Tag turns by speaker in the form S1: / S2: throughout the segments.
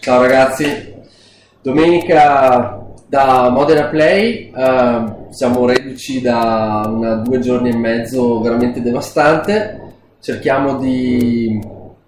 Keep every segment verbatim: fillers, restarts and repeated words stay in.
S1: Ciao ragazzi, domenica da Modena Play, eh, siamo reduci da una, due giorni e mezzo veramente devastante. Cerchiamo di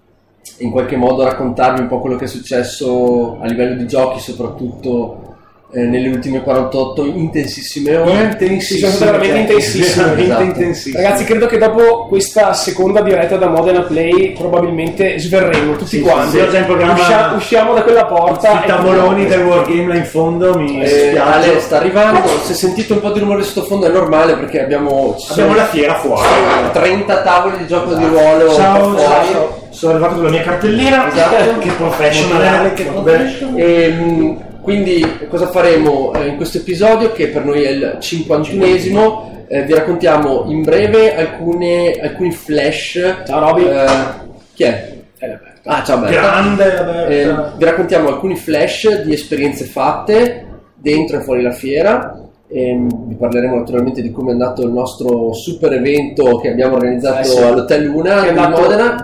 S1: in qualche modo raccontarvi un po' quello che è successo a livello di giochi, soprattutto eh, nelle ultime quarantotto intensissime ore.
S2: Intensissime, sono veramente intensissime.
S1: Esatto.
S2: intensissime. Ragazzi, credo che dopo questa seconda diretta da Modena Play probabilmente sverremo tutti
S3: sì,
S2: quanti.
S3: Sì, sì.
S2: Uscia, usciamo da quella porta.
S3: I tavoloni del Wargame là in fondo mi
S1: eh, Ale sta arrivando. Se sentite un po' di rumore sottofondo è normale perché abbiamo,
S3: abbiamo la fiera fuori.
S1: trenta tavoli di gioco di ruolo.
S3: Ciao, ciao. Sono arrivato con la mia cartellina.
S1: Esatto.
S3: Che professionale, che professionale.
S1: E, quindi cosa faremo in questo episodio, che per noi è il cinquantunesimo? Eh, vi raccontiamo in breve alcune, alcuni flash.
S2: Ciao Roby.
S1: Eh, chi è? Ah, ciao Berta.
S3: Grande
S1: eh, vi raccontiamo alcuni flash di esperienze fatte dentro e fuori la fiera. E vi parleremo naturalmente di come è andato il nostro super evento che abbiamo organizzato eh sì. all'Hotel Luna di Modena.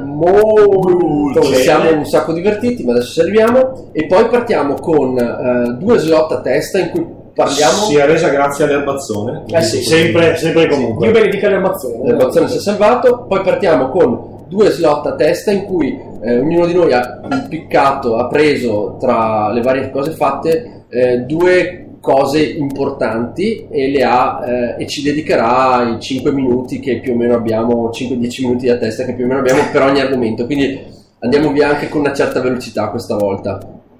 S2: Molto
S1: ci siamo un sacco divertiti, ma adesso ci arriviamo. E poi partiamo con uh, due slot a testa in cui parliamo.
S4: Si è resa grazie all'erbazzone.
S2: Eh sì,
S3: sempre, sempre comunque.
S2: Dio benedica l'erbazzone.
S1: L'erbazzone si è salvato. Poi partiamo con due slot a testa in cui eh, ognuno di noi ha impiccato, ha preso tra le varie cose fatte eh, due cose importanti e le ha eh, e ci dedicherà i cinque minuti che più o meno abbiamo, cinque dieci minuti a testa che più o meno abbiamo per ogni argomento, quindi andiamo via anche con una certa velocità questa volta.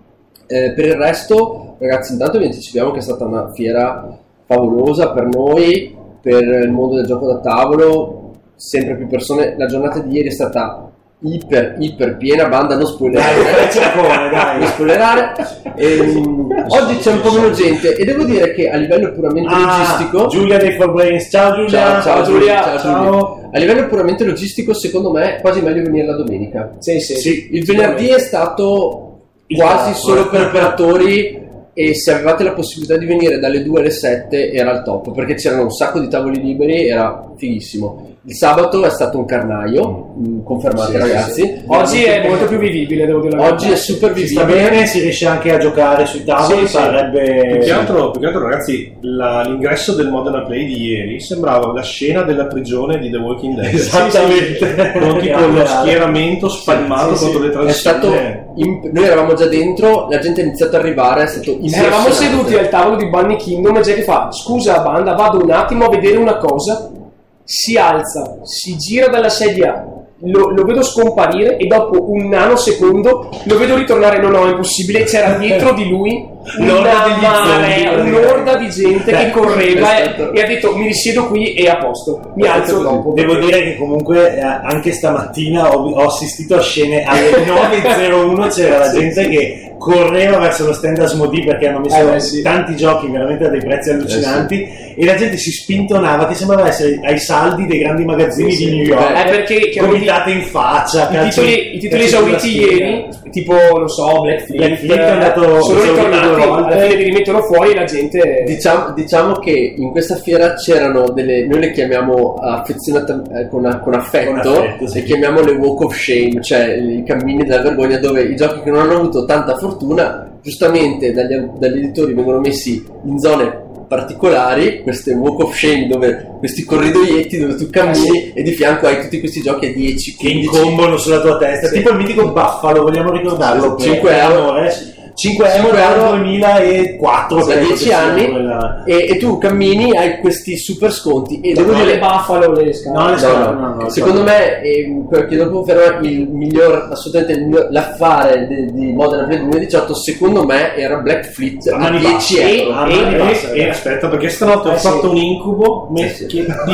S1: Eh, per il resto, ragazzi, intanto vi anticipiamo che è stata una fiera favolosa per noi, per il mondo del gioco da tavolo, sempre più persone. La giornata di ieri è stata iper iper piena, banda non spoilerare,
S3: dai, dai.
S1: non spoilerare. E, um, oggi c'è un po' meno gente e devo dire che a livello puramente
S3: ah,
S1: logistico
S3: Giulia dei For Brains, ciao Giulia.
S1: Ciao, ciao, Giulia, ciao,
S3: ciao.
S1: Giulia. A livello puramente logistico secondo me è quasi meglio venire la domenica.
S2: Sì, sì.
S1: sì il venerdì è stato quasi
S3: top,
S1: solo per operatori e se avevate la possibilità di venire dalle due alle sette era il top, perché c'erano un sacco di tavoli liberi, era fighissimo. Il sabato è stato un carnaio, mh, confermate sì, ragazzi.
S2: Sì, sì. Oggi è molto più vivibile, devo dire.
S1: Oggi è super vivibile.
S3: Si sta bene, si riesce anche a giocare sui tavoli,
S4: sì,
S3: sarebbe...
S4: Più che altro, più che altro ragazzi, la, l'ingresso del Modena Play di ieri sembrava la scena della prigione di The Walking Dead.
S3: Esattamente.
S4: Con tipo lo schieramento spalmato sì, sì, contro
S1: sì.
S4: le transizioni.
S1: È stato in, noi eravamo già dentro, la gente ha iniziato ad arrivare, è stato
S2: eravamo seduti al tavolo di Bunny Kingdom e gente fa: scusa banda, vado un attimo a vedere una cosa. Si alza, si gira dalla sedia, lo, lo vedo scomparire e dopo un nanosecondo lo vedo ritornare. No, no, è impossibile. C'era dietro di lui una marea, un'orda di gente che correva e, e ha detto: mi risiedo qui e a posto, mi alzo dopo.
S3: Devo dire che comunque anche stamattina ho, ho assistito a scene alle nove e zero uno, c'era la gente che correva verso lo stand Asmodee perché hanno messo
S2: eh, sì.
S3: tanti giochi veramente a dei prezzi allucinanti eh, sì. e la gente si spintonava che sembrava essere ai saldi dei grandi magazzini
S2: sì,
S3: di
S2: sì.
S3: New York,
S2: eh, perché
S3: gomitate in faccia,
S2: i
S3: calci,
S2: titoli, i titoli esauriti ieri, tipo non so Black Fleet,
S3: Black Fleet è andato,
S2: sono ritornati, alla fine li rimettono fuori e la gente
S1: diciamo, diciamo che in questa fiera c'erano delle, noi le chiamiamo affezionate eh, con, con affetto, con affetto sì. Le chiamiamo le walk of shame, cioè i cammini della vergogna, dove i giochi che non hanno avuto tanta fortuna giustamente dagli, dagli editori vengono messi in zone particolari, queste walk of shame, dove questi corridoietti dove tu cammini sì. e di fianco hai tutti questi giochi a dieci
S3: che incombono sulla tua testa, sì. tipo il mitico Buffalo, vogliamo ricordarlo?
S1: cinque euro
S3: cinque euro dal duemilaquattro
S1: da dieci anni quella... e, e tu cammini, hai questi super sconti e
S2: no,
S1: devo dire
S2: le Buffalo le scale.
S3: no, le scale,
S1: no, no, no, no, secondo no. me eh, perché dopo però il miglior assolutamente il miglior, l'affare di, di Modena Play duemiladiciotto secondo me era Black Fleet a dieci euro
S4: e, e, e aspetta perché stanotte eh, ho fatto sì. un incubo me, sì, sì. Che, di,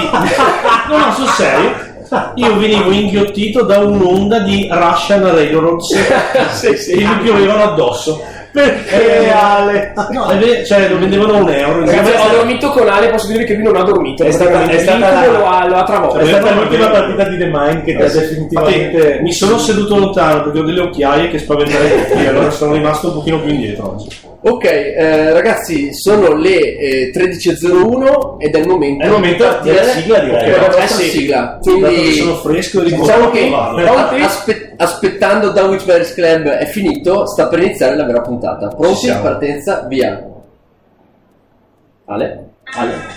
S4: no no sul serio io venivo inghiottito da un'onda di Russian Railroads
S3: sì, sì,
S4: che mi piovevano addosso.
S3: Perché Ale?
S4: No, cioè lo vendevano a un euro.
S2: Ragazzi, ho dormito con Ale, posso dirvi che lui non ha dormito.
S3: È stata, è stata la,
S2: lo ha, lo ha travolto.
S3: È stata l'ultima partita di The Mind che ti ha definitivamente.
S4: Infatti, mi sono seduto lontano perché ho delle occhiaie che spaventerei tutti, allora sono rimasto un pochino più indietro oggi.
S1: Ok, eh, ragazzi, sono le eh, tredici e zero uno ed è il momento,
S3: è il momento della sigla, direi.
S1: Okay, la
S3: eh,
S1: nostra
S3: sì.
S1: sigla. Quindi
S4: sono fresco di
S1: diciamo che
S4: vale.
S1: aspe- aspettando da Witchbear's Club è finito, sta per iniziare la vera puntata. Pronti? Partenza, via. Ale? Ale?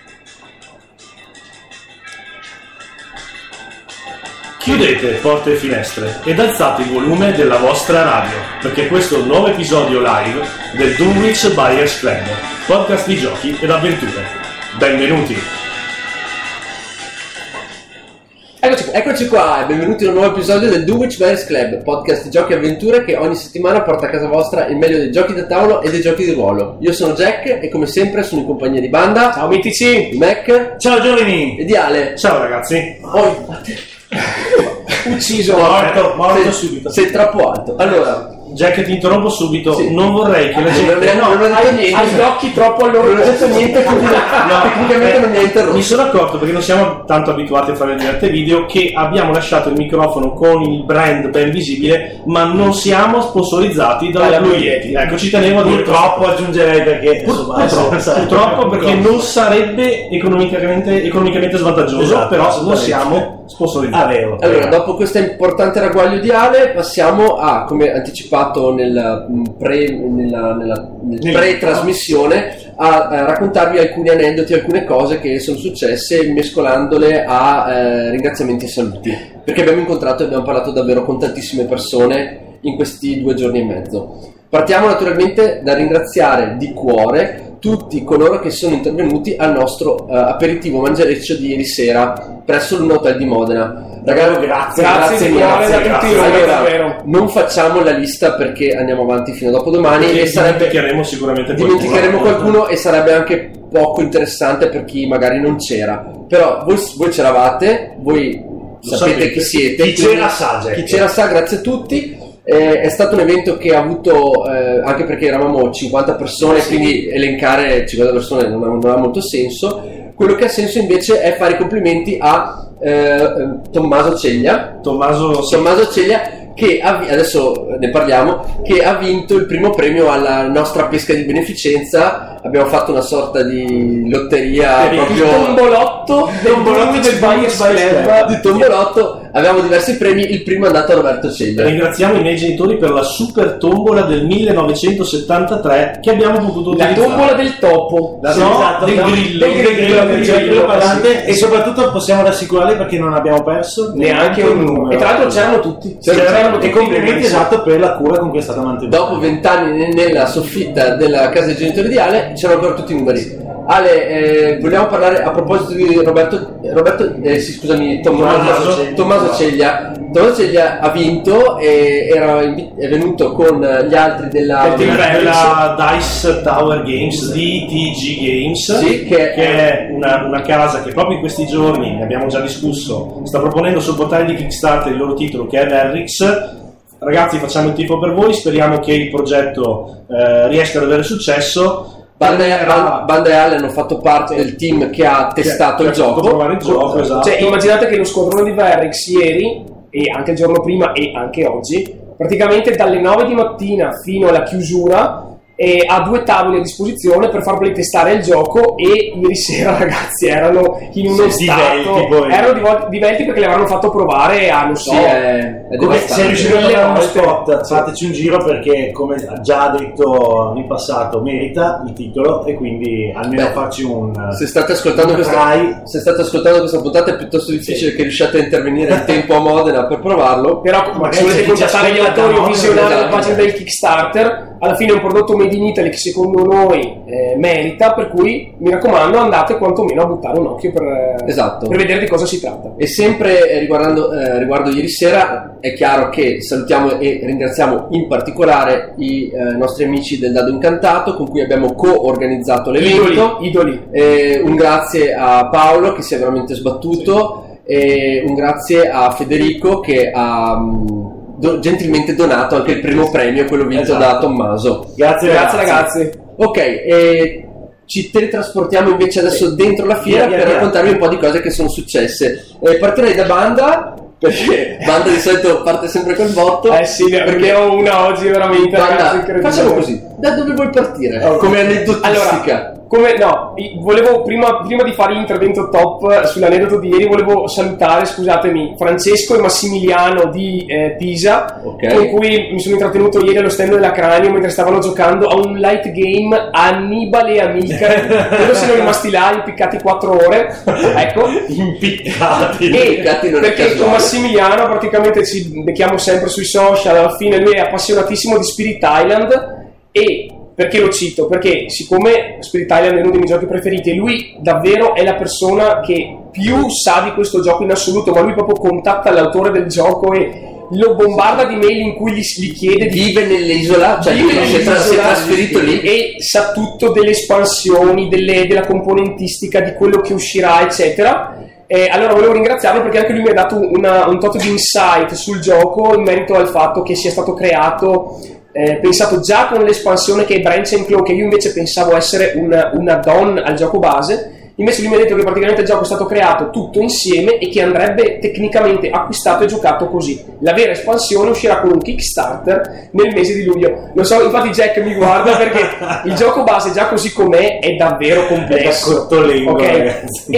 S4: Chiudete porte e finestre ed alzate il volume della vostra radio, perché questo è un nuovo episodio live del Dunwich Buyers Club, podcast di giochi ed avventure. Benvenuti!
S1: Eccoci qua, eccoci qua e benvenuti in un nuovo episodio del Dunwich Buyers Club, podcast di giochi e avventure che ogni settimana porta a casa vostra il meglio dei giochi da tavolo e dei giochi di ruolo. Io sono Jack e come sempre sono in compagnia di Banda.
S2: Ciao mitici!
S1: Di Mac.
S3: Ciao giovani!
S1: E di Ale.
S4: Ciao ragazzi!
S1: Oh,
S2: ucciso,
S3: morto, morto
S1: sei,
S3: subito.
S1: Sei troppo alto. Allora,
S4: Jack, ti interrompo subito.
S1: Sì.
S4: Non vorrei che la gente.
S1: No, non ho detto
S2: hai,
S1: niente.
S2: hai gli occhi troppo allora.
S1: Non ho detto niente, quindi
S4: No,
S1: tecnicamente
S4: eh,
S1: non mi ha interrotto.
S4: Mi sono accorto, perché non siamo tanto abituati a fare dirette video, che abbiamo lasciato il microfono con il brand ben visibile, ma non siamo sponsorizzati dalla
S2: Dalla
S4: Blue
S2: Blue
S4: Yeti.
S2: Yeti.
S4: Ecco, ci tenevo a dire.
S3: Purtroppo aggiungerei perché
S4: Pur-
S3: insomma,
S4: purtroppo,
S3: sarebbe-
S4: purtroppo perché non sarebbe economicamente, economicamente svantaggioso,
S3: Esatto,
S4: però non
S3: assolutamente.
S4: siamo sponsorizzati.
S3: Ah, vero.
S1: Allora, dopo questo importante ragguaglio di Ale, passiamo a, come anticipato nel mh, pre, nella, nella, nel
S3: Nel-
S1: pre-trasmissione, a, a raccontarvi alcuni aneddoti, alcune cose che sono successe, mescolandole a eh, ringraziamenti e saluti. Perché abbiamo incontrato e abbiamo parlato davvero con tantissime persone in questi due giorni e mezzo. Partiamo naturalmente da ringraziare di cuore tutti coloro che sono intervenuti al nostro uh, aperitivo mangereccio di ieri sera presso l'Un Hotel di Modena. Ragazzi,
S3: grazie,
S2: grazie di
S1: mille,
S2: cuore da tutti noi,
S1: Allora,
S2: davvero.
S1: non facciamo la lista perché andiamo avanti fino a dopodomani
S4: Perché
S1: e sarebbe
S4: dimenticheremo sicuramente
S1: dimenticheremo
S4: qualcuno.
S1: qualcuno e sarebbe anche poco interessante per chi magari non c'era. Però voi, voi c'eravate, voi sapete,
S4: sapete.
S1: chi siete.
S3: Chi
S1: quindi
S3: c'era sa, Jack.
S1: Chi c'era sa, grazie a tutti. Eh, è stato un evento che ha avuto, eh, anche perché eravamo cinquanta persone,
S2: Sì.
S1: quindi elencare cinquanta persone non ha, non ha molto senso. Quello che ha senso invece è fare i complimenti a eh, Tommaso Ceglia.
S4: Tommaso, sì.
S1: Tommaso Ceglia che ha, vi- adesso ne parliamo, che ha vinto il primo premio alla nostra pesca di beneficenza. Abbiamo fatto una sorta di lotteria
S4: Il
S1: proprio
S2: Il tombolotto del
S3: tombolotto del
S2: Buyers
S3: Buyers
S2: Club.
S3: Club.
S1: di tombolotto. Avevamo diversi premi, il primo è andato a Roberto Ceglia.
S4: Ringraziamo i miei genitori per la super tombola del millenovecentosettantatré che abbiamo potuto
S2: La
S4: utilizzare.
S2: tombola del topo.
S3: La-
S4: Sì, no,
S3: esatto,
S4: del
S3: no,
S4: grillo.
S3: del grillo,
S2: Del
S3: del
S2: grillo,
S3: grillo parlante,
S2: sì.
S3: e soprattutto possiamo rassicurarli perché non abbiamo perso
S2: Neanche un numero. E tra l'altro c'erano tutti.
S3: Sì,
S2: C'erano
S3: e
S2: tutti.
S3: complimenti esatto per la cura con cui è stata mantenuta.
S1: Dopo vent'anni ne- nella soffitta della casa dei genitori di Ale c'erano ancora tutti i numeri. Ale, eh, vogliamo parlare a proposito di Roberto, Roberto eh, sì, scusami, Tommaso,
S4: Tommaso.
S1: Tommaso Ceglia. Tommaso Ceglia ha vinto e era invi- è venuto con gli altri della,
S2: Del team
S4: della Dice Tower Games, D T G Games,
S1: Sì, che-
S4: che è una, una casa che proprio in questi giorni, ne abbiamo già discusso, sta proponendo sul portale di Kickstarter il loro titolo che è Verrix. Ragazzi, facciamo il tifo per voi, speriamo che il progetto eh, riesca ad avere successo.
S1: Banda e, Ban- Banda e Ale hanno fatto parte del team che ha testato
S4: Che-
S1: il
S4: che ha fatto
S1: gioco.
S4: provare il gioco, esatto.
S2: Cioè, immaginate che lo squadrone di Verrix ieri e anche il giorno prima e anche oggi, praticamente dalle nove di mattina fino alla chiusura, e ha due tavoli a disposizione per farvi testare il gioco. E ieri sera, ragazzi, erano in uno
S3: Sì,
S2: stato
S3: divelti poi.
S2: erano divo- divelti perché li avranno fatto provare a non so
S1: Sì, è, è
S3: Come se
S1: devastante.
S3: riuscite a fare uno
S2: volte.
S3: spot, fateci un giro perché, come ha già detto in passato, merita il titolo e quindi almeno
S1: Beh,
S3: farci un.
S1: Se state ascoltando
S3: un
S1: questa,
S3: try.
S1: se state ascoltando questa puntata è piuttosto difficile che riusciate a intervenire in tempo a Modena per provarlo.
S2: Però
S3: Magari
S2: se volete
S3: c'è chi ci
S2: contattare gli
S3: ascolta
S2: autori
S3: da
S2: o
S3: Modena,
S2: visionare la
S1: esatto.
S2: pagina del Kickstarter, alla fine è un prodotto made in Italy che secondo noi eh, merita, per cui mi raccomando andate quantomeno a buttare un occhio per, eh,
S1: Esatto.
S2: per vedere di cosa si tratta.
S1: E sempre eh, riguardando, eh, riguardo ieri sera, è chiaro che salutiamo e ringraziamo in particolare i eh, nostri amici del Dado Incantato con cui abbiamo co-organizzato l'evento.
S2: Idoli, idoli.
S1: Eh, un grazie a Paolo che si è veramente sbattuto, e un grazie a Federico che ha mh, do- gentilmente donato anche il primo premio, quello vinto
S3: Esatto.
S1: da Tommaso.
S3: Grazie,
S2: Grazie ragazzi.
S1: Ok, e ci teletrasportiamo invece adesso dentro la fiera
S3: Via, via,
S1: per
S3: via.
S1: raccontarvi un po' di cose che sono successe. Eh, partirei da Banda perché Banda di solito parte sempre col botto.
S2: Eh sì, perché ho una oggi veramente.
S1: Banda,
S2: ragazzi,
S1: facciamo così, da dove vuoi partire?
S2: Oh.
S1: Come aneddotistica.
S2: Allora, come, no, volevo prima, prima di fare l'intervento top sull'aneddoto di ieri, volevo salutare, scusatemi, Francesco e Massimiliano di eh, Pisa,
S1: okay.
S2: con cui mi sono intrattenuto ieri allo stand della Cranio mentre stavano giocando a un light game Annibale e Amica. Credo siano rimasti là impiccati quattro ore, ecco.
S3: Impiccati.
S2: E
S1: impiccati non è
S2: perché
S1: casuale.
S2: con Massimiliano praticamente ci becchiamo sempre sui social, alla fine lui è appassionatissimo di Spirit Island. E perché lo cito? Perché siccome Spirit Island è uno dei miei giochi preferiti e lui davvero è la persona che più sa di questo gioco in assoluto, ma lui proprio contatta l'autore del gioco e lo bombarda di mail in cui gli, gli chiede di...
S1: Vive nell'isola, cioè
S2: vive
S1: si è tra- si è trasferito lì
S2: e sa tutto delle espansioni, delle, della componentistica, di quello che uscirà, eccetera. Eh, allora volevo ringraziarlo perché anche lui mi ha dato una, un tot di insight sul gioco in merito al fatto che sia stato creato Eh, pensato già con l'espansione che è Branch and Claw, che io invece pensavo essere un, un add-on al gioco base. Invece lui mi ha detto che praticamente il gioco è stato creato tutto insieme e che andrebbe tecnicamente acquistato e giocato così. La vera espansione uscirà con un Kickstarter nel mese di luglio. Lo so, infatti Jack mi guarda perché il gioco base già così com'è è davvero complesso, okay?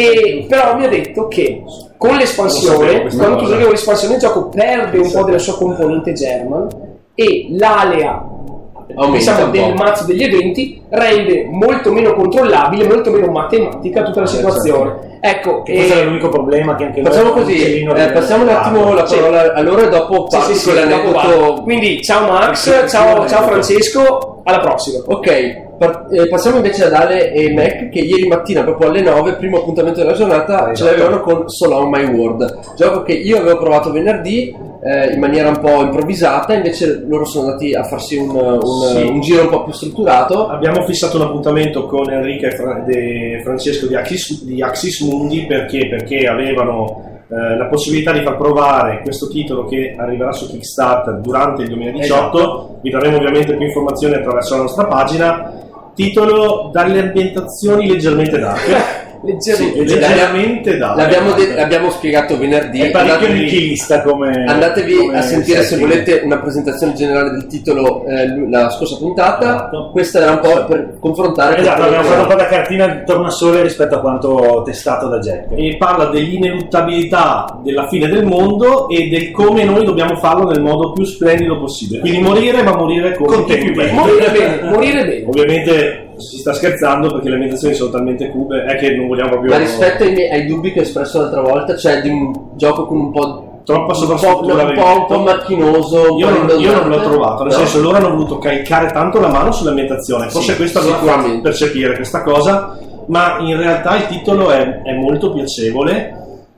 S2: E però mi ha detto che con l'espansione, quando tu giochi con l'espansione, il gioco perde un po' della sua componente German e l'alea diciamo, del mazzo degli eventi rende molto meno controllabile, molto meno matematica tutta la situazione. Ecco,
S3: che questo è l'unico problema che anche
S1: facciamo così, eh, passiamo un attimo la parola sì. allora e dopo parti
S2: sì, sì,
S1: con
S2: sì,
S1: l'aneddoto.
S2: Quindi ciao Max, ciao, ciao Francesco, alla prossima.
S1: Ok. Eh, passiamo invece ad Ale e Mac che ieri mattina proprio alle nove, primo appuntamento della giornata, ce l'avevano con Soul on My World, gioco che io avevo provato venerdì eh, in maniera un po' improvvisata, invece loro sono andati a farsi un, un, sì. un giro un po' più strutturato.
S4: Abbiamo fissato un appuntamento con Enrica e Fra- de Francesco di Axis, di Axis Mundi perché, perché avevano eh, la possibilità di far provare questo titolo che arriverà su Kickstarter durante il duemiladiciotto. Esatto. Vi daremo ovviamente più informazioni attraverso la nostra pagina. Titolo dalle ambientazioni leggermente dark.
S2: Leggermente,
S4: sì, leggermente dark.
S1: L'abbiamo, de- l'abbiamo spiegato venerdì.
S3: È parecchio nichilista come.
S1: Andatevi
S3: come
S1: a sentire
S3: setting.
S1: Se volete una presentazione generale del titolo eh, la scorsa puntata. Esatto. Questa era un po' per confrontare.
S3: Esatto, abbiamo fatto un po' da cartina di tornasole rispetto a quanto testato da Jack.
S4: E parla dell'ineluttabilità della fine del mondo e del come noi dobbiamo farlo nel modo più splendido possibile. Quindi morire, ma morire con
S3: contenti.
S2: Morire bene, morire bene.
S4: Ovviamente si sta scherzando perché le ambientazioni sono talmente cube è che non vogliamo proprio.
S1: Ma rispetto ai, miei, ai dubbi che ho espresso l'altra volta, cioè di un gioco con un po'
S4: troppa
S1: un
S4: sovrastruttura,
S1: po', un po', un po' macchinoso, un
S4: io,
S1: po'
S4: non, io non l'ho trovato, nel
S1: no.
S4: senso loro hanno voluto caricare tanto la mano sull'ambientazione, forse
S1: sì,
S4: questo allora fa percepire questa cosa, ma in realtà il titolo è, è molto piacevole.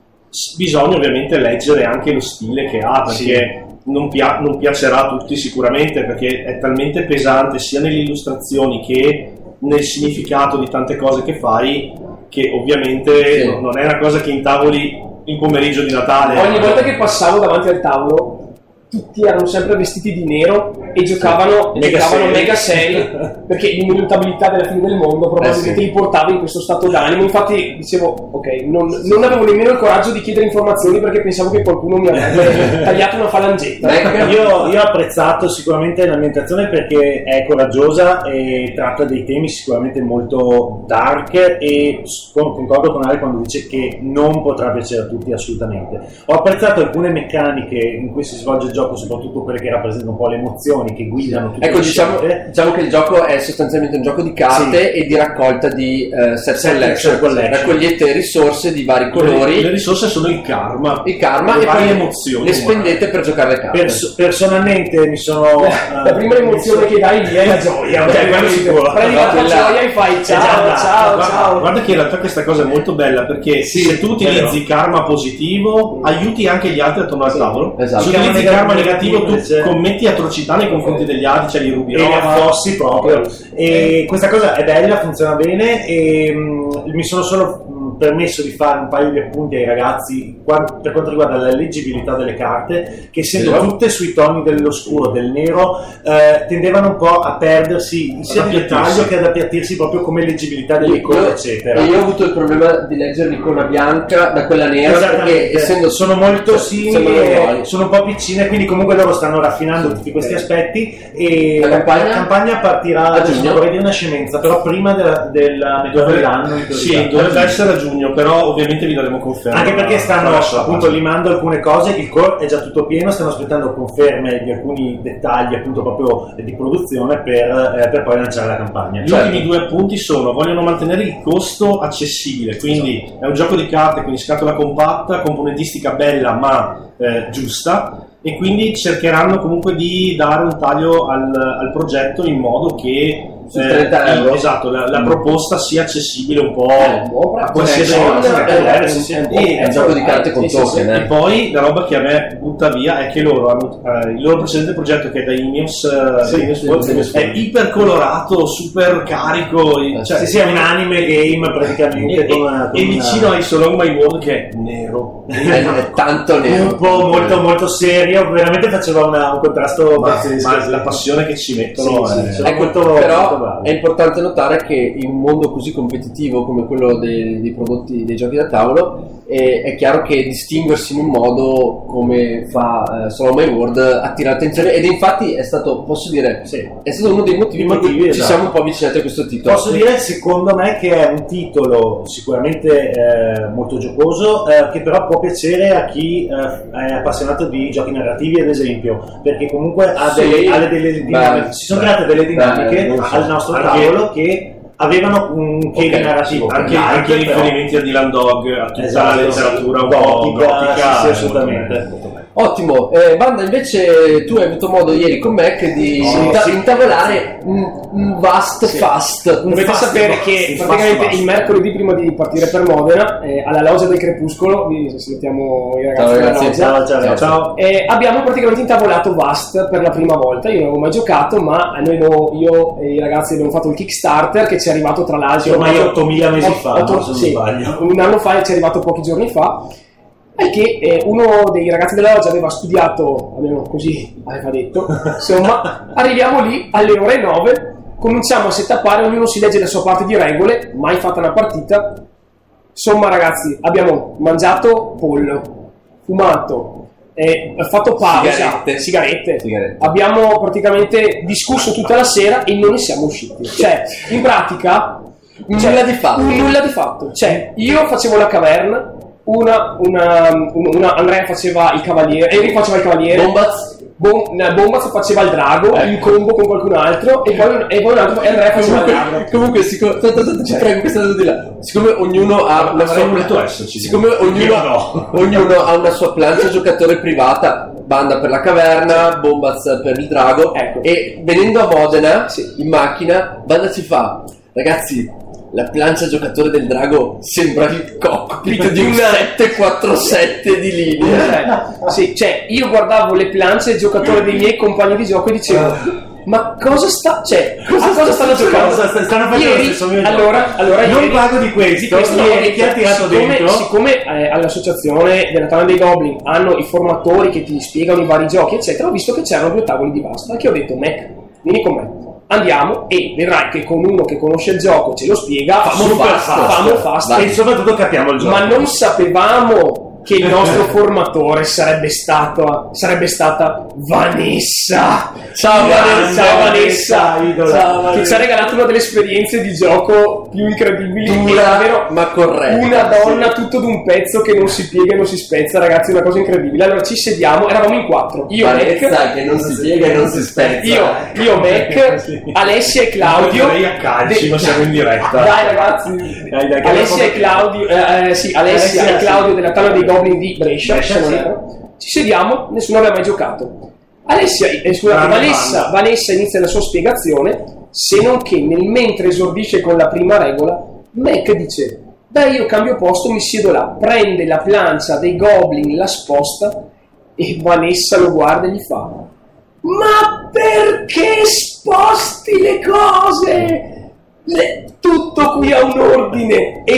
S4: Bisogna ovviamente leggere anche lo stile che ha, perché sì. non, pia- non piacerà a tutti sicuramente, perché è talmente pesante sia nelle illustrazioni che nel significato di tante cose che fai, che ovviamente sì. non è una cosa che intavoli il pomeriggio di Natale.
S2: Ogni volta che passavo davanti al tavolo tutti erano sempre vestiti di nero e giocavano,
S3: Mega
S2: giocavano
S3: sei.
S2: Mega sei perché l'ineluttabilità della fine del mondo probabilmente
S1: eh sì.
S2: li portava in questo stato d'animo. Infatti dicevo ok, non, non avevo nemmeno il coraggio di chiedere informazioni perché pensavo che qualcuno mi avrebbe tagliato una falangetta.
S3: io, io ho apprezzato sicuramente l'ambientazione perché è coraggiosa e tratta dei temi sicuramente molto dark, e concordo con Ale quando dice che non potrà piacere a tutti assolutamente. Ho apprezzato alcune meccaniche in cui si svolge il gioco, soprattutto quelle che rappresentano un po' le emozioni che guidano tutte
S1: ecco,
S3: le
S1: diciamo,
S3: scelte.
S1: diciamo che il gioco è sostanzialmente un gioco di carte sì. e di raccolta di uh, set, set collection, collection, raccogliete risorse di vari colori.
S4: Le, le risorse sono il karma,
S1: il karma
S4: le
S1: e
S4: varie
S1: poi
S4: emozioni
S1: le spendete per giocare le carte.
S3: Pers- personalmente mi sono
S2: la uh, prima emozione che dai lì è la gioia,
S3: cioè, quello sicuro.
S2: Prendi la tua gioia e fai ciao ciao ciao,
S4: guarda,
S2: ciao.
S4: Guarda che in realtà questa cosa è molto bella, perché sì, se tu utilizzi karma positivo aiuti anche gli altri attorno al tavolo.
S1: Esatto.
S4: Se utilizzi karma negativo tu commetti atrocità nei confronti degli altri, cioè li rubi
S3: e li affossi proprio. E questa cosa è bella, funziona bene, e mh, mi sono solo permesso di fare un paio di appunti ai ragazzi per quanto riguarda la leggibilità delle carte, che essendo
S1: sì.
S3: tutte sui toni dell'oscuro, del nero, eh, tendevano un po' a perdersi sia di dettaglio che ad appiattirsi proprio come leggibilità delle icone, eccetera.
S1: E io ho avuto il problema di leggere l'icona bianca da quella nera, perché essendo
S3: sono molto simili,
S1: sono,
S3: sono un po' piccine, quindi comunque loro stanno raffinando sì, tutti questi aspetti. E
S1: la campagna,
S3: la campagna partirà a giugno, vorrei dire una scemenza, però prima della, della metà dell'anno.
S4: Sì, dovrebbe essere a giugno, però ovviamente vi daremo conferma.
S3: Anche perché stanno appunto limando alcune cose, il core è già tutto pieno, stanno aspettando conferme di alcuni dettagli appunto proprio di produzione per, eh, per poi lanciare la campagna.
S4: Gli
S3: certo.
S4: ultimi due appunti sono: vogliono mantenere il costo accessibile, quindi esatto. È un gioco di carte, quindi scatola compatta, componentistica bella ma eh, giusta, e quindi cercheranno comunque di dare un taglio al, al progetto in modo che
S1: su trenta
S4: eh,
S1: euro.
S4: Esatto, la, la proposta sia accessibile un po'
S1: eh,
S4: a qualsiasi
S1: cosa.
S4: è
S1: un gioco di carte con token.
S4: E poi la roba che a me butta via è che loro hanno eh, il loro precedente progetto, che è da Ineos, uh,
S1: sì,
S4: Ineos
S1: sì,
S4: World,
S1: sì, sì.
S4: è iper colorato, super carico,
S3: eh,
S4: cioè,
S3: sì, sì, è un anime game praticamente,
S4: e,
S3: con una,
S4: e,
S3: con
S4: e vicino
S3: una...
S4: ai So Long My World, che è nero,
S1: è, è tanto nero,
S3: un po' molto molto serio, veramente faceva una, un contrasto
S4: ma,
S3: pazzesco,
S4: ma
S3: sì.
S4: La passione che ci mettono
S3: sì,
S4: è...
S3: sì,
S1: ecco,
S3: molto,
S1: però
S3: molto bravo.
S1: È importante notare che in un mondo così competitivo come quello dei, dei prodotti dei giochi da tavolo eh, è chiaro che distinguersi in un modo come fa eh, Solo My World attira l'attenzione, ed infatti è stato, posso dire,
S3: sì.
S1: è stato uno dei motivi per cui
S3: esatto.
S1: ci siamo un po' avvicinati a questo titolo.
S3: Posso dire secondo me che è un titolo sicuramente eh, molto giocoso, eh, che però può piacere a chi eh, è appassionato di giochi narrativi, ad esempio, perché comunque ha
S1: sì.
S3: delle, ha delle dinamiche,
S1: Beh,
S3: si sono
S1: beh,
S3: create delle dinamiche
S1: beh, so.
S3: al nostro
S4: Anche...
S3: tavolo che avevano un che
S1: okay.
S3: narrativo,
S4: anche, anche i riferimenti a Dylan Dog, a tutta
S3: esatto,
S4: la letteratura
S3: sì,
S4: gotica,
S3: gotica, sì,
S4: è
S3: assolutamente.
S4: molto bello.
S1: Ottimo, eh, Banda, invece tu hai avuto modo ieri con Mac di
S3: Sì,
S1: inta-
S3: sì.
S1: intavolare un, un vast
S2: Sì.
S1: fast. Un
S2: Dovete
S1: fast
S2: sapere
S1: fast,
S2: che
S1: un
S2: praticamente
S1: fast fast.
S2: il mercoledì prima di partire per Modena, eh, alla Loggia del Crepuscolo, vi salutiamo i ragazzi
S1: Ciao,
S2: della
S1: ragazzi.
S2: Loggia,
S3: Ciao, ciao, ciao.
S1: Ciao.
S2: eh, abbiamo praticamente intavolato Vast per la prima volta. Io non avevo mai giocato, ma noi no, io e i ragazzi abbiamo fatto il Kickstarter, che ci è arrivato tra l'altro
S3: ormai ottomila mesi fa,
S2: otto-
S3: no, se non
S2: sì,
S3: sbaglio.
S2: un anno fa, e ci è arrivato pochi giorni fa. È che eh, uno dei ragazzi della Loggia aveva studiato, almeno così aveva detto, insomma, arriviamo lì alle ore nove, cominciamo a settappare, ognuno si legge la sua parte di regole, mai fatta una partita. Insomma, ragazzi, abbiamo mangiato pollo, fumato, eh, fatto pausa,
S1: Sigarette.
S2: sigarette.
S1: Sigarette.
S2: Abbiamo praticamente discusso tutta la sera e non ne siamo usciti. Cioè, in pratica,
S1: Un
S2: cioè,
S1: nulla di fatto.
S2: un nulla di fatto. Cioè, io facevo la caverna, una, una, una Andrea faceva il cavaliere, Enrico faceva il cavaliere,
S1: Bombaz.
S2: Bom, no, Bombaz faceva il drago
S1: Eh.
S2: in combo con qualcun altro, e poi, e poi un altro, e Andrea faceva il drago.
S1: Comunque, comunque siccome, aspetta, aspetta, ci prego, questa cosa di là. Siccome ognuno ha una
S4: Avrei
S1: sua
S4: voluto esserci.
S1: siccome ognuno,
S4: Io no.
S1: ognuno ha una sua plancia giocatore privata, Banda per la caverna, Bombaz per il drago,
S2: Ecco.
S1: e venendo a Modena
S2: Sì.
S1: in macchina, Banda ci fa: ragazzi, la plancia giocatore del drago sembra il cockpit di un sette quattro sette di linea.
S2: Cioè, sì, cioè, io guardavo le planche giocatore dei miei compagni di gioco e dicevo: ma cosa sta, cioè, cosa, a cosa stanno giocando?
S3: Cosa stanno facendo
S2: Ieri,
S3: lo stesso mio
S2: allora,
S3: gioco?
S2: allora
S3: non
S2: ieri,
S3: pago di questo,
S2: di questo
S3: ieri
S2: ho
S3: chi ha tirato
S2: siccome,
S3: dentro?
S2: siccome eh, all'associazione della Tana dei Goblin hanno i formatori che ti spiegano i vari giochi eccetera, ho visto che c'erano due tavoli di basta, che ho detto: Mac, vieni con me, andiamo, e vedrai che con uno che conosce il gioco ce lo spiega,
S1: Famo
S2: super
S1: fast,
S2: famo fast.
S3: E soprattutto capiamo il gioco.
S2: Ma non sapevamo che il nostro formatore sarebbe stato sarebbe stata Vanessa.
S1: Ciao Vanessa,
S2: Ciao Vanessa,
S3: idola.
S1: Ciao,
S2: che ci ha regalato una delle esperienze di gioco più incredibili. È
S1: dura
S2: davvero
S1: ma corretta.
S2: una donna tutto d'un pezzo che non si piega e non si spezza, ragazzi, una cosa incredibile. Allora ci sediamo, eravamo in quattro, io,
S1: Vanessa
S2: Mac,
S1: che non si piega e non si spezza.
S2: io, io Mac, Alessia e Claudio.
S4: Direi a calci,
S2: De-
S4: ma siamo in diretta.
S2: Dai ragazzi,
S3: Dai, dai, che
S2: Alessia e
S3: dopo-
S2: Claudio, eh, eh, sì, Alessia,
S3: Alessia,
S2: e Claudio
S3: sì.
S2: della Tana dei Goblin di Brescia,
S3: Brescia,
S2: se non
S3: sì.
S2: erro. Ci sediamo, nessuno aveva mai giocato. Alessia, eh, scusate,
S3: Grande
S2: Vanessa,
S3: banda.
S2: Vanessa inizia la sua spiegazione, se non che nel mentre esordisce con la prima regola, Mac dice: dai, io cambio posto, mi siedo là, prende la plancia dei Goblin, la sposta, e Vanessa lo guarda e gli fa: ma perché sposti le cose? Le- tutto qui ha un ordine e tu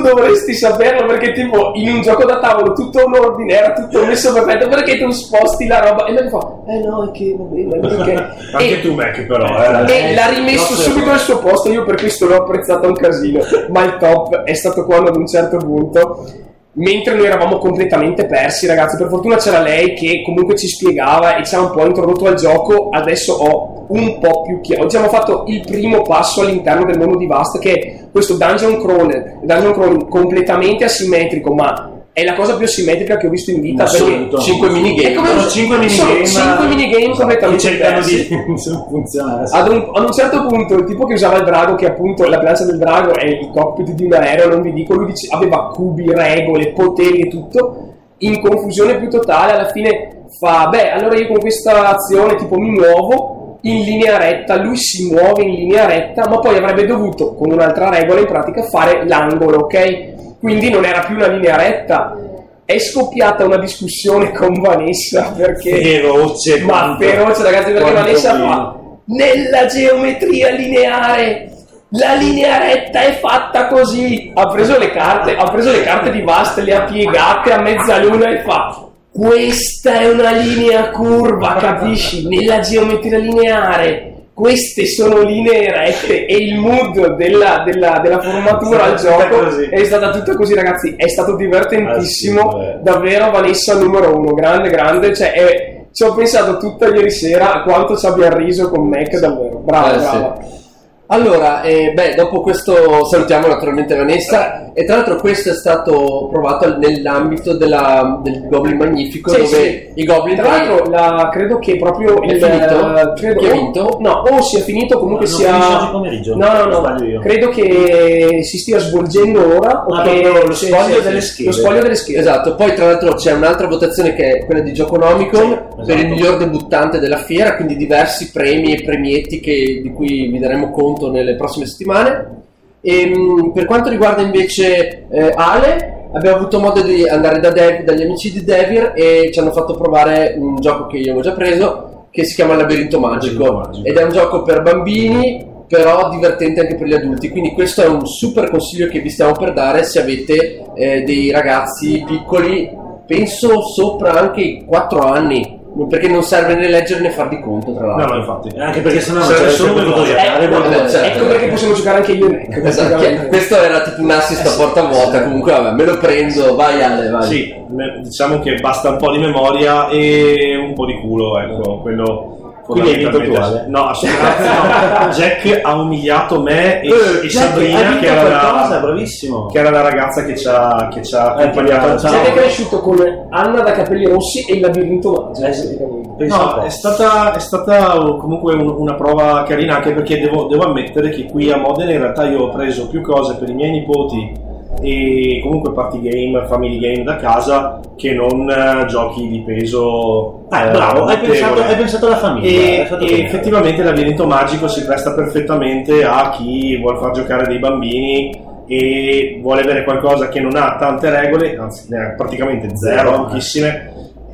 S2: dovresti saperlo, perché tipo in un gioco da tavolo tutto un ordine era tutto messo perfetto, perché tu sposti la roba e lui fa eh no è che va bene perché...
S4: anche
S2: e,
S4: tu Mac però
S2: e
S4: eh.
S2: l'ha rimesso subito al suo posto. Io per questo l'ho apprezzato un casino, ma il top è stato quando ad un certo punto, mentre noi eravamo completamente persi, ragazzi, per fortuna c'era lei che comunque ci spiegava e ci ha un po' introdotto al gioco. Adesso ho un po' più chiaro, oggi abbiamo fatto il primo passo all'interno del mondo di Vast, che è questo dungeon crawler dungeon crawling completamente asimmetrico, ma è la cosa più asimmetrica che ho visto in vita, perché
S1: cinque minigame,
S2: è come un,
S3: cinque minigame,
S2: cinque minigame completamente
S3: cercano
S2: diversi.
S3: di funzionare.
S2: Ad un, ad un certo punto il tipo che usava il drago, che appunto la plancia del drago è il cockpit di un aereo, non vi dico, lui dice, aveva cubi, regole, poteri e tutto, in confusione più totale. Alla fine fa, beh, allora io con questa azione tipo mi muovo in linea retta, lui si muove in linea retta, ma poi avrebbe dovuto con un'altra regola in pratica fare l'angolo, ok? Quindi non era più una linea retta. È scoppiata una discussione con Vanessa, perché
S3: feroce,
S2: ma
S3: quanto,
S2: feroce ragazzi, perché Vanessa
S3: bene.
S2: fa nella geometria lineare la linea retta è fatta così, ha preso le carte ha preso le carte di Vast, le ha piegate a mezzaluna e fa questa è una linea curva, capisci? Nella geometria lineare queste sono linee rette, e il mood della, della, della formatura al gioco
S3: così.
S2: È stata tutta così, ragazzi. È stato divertentissimo,
S3: ah, sì,
S2: davvero. Vanessa numero uno, grande grande, cioè è, ci ho pensato tutta ieri sera a quanto ci abbia riso con Mac, davvero brava,
S1: eh,
S2: brava.
S1: Sì. Allora, eh, beh, dopo questo salutiamo naturalmente Vanessa, e tra l'altro questo è stato provato nell'ambito della, del Goblin Magnifico,
S2: Sì,
S1: dove
S2: sì.
S1: i Goblin...
S2: Tra l'altro la, credo che proprio
S1: È
S2: il,
S1: finito?
S2: credo,
S1: Chi ha
S2: o-
S1: vinto?
S2: No, o sia finito, comunque
S3: No,
S2: sia
S3: finisce oggi pomeriggio.
S2: no no no
S3: Sbaglio io.
S2: credo che si stia svolgendo ora, o
S3: Ah,
S2: che
S3: proprio lo
S2: sì,
S3: spoglio
S2: sì,
S3: delle
S2: sì,
S3: schede.
S2: lo spoglio delle schede.
S1: Esatto, poi tra l'altro c'è un'altra votazione che è quella di Gioconomicon,
S3: Sì,
S1: per
S3: esatto.
S1: il miglior debuttante della fiera, quindi diversi premi e premietti che, di cui vi daremo conto nelle prossime settimane. E, mh, per quanto riguarda invece eh, Ale, abbiamo avuto modo di andare da Dev, dagli amici di Devir, e ci hanno fatto provare un gioco che io avevo già preso, che si chiama Labirinto Magico,
S4: Labirinto Magico.
S1: ed è un gioco per bambini però divertente anche per gli adulti, quindi questo è un super consiglio che vi stiamo per dare se avete eh, dei ragazzi piccoli, penso sopra anche i quattro anni, perché non serve né leggere né far di conto, tra
S4: No,
S1: l'altro.
S4: no, infatti.
S3: Anche perché sennò non
S4: Serve
S3: c'è
S4: solo
S3: potuto
S4: memoria.
S3: giocare,
S2: Ecco,
S3: vuol dire-
S1: eh, certo.
S2: ecco perché possiamo giocare anche io e Mac,
S1: Esatto,
S2: praticamente.
S1: questo era tipo un assist a porta vuota, comunque vabbè, me lo prendo, vai Ale, vai.
S4: Sì, me- diciamo che basta un po' di memoria e un po' di culo, ecco, quello
S3: Quindi hai vinto tu, Ale?
S4: No, assolutamente no. Jack ha umiliato me e,
S3: Eh,
S4: e
S3: Jack,
S4: Sabrina,
S3: hai
S4: che
S3: vinto
S4: era,
S3: qualcosa,
S4: la,
S3: bravissimo.
S4: che era la ragazza che ci ha, che ci ha
S3: Eh,
S4: accompagnato.
S3: ciao.
S2: Siete cresciuto con Anna da capelli rossi e il labirinto magico,
S3: Eh, sì.
S2: praticamente.
S3: Pensa un
S4: No,
S3: po'.
S4: è stata, è stata comunque un- una prova carina, anche perché devo, devo ammettere che qui a Modena in realtà io ho preso più cose per i miei nipoti e comunque party game, family game da casa, che non eh, giochi di peso.
S3: Ah,
S4: eh,
S3: bravo, hai
S4: notevole.
S3: pensato, hai pensato alla famiglia.
S4: E,
S3: hai fatto
S4: e
S3: bene.
S4: effettivamente il labirinto magico si presta perfettamente a chi vuole far giocare dei bambini e vuole avere qualcosa che non ha tante regole, anzi ne ha praticamente zero,
S3: Zero.
S4: pochissime,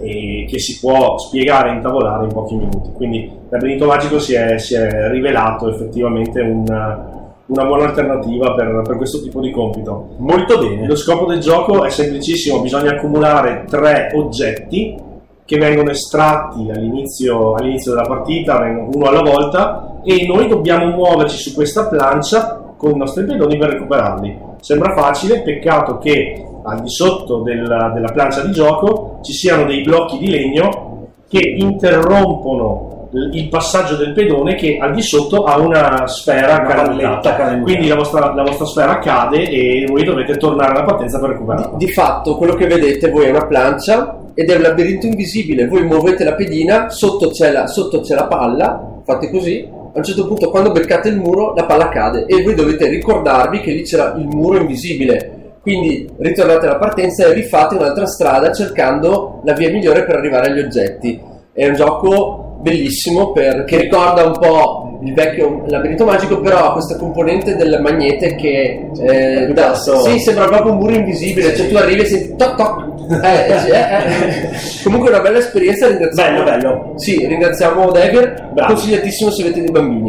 S4: e che si può spiegare e intavolare in pochi minuti. Quindi il labirinto magico si è, si è rivelato effettivamente un- una buona alternativa per, per questo tipo di compito.
S3: Molto bene.
S4: Lo scopo del gioco è semplicissimo: bisogna accumulare tre oggetti che vengono estratti all'inizio, all'inizio della partita, vengono uno alla volta, e noi dobbiamo muoverci su questa plancia con i nostri pedoni per recuperarli. Sembra facile, peccato che al di sotto della, della plancia di gioco ci siano dei blocchi di legno che interrompono il passaggio del pedone, che al di sotto ha una sfera
S3: Una
S4: calendata.
S3: palletta calendata.
S4: Quindi la vostra, la vostra sfera cade e voi dovete tornare alla partenza per recuperarla.
S1: Di fatto quello che vedete voi è una plancia ed è un labirinto invisibile, voi muovete la pedina, sotto c'è la, sotto c'è la palla, fate così, a un certo punto quando beccate il muro la palla cade e voi dovete ricordarvi che lì c'era il muro invisibile, quindi ritornate alla partenza e rifate un'altra strada cercando la via migliore per arrivare agli oggetti. È un gioco bellissimo per, che ricorda un po' il vecchio labirinto magico, però ha questa componente del magnete che eh, da, sì, sembra proprio un muro invisibile, cioè tu arrivi e senti toc toc. Eh, eh, eh, eh. Comunque è una bella esperienza, ringraziamo
S3: Bello, bello.
S1: Sì, ringraziamo Deger,
S3: Bravo.
S1: consigliatissimo se avete dei bambini.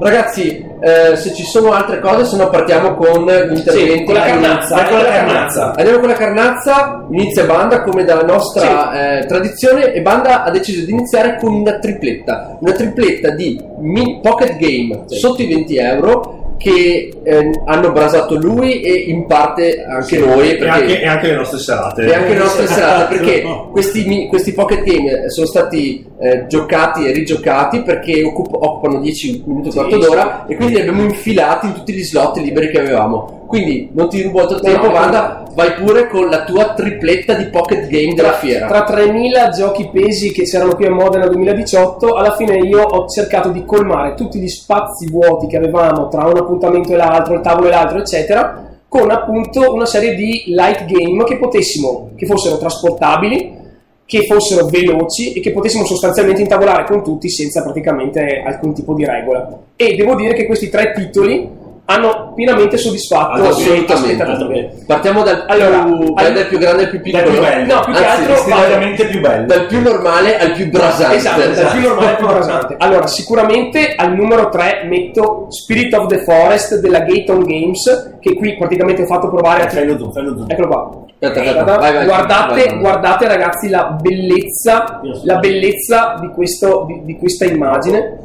S1: Ragazzi, eh, se ci sono altre cose, se no partiamo con gli interventi.
S2: Sì, con la carnazza.
S3: Vai con la carnazza.
S1: Andiamo con la carnazza, inizia Banda come dalla nostra
S2: Sì.
S1: eh, tradizione, e Banda ha deciso di iniziare con una tripletta, una tripletta di mini pocket game
S2: Sì.
S1: sotto i venti euro che eh, hanno brasato lui e in parte anche
S4: Sì,
S1: noi,
S4: e,
S1: perché
S4: anche, e anche le nostre serate.
S1: e anche le nostre serate, perché
S3: No.
S1: questi, mi- questi pocket game sono stati eh, giocati e rigiocati perché occup- occupano dieci minuti e
S2: Sì,
S1: quarto d'ora, e quindi li abbiamo infilati in tutti gli slot liberi che avevamo. Quindi non ti rubo altro tempo,
S2: No,
S1: Wanda, vai pure con la tua tripletta di pocket game della fiera.
S2: Tra tremila giochi pesi che c'erano qui a Modena duemiladiciotto, alla fine io ho cercato di colmare tutti gli spazi vuoti che avevamo tra un appuntamento e l'altro, il tavolo e l'altro, eccetera, con appunto una serie di light game che potessimo, che fossero trasportabili, che fossero veloci e che potessimo sostanzialmente intavolare con tutti senza praticamente alcun tipo di regola. E devo dire che questi tre titoli hanno pienamente soddisfatto le
S1: Assolutamente.
S2: aspettative.
S1: Partiamo dal
S2: Allora,
S1: più,
S2: al-
S1: dal più grande al più piccolo.
S3: Dal più bello.
S2: No, più che
S1: Anzi,
S2: altro
S3: Sicuramente più bello.
S1: dal più normale al più brasante.
S2: Esatto, dal più normale al più brasante. Allora, sicuramente al numero tre metto Spirit of the Forest della Gaton Games, che qui praticamente ho fatto provare a
S3: Fallo tu, fallo tu.
S2: Eccolo qua.
S1: Aspetta, aspetta,
S2: Guarda-
S1: vai, vai,
S2: guardate,
S1: vai.
S2: guardate ragazzi la bellezza, la bellezza di, questo, di, di questa immagine.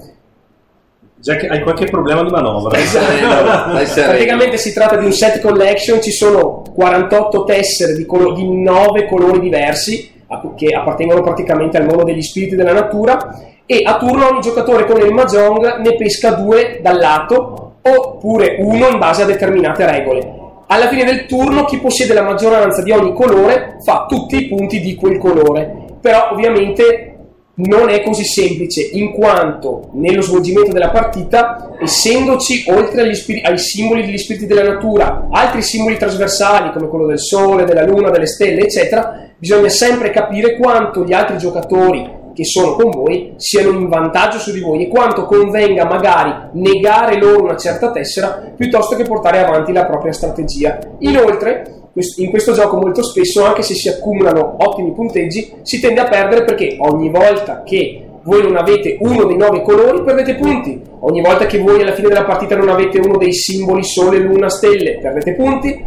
S4: Jack, hai qualche problema di manovra?
S1: Dai sereno, dai sereno.
S2: Praticamente si tratta di un set collection, ci sono quarantotto tessere di, colo- di nove colori diversi a- che appartengono praticamente al mondo degli spiriti della natura, e a turno ogni giocatore con il Mahjong ne pesca due dal lato oppure uno in base a determinate regole. Alla fine del turno chi possiede la maggioranza di ogni colore fa tutti i punti di quel colore, però ovviamente non è così semplice, in quanto nello svolgimento della partita, essendoci oltre agli spiri- ai simboli degli spiriti della natura altri simboli trasversali come quello del sole, della luna, delle stelle eccetera, bisogna sempre capire quanto gli altri giocatori che sono con voi siano in vantaggio su di voi e quanto convenga magari negare loro una certa tessera piuttosto che portare avanti la propria strategia. Inoltre in questo gioco molto spesso, anche se si accumulano ottimi punteggi, si tende a perdere perché ogni volta che voi non avete uno dei nove colori perdete punti, ogni volta che voi alla fine della partita non avete uno dei simboli sole, luna, stelle perdete punti,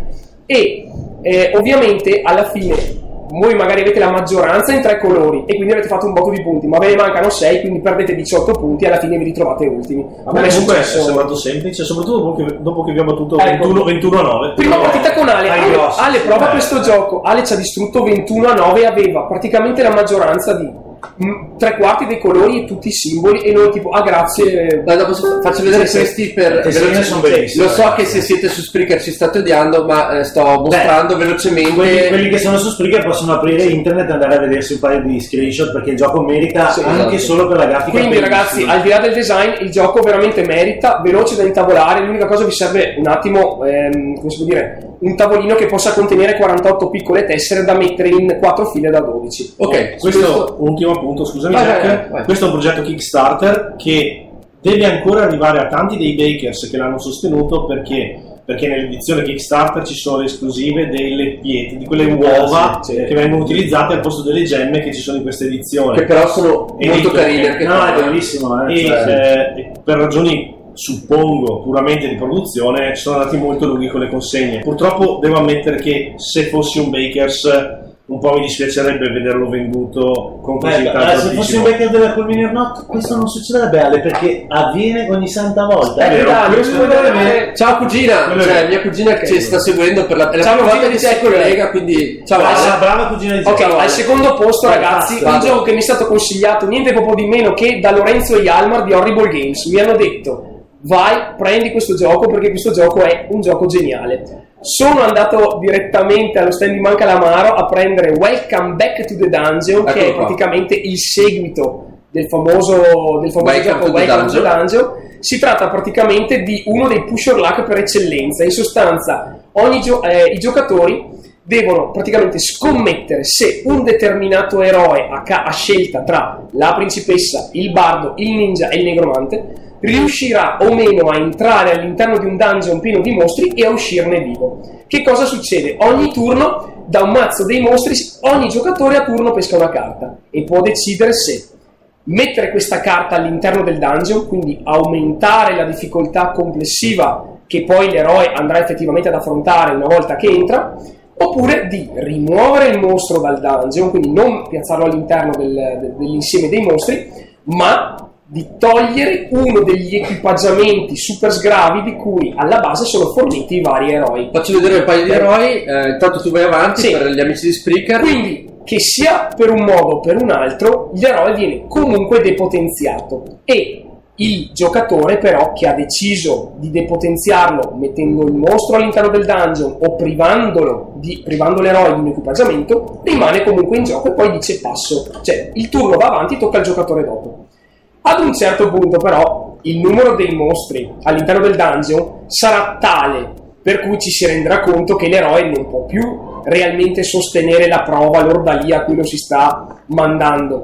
S2: e eh, ovviamente alla fine voi magari avete la maggioranza in tre colori e quindi avete fatto un botto di punti, ma ve ne mancano sei, quindi perdete diciotto punti e alla fine vi ritrovate ultimi.
S4: A me comunque è sembrato semplice, soprattutto dopo che, dopo che abbiamo battuto
S2: Ecco.
S4: ventuno a nove.
S2: Prima partita con Ale,
S3: Ai
S2: Ale,
S3: grossi,
S2: Ale
S3: sì,
S2: prova
S3: eh.
S2: questo gioco, Ale ci ha distrutto ventuno a nove e aveva praticamente la maggioranza di mm, tre quarti dei colori e tutti i simboli e noi tipo, ah grazie.
S1: Dai, dopo faccio vedere
S2: Sì, sì.
S1: questi per
S3: Le tesserine sono bellissime.
S1: Lo so che se siete su Spreaker ci state odiando, ma eh, sto mostrando velocemente.
S3: Quelli, quelli che sono su Spreaker possono aprire internet e andare a vedersi un paio di screenshot perché il gioco merita
S2: Sì,
S3: anche
S1: esatto.
S3: solo per la grafica.
S2: Quindi
S3: bellissima.
S2: ragazzi, al di là del design, il gioco veramente merita, veloce da intavolare, l'unica cosa vi serve un attimo, ehm, come si può dire, un tavolino che possa contenere quarantotto piccole tessere da mettere in quattro file da dodici.
S1: Ok,
S4: Questo ultimo appunto, scusami
S1: Vai,
S4: Jack,
S1: vai, vai, vai.
S4: questo è un progetto Kickstarter che deve ancora arrivare a tanti dei bakers che l'hanno sostenuto perché perché nell'edizione Kickstarter ci sono le esclusive delle pietre, di quelle uova
S2: sì, sì.
S4: che vengono utilizzate al posto delle gemme che ci sono in questa edizione.
S1: che però sono
S4: E
S1: molto
S4: dico
S1: carine
S4: che-
S1: anche
S3: No, è
S1: qua.
S3: bellissimo. Eh,
S4: e
S3: cioè,
S4: eh, per ragioni suppongo puramente di produzione sono andati molto lunghi con le consegne. Purtroppo devo ammettere che se fossi un bakers un po' mi dispiacerebbe vederlo venduto con così
S3: Beh,
S4: tanto
S3: allora, se fossi un
S4: anticipo.
S3: backer della Culmini or Not, questo non succederebbe, Ale, perché avviene ogni santa volta.
S2: Eh,
S3: vero?
S2: dai, non
S3: Questo
S2: si può
S3: è
S2: vedere-
S3: veramente-
S1: Ciao cugina,
S4: Quello è
S1: cioè
S4: vero.
S1: mia cugina che ci sta seguendo per la, è la
S2: Ciao,
S1: prima volta
S2: cugina
S1: che
S2: di
S1: si
S2: Jack.
S1: collega, quindi ciao
S3: Ah,
S1: Ale.
S3: la brava cugina di
S2: Ok,
S3: Giacomo.
S2: al secondo posto
S3: Vai,
S2: ragazzi,
S3: basta.
S2: un gioco che mi è stato consigliato niente proprio di meno che da Lorenzo e Yalmar di Horrible Games. Mi hanno detto vai, prendi questo gioco perché questo gioco è un gioco geniale. Sono andato direttamente allo stand di Manca l'Amaro a prendere Welcome Back to the Dungeon, che
S1: Eccolo
S2: è
S1: qua.
S2: praticamente il seguito del famoso, del famoso
S1: Welcome
S2: gioco
S1: to the
S2: Welcome to the
S1: Dungeon.
S2: Dungeon. Si tratta praticamente di uno dei push or luck per eccellenza. In sostanza ogni gio- eh, i giocatori devono praticamente scommettere se un determinato eroe a, ca- a scelta tra la principessa, il bardo, il ninja e il negromante riuscirà o meno a entrare all'interno di un dungeon pieno di mostri e a uscirne vivo. Che cosa succede? Ogni turno, da un mazzo dei mostri, ogni giocatore a turno pesca una carta e può decidere se mettere questa carta all'interno del dungeon, quindi aumentare la difficoltà complessiva che poi l'eroe andrà effettivamente ad affrontare una volta che entra, oppure di rimuovere il mostro dal dungeon, quindi non piazzarlo all'interno del, del, dell'insieme dei mostri, ma di togliere uno degli equipaggiamenti super sgravi di cui alla base sono forniti i vari eroi.
S1: Faccio vedere un paio di eroi, eh, intanto tu vai avanti, sì, per gli amici di Spreaker.
S2: Quindi, che sia per un modo o per un altro, l'eroe viene comunque depotenziato, e il giocatore però che ha deciso di depotenziarlo mettendo il mostro all'interno del dungeon o privandolo di, privando l'eroe di un equipaggiamento, rimane comunque in gioco e poi dice passo, cioè il turno va avanti, tocca al giocatore dopo. Ad un certo punto però il numero dei mostri all'interno del dungeon sarà tale per cui ci si renderà conto che l'eroe non può più realmente sostenere la prova, l'ordalia a cui lo si sta mandando,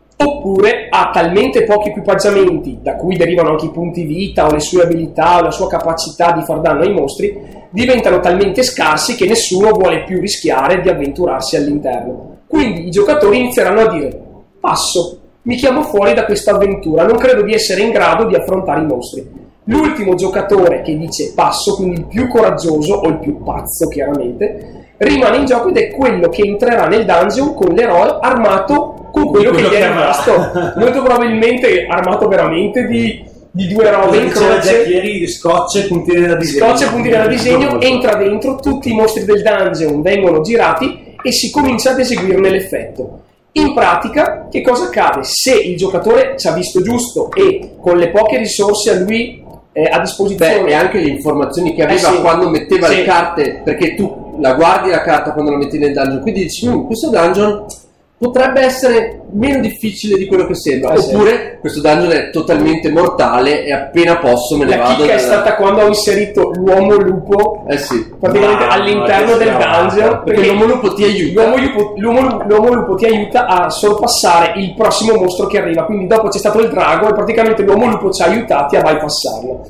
S2: oppure ha talmente pochi equipaggiamenti, da cui derivano anche i punti vita o le sue abilità o la sua capacità di far danno ai mostri, diventano talmente scarsi che nessuno vuole più rischiare di avventurarsi all'interno. Quindi i giocatori inizieranno a dire passo, mi chiamo fuori da questa avventura, non credo di essere in grado di affrontare i mostri. L'ultimo giocatore che dice passo, quindi il più coraggioso o il più pazzo chiaramente, rimane in gioco ed è quello che entrerà nel dungeon con l'eroe armato con quello, quello che gli è rimasto, molto probabilmente armato veramente di, di due robe in croce,
S3: di scotch e puntine da disegno,
S2: scotch e puntine da disegno, entra dentro, tutti i mostri del dungeon vengono girati e si comincia ad eseguirne l'effetto. In pratica, che cosa accade? Se il giocatore ci ha visto giusto e con le poche risorse a lui eh, a disposizione...
S1: Beh, e anche le informazioni che aveva
S2: eh sì,
S1: quando metteva
S2: sì.
S1: le carte, perché tu la guardi la carta quando la metti nel dungeon, quindi dici, mm, questo dungeon potrebbe essere meno difficile di quello che sembra,
S2: eh
S1: oppure
S2: sì.
S1: questo dungeon è totalmente mortale e appena posso me ne
S2: la
S1: vado.
S2: La chicca è stata quando ho inserito l'uomo lupo
S1: eh sì.
S2: praticamente
S3: no,
S2: all'interno
S3: no,
S2: del dungeon,
S1: perché,
S2: perché
S1: l'uomo lupo ti aiuta
S2: l'uomo lupo, l'uomo, l'uomo lupo ti aiuta a sorpassare il prossimo mostro che arriva, quindi dopo c'è stato il drago e praticamente l'uomo lupo ci ha aiutati a bypassarlo.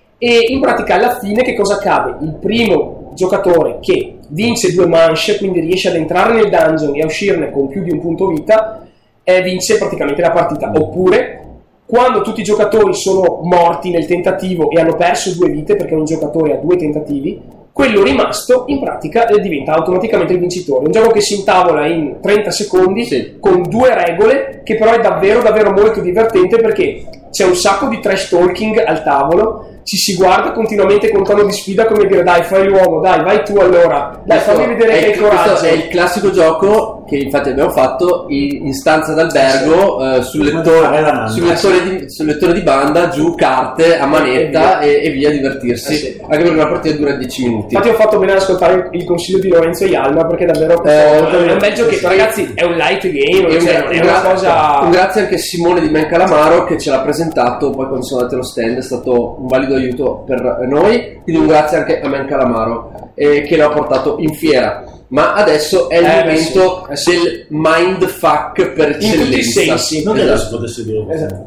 S2: E in pratica alla fine che cosa accade? Il primo giocatore che vince due manche, quindi riesce ad entrare nel dungeon e a uscirne con più di un punto vita, eh, vince praticamente la partita. Oppure quando tutti i giocatori sono morti nel tentativo e hanno perso due vite, perché un giocatore ha due tentativi, quello rimasto in pratica eh, diventa automaticamente il vincitore. Un gioco che si intavola in trenta secondi, sì, con due regole, che però è davvero davvero molto divertente perché c'è un sacco di trash talking al tavolo, ci si guarda continuamente con tono di sfida, come dire dai fai l'uomo, dai vai tu allora, dai fammi vedere che hai coraggio.
S1: Questo è il classico gioco che infatti abbiamo fatto in, in stanza d'albergo, sì, eh, sul, lettore, sul, lettore di, sul lettore di banda, giù carte a manetta e via, e, e via divertirsi, eh sì, anche perché una partita dura dieci minuti.
S2: Infatti ho fatto bene ad ascoltare il consiglio di Lorenzo Ialma, perché davvero eh, è un bel giochetto, sì, ragazzi, è un light game,
S1: e
S2: cioè,
S1: un,
S2: è
S1: un
S2: una
S1: gra-
S2: cosa...
S1: un grazie anche a Simone di Men Calamaro che ce l'ha presentato poi quando sono andati allo stand, è stato un valido aiuto per noi, quindi un grazie anche a Men Calamaro eh, che l'ha portato in fiera. Ma adesso è il
S2: eh,
S1: momento
S2: sì, eh, sì.
S1: del mindfuck per eccellenza.
S2: In tutti i sensi.
S3: Non esatto. Che si potesse dire.
S2: Esatto.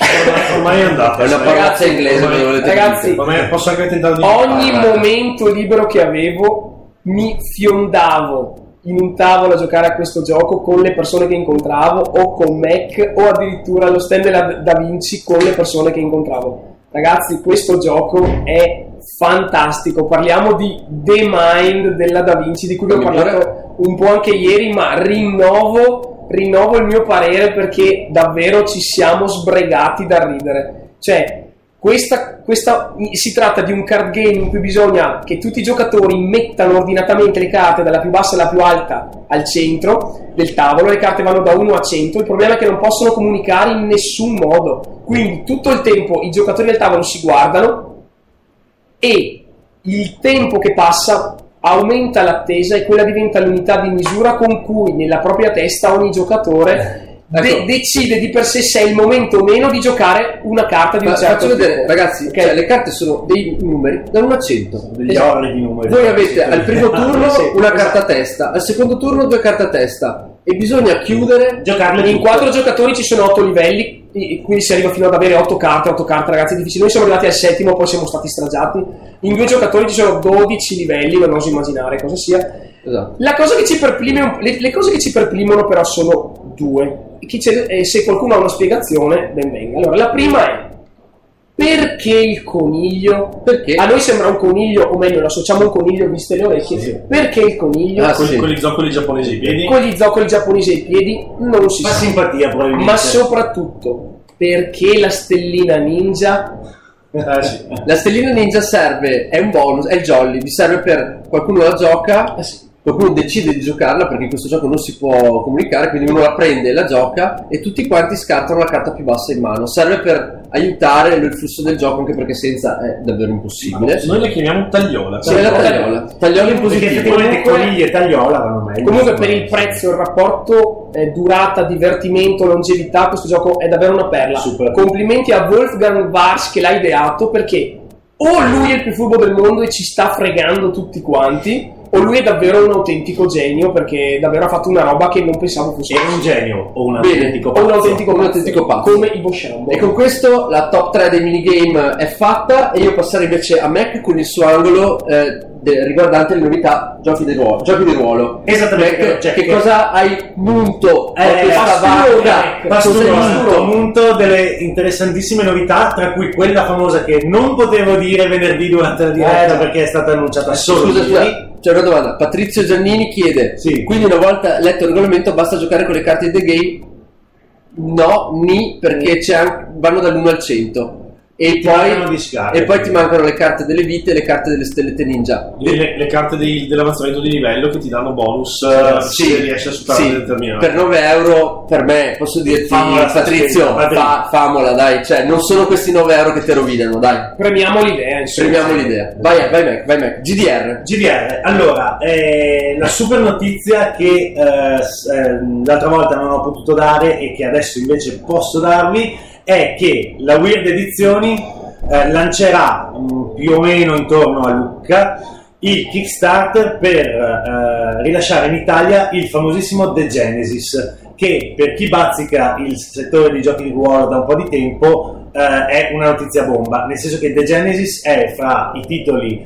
S4: Ormai è andata.
S1: È una parolazza inglese.
S2: Ormai, ragazzi,
S4: ormai posso anche tentare di
S2: ogni fare. Momento libero che avevo mi fiondavo in un tavolo a giocare a questo gioco con le persone che incontravo, o con Mac, o addirittura allo stand della Da Vinci con le persone che incontravo. Ragazzi, questo gioco è fantastico. Parliamo di The Mind della Da Vinci, di cui vi ho parlato un po' anche ieri, ma rinnovo, rinnovo il mio parere perché davvero ci siamo sbregati da ridere. Cioè, questa, questa si tratta di un card game in cui bisogna che tutti i giocatori mettano ordinatamente le carte dalla più bassa alla più alta al centro del tavolo. Le carte vanno da uno a cento. Il problema è che non possono comunicare in nessun modo, quindi tutto il tempo i giocatori del tavolo si guardano e il tempo che passa aumenta l'attesa e quella diventa l'unità di misura con cui nella propria testa ogni giocatore ecco. de- decide di per sé se è il momento o meno di giocare una carta di un
S1: Fa-
S2: certo
S1: faccio
S2: tipo.
S1: vedere, ragazzi,
S2: Okay.
S1: Cioè, le carte sono dei numeri da uno a cento,
S3: degli orli di numeri.
S1: voi avete al primo turno
S2: Sì,
S1: una
S2: esatto.
S1: carta a testa, al secondo turno due carte a testa e bisogna chiudere
S3: Giocarle
S2: In
S3: tutte.
S2: quattro giocatori ci sono otto livelli, e quindi si arriva fino ad avere otto carte. otto carte, ragazzi, è difficile. Noi siamo arrivati al settimo, poi siamo stati stragiati. In due giocatori ci sono dodici livelli, non oso immaginare cosa sia.
S1: esatto.
S2: La cosa che ci perplime, le, le cose che ci perplimono però sono due. chi c'è, eh, se qualcuno ha una spiegazione, ben venga. Allora, la prima è: perché il coniglio?
S1: Perché?
S2: A noi sembra un coniglio, o meglio, lo associamo a un coniglio viste le orecchie.
S3: Sì.
S2: Perché il coniglio?
S1: Ah,
S4: con,
S1: sì.
S4: con gli zoccoli giapponesi ai piedi.
S2: Con gli zoccoli giapponesi ai piedi non si
S3: Fa
S2: sa.
S3: simpatia probabilmente.
S2: Ma soprattutto, perché la stellina ninja?
S4: Eh, sì.
S1: La stellina ninja serve, è un bonus, è il jolly, vi serve per qualcuno la gioca,
S2: Eh sì.
S1: qualcuno decide di giocarla perché in questo gioco non si può comunicare, quindi uno la prende e la gioca e tutti quanti scartano la carta più bassa in mano. Serve per aiutare il flusso del gioco, anche perché senza è davvero impossibile.
S4: Noi la chiamiamo tagliola.
S1: Sì, è la tagliola, tagliola in
S3: Perché
S1: positivo.
S3: effettivamente
S2: Comunque-
S3: conigli e tagliola vanno meglio.
S2: Comunque, per il prezzo, il rapporto eh, durata, divertimento, longevità, questo gioco è davvero una perla.
S3: Super.
S2: Complimenti a Wolfgang Vars che l'ha ideato, perché o lui è il più furbo del mondo e ci sta fregando tutti quanti, o lui è davvero un autentico genio, perché davvero ha fatto una roba che non pensavo fosse.
S3: È un genio o un
S1: Bene,
S3: autentico
S2: o
S3: pazzo.
S2: un autentico,
S1: un autentico pazzo.
S2: come i Boshambo.
S1: E con questo la top tre dei minigame è fatta e io passerei invece a Mac con il suo angolo eh, de- riguardante le novità giochi di ruolo. Giochi di ruolo.
S3: Esattamente,
S1: Mac,
S3: cioè,
S1: che
S3: che-
S1: cosa hai munto a
S3: Eh,
S1: questa
S2: Pasturo,
S1: vacca?
S2: Mac,
S3: Pasturo,
S1: Cosa hai
S3: ho
S1: munto?
S3: munto delle interessantissime novità, tra cui quella famosa che non potevo dire venerdì durante la diretta
S2: Eh,
S3: perché è stata annunciata solo
S1: Scusa,
S3: ieri.
S1: scusa, c'è una domanda. Patrizio Giannini chiede:
S3: Sì.
S1: quindi una volta letto il regolamento basta giocare con le carte di The Game? No, ni, perché c'è anche, vanno dall'uno al cento. E
S3: Ti mancano
S1: poi,
S3: dieci carte.
S1: e poi ti mancano le carte delle vite e le carte delle stellette ninja.
S4: Le, le- le carte dei- dell'avanzamento di livello che ti danno bonus eh, se riesci a superare
S1: sì,
S4: determinati.
S1: per nove euro per me posso dirti,
S3: Famola,
S1: Patrizio,
S3: Patrizio.
S1: fa, famola dai, cioè non sono questi nove euro che te rovinano, dai,
S2: Premiamo l'idea, insomma.
S1: premiamo l'idea. Vai, vai Mac, vai Mac. G D R.
S3: G D R, allora, eh, la super notizia che eh, s- eh, l'altra volta non ho potuto dare e che adesso invece posso darvi è che la Weird Edizioni eh, lancerà mh, più o meno intorno a Lucca il Kickstarter per eh, rilasciare in Italia il famosissimo The Genesis, che per chi bazzica il settore dei giochi di ruolo da un po' di tempo eh, è una notizia bomba, nel senso che The Genesis è fra i titoli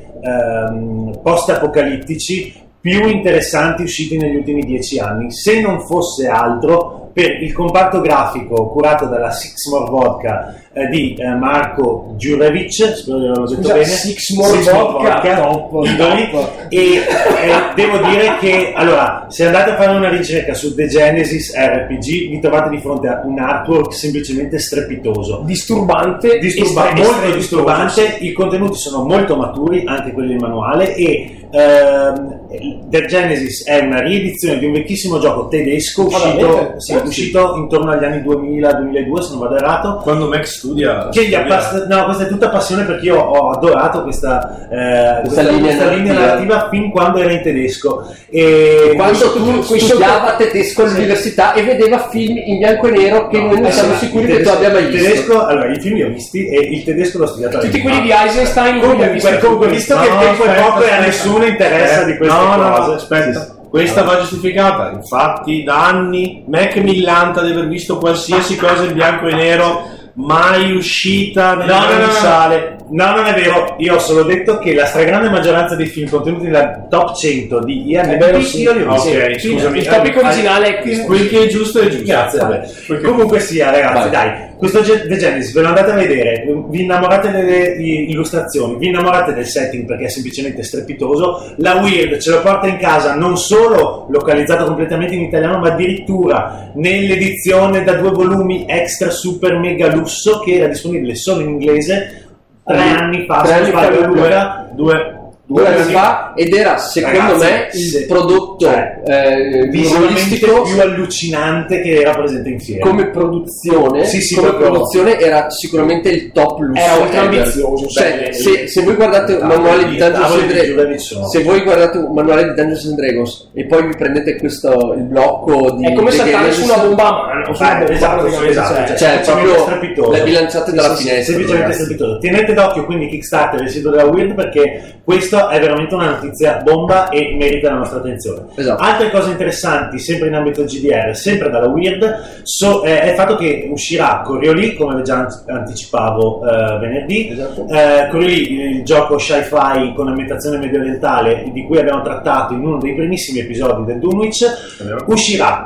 S3: ehm, post-apocalittici più interessanti usciti negli ultimi dieci anni, se non fosse altro per il comparto grafico curato dalla Six More Vodka eh, di eh, Marco Giurevic, spero di averlo detto
S2: Scusa,
S3: bene.
S2: Six More Vodka, top,
S3: idoli.
S2: top.
S3: E eh, devo dire che allora, se andate a fare una ricerca su The Genesis R P G vi trovate di fronte a un artwork semplicemente strepitoso.
S2: Disturbante,
S3: Disturba-
S2: estre-
S3: molto
S2: estremitoso.
S3: disturbante, i contenuti sono molto maturi, anche quelli del manuale, e ehm, The Genesis è una riedizione di un vecchissimo gioco tedesco
S2: Ah,
S3: uscito,
S2: veramente?
S3: sì,
S2: Ah, sì.
S3: uscito intorno agli anni duemila duemiladue, se non vado errato.
S4: Quando Mac studia,
S3: Che gli
S4: studia-
S3: appass- no, questa è tutta passione perché io ho adorato questa, eh, questa,
S1: linea
S3: questa linea
S1: narrativa.
S3: narrativa fin quando era in tedesco. E
S1: Quando tu studiava tedesco all'università e vedeva film in bianco e nero che
S3: No,
S1: noi non
S3: eh,
S1: siamo
S3: sì,
S1: sicuri
S3: il
S1: che tu
S3: tedesco-
S1: abbia mai
S3: il
S1: visto.
S3: tedesco, allora i film li ho visti e il tedesco l'ho studiato.
S2: Tutti
S3: all'inizio.
S2: quelli di Eisenstein, lui li ha
S3: Comunque,
S2: visti
S3: comunque,
S2: tutti.
S3: visto
S4: No,
S3: che il tempo è
S4: aspetta,
S3: poco e a
S4: aspetta.
S3: nessuno interessa
S4: Eh,
S3: di queste
S4: no, no,
S3: cose.
S4: no, aspetta.
S3: Sì.
S4: Questa va giustificata, infatti da anni Mac millanta di aver visto qualsiasi cosa in bianco e nero mai uscita nelle
S3: No, no, no,
S4: grandi
S3: no,
S4: sale.
S3: no, non è vero. Io ho solo detto che la stragrande maggioranza dei film contenuti nella top cento di I M
S2: È vero,
S3: D
S2: sì.
S3: io li ho visti.
S4: Ok, scusami.
S2: Il topic originale è qui.
S4: Quel che è giusto è giusto.
S3: Grazie, vabbè.
S4: Quel che-
S3: Comunque sia, ragazzi,
S1: Vai.
S3: dai, questo Ge- The Genesis ve lo andate a vedere, vi innamorate delle i- illustrazioni, vi innamorate del setting perché è semplicemente strepitoso. La Weird ce lo porta in casa non solo localizzato completamente in italiano, ma addirittura nell'edizione da due volumi extra super mega lusso che era disponibile solo in inglese tre anni fa,
S1: Tre
S3: se non
S1: anni fa,
S3: sbaglio,
S1: due-
S3: Luca.
S4: Due.
S1: Due anni fa, ed era secondo
S3: Ragazzi,
S1: me il
S3: se-
S1: prodotto
S3: cioè,
S1: eh,
S3: visualmente
S1: ruolistico
S3: più allucinante che era presente in fiera.
S1: come produzione,
S3: Sì, sì,
S1: come
S3: proprio-
S1: produzione era sicuramente il top lusso.
S2: Era ultra
S1: ever.
S2: ambizioso,
S1: Cioè,
S2: beh,
S1: se, se voi guardate un
S3: tavoli
S1: manuale di
S3: di-
S1: Dungeons
S3: tavoli
S1: and
S3: di
S1: Dragons,
S3: Giuliani sono-
S1: se voi guardate un manuale di Dungeons and Dragons e poi vi prendete questo il blocco di
S2: È come
S1: The
S2: saltare
S1: Genesis,
S2: su una bomba a mano, su una
S3: Eh,
S2: bomba,
S3: esatto,
S2: praticamente,
S3: esatto,
S2: cioè.
S3: cioè,
S1: cioè
S3: semplicemente
S1: proprio
S3: strepitoso.
S1: le bilanciate
S3: Sì,
S1: dalla
S3: sì,
S1: finestra,
S3: semplicemente
S1: ragazzi.
S3: strepitoso. Tenete d'occhio quindi Kickstarter il sito della Weird perché questo è veramente una notizia bomba e merita la nostra attenzione.
S1: Esatto.
S3: Altre cose interessanti sempre in ambito G D R, sempre dalla Weird, so, eh, è il fatto che uscirà Coriolis, come già an- anticipavo eh, venerdì.
S1: Esatto.
S3: Eh, Coriolis, il gioco sci-fi con ambientazione mediorientale di cui abbiamo trattato in uno dei primissimi episodi del Dunwich, uscirà tutto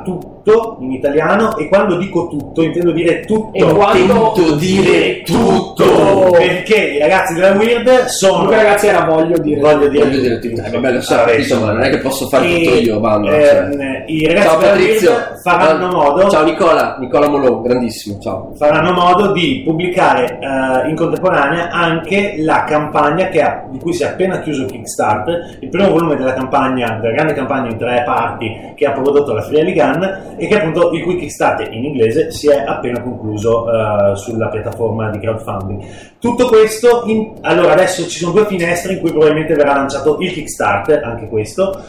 S3: tutto in italiano, e quando dico tutto intendo dire tutto.
S2: E quando
S1: Intendo dire tutto.
S3: Perché i ragazzi della Weird sono...
S2: Comunque ragazzi era voglio dire
S3: Voglio dire,
S1: Voglio dire tutto. Eh, vabbè, lo so,
S3: Vabbè,
S1: insomma,
S3: insomma.
S1: non è che posso fare
S3: E,
S1: tutto io, banda.
S3: eh,
S1: cioè.
S3: I ragazzi
S1: Ciao
S3: della
S1: Patrizio.
S3: Weird faranno
S1: Ah,
S3: modo...
S1: Ciao Nicola, Nicola Molò, grandissimo, ciao.
S3: faranno modo di pubblicare eh, in contemporanea anche la campagna che ha, di cui si è appena chiuso il Kickstarter, il primo volume della campagna, della grande campagna in tre parti che ha prodotto la Free Gun, e che appunto il cui Kickstarter in inglese si è appena concluso eh, sulla piattaforma di crowdfunding. Tutto questo, in, allora adesso ci sono due finestre in cui probabilmente verrà lanciato il Kickstarter, anche questo.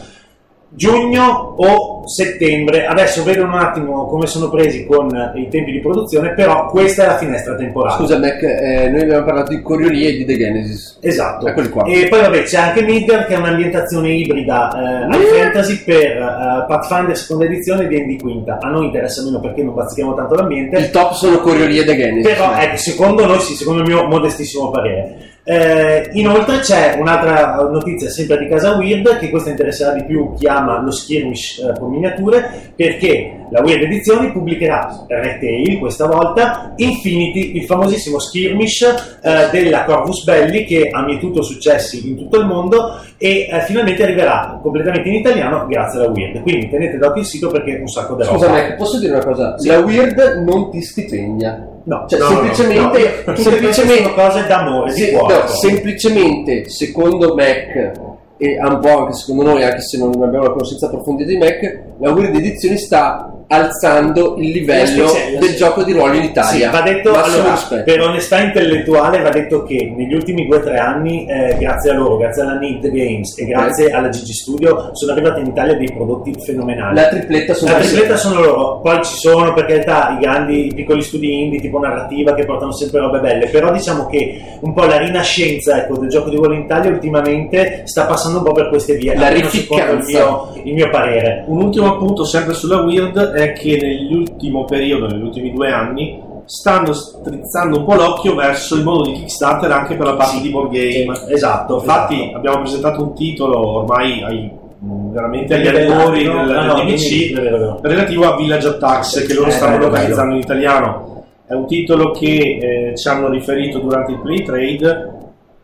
S3: Giugno o settembre, adesso vedo un attimo come sono presi con i tempi di produzione, però questa è la finestra temporale.
S1: Scusa Mac, eh, noi abbiamo parlato di Coriolie e di The Genesis.
S3: Esatto.
S1: Eccoli qua.
S3: E poi vabbè c'è anche Midgar, che è un'ambientazione ibrida eh, high fantasy per eh, Pathfinder seconda edizione e D and D quinta. A noi interessa meno perché non bazzichiamo tanto l'ambiente.
S1: Il top sono Coriolie e The Genesis.
S3: Però ecco, secondo noi sì, secondo il mio modestissimo parere. Eh, inoltre c'è un'altra notizia sempre di casa Weird, che questa interesserà di più chi ama lo skirmish eh, con miniature, perché la Weird Edizioni pubblicherà retail questa volta Infinity, il famosissimo skirmish eh, della Corvus Belli, che ha mietuto successi in tutto il mondo e eh, finalmente arriverà completamente in italiano grazie alla Weird. Quindi tenete d'occhio il sito perché è un sacco di roba.
S1: Scusa Mac, posso dire una cosa?
S3: Sì.
S1: La Weird non ti stipendia.
S3: No,
S1: Cioè,
S3: no,
S1: semplicemente,
S3: no, no. Tutte queste
S1: semplicemente
S3: sono cose d'amore,
S1: sì,
S3: di cuore.
S1: no, semplicemente, secondo Mac, e un po' anche secondo noi, anche se non abbiamo la conoscenza approfondita di Mac, la Weird Edizioni sta alzando il livello
S2: Spezia,
S1: del
S2: sì.
S1: gioco di ruolo in Italia.
S3: Sì, va detto,
S1: Massimo
S3: allora,
S1: rispetto.
S3: per onestà intellettuale va detto che negli ultimi due o tre anni, eh, grazie a loro, grazie alla Need Games e grazie alla G G Studio, sono arrivati in Italia dei prodotti fenomenali.
S1: La tripletta sono
S3: La tripletta sono loro, poi ci sono per carità i grandi, i piccoli studi indie tipo narrativa che portano sempre robe belle, però diciamo che un po' la rinascenza, ecco, del gioco di ruolo in Italia ultimamente sta passando un po' per queste vie,
S1: La
S3: almeno secondo il mio, il mio parere.
S4: Un ultimo appunto sempre sulla Weird è che nell'ultimo periodo, negli ultimi due anni, stanno strizzando un po' l'occhio verso il mondo di Kickstarter anche per la parte
S3: Sì,
S4: di board game.
S3: Esatto.
S4: Infatti
S3: esatto.
S4: abbiamo presentato un titolo ormai ai, veramente agli
S3: Livello,
S4: albori
S3: no?
S4: del,
S3: No, no,
S4: del D M
S3: quindi-
S4: C,
S3: vero, vero.
S4: relativo a Village Attacks, che loro
S3: Eh,
S4: stanno
S3: bello,
S4: localizzando
S3: bello.
S4: in italiano. È un titolo che eh, ci hanno riferito durante il play trade.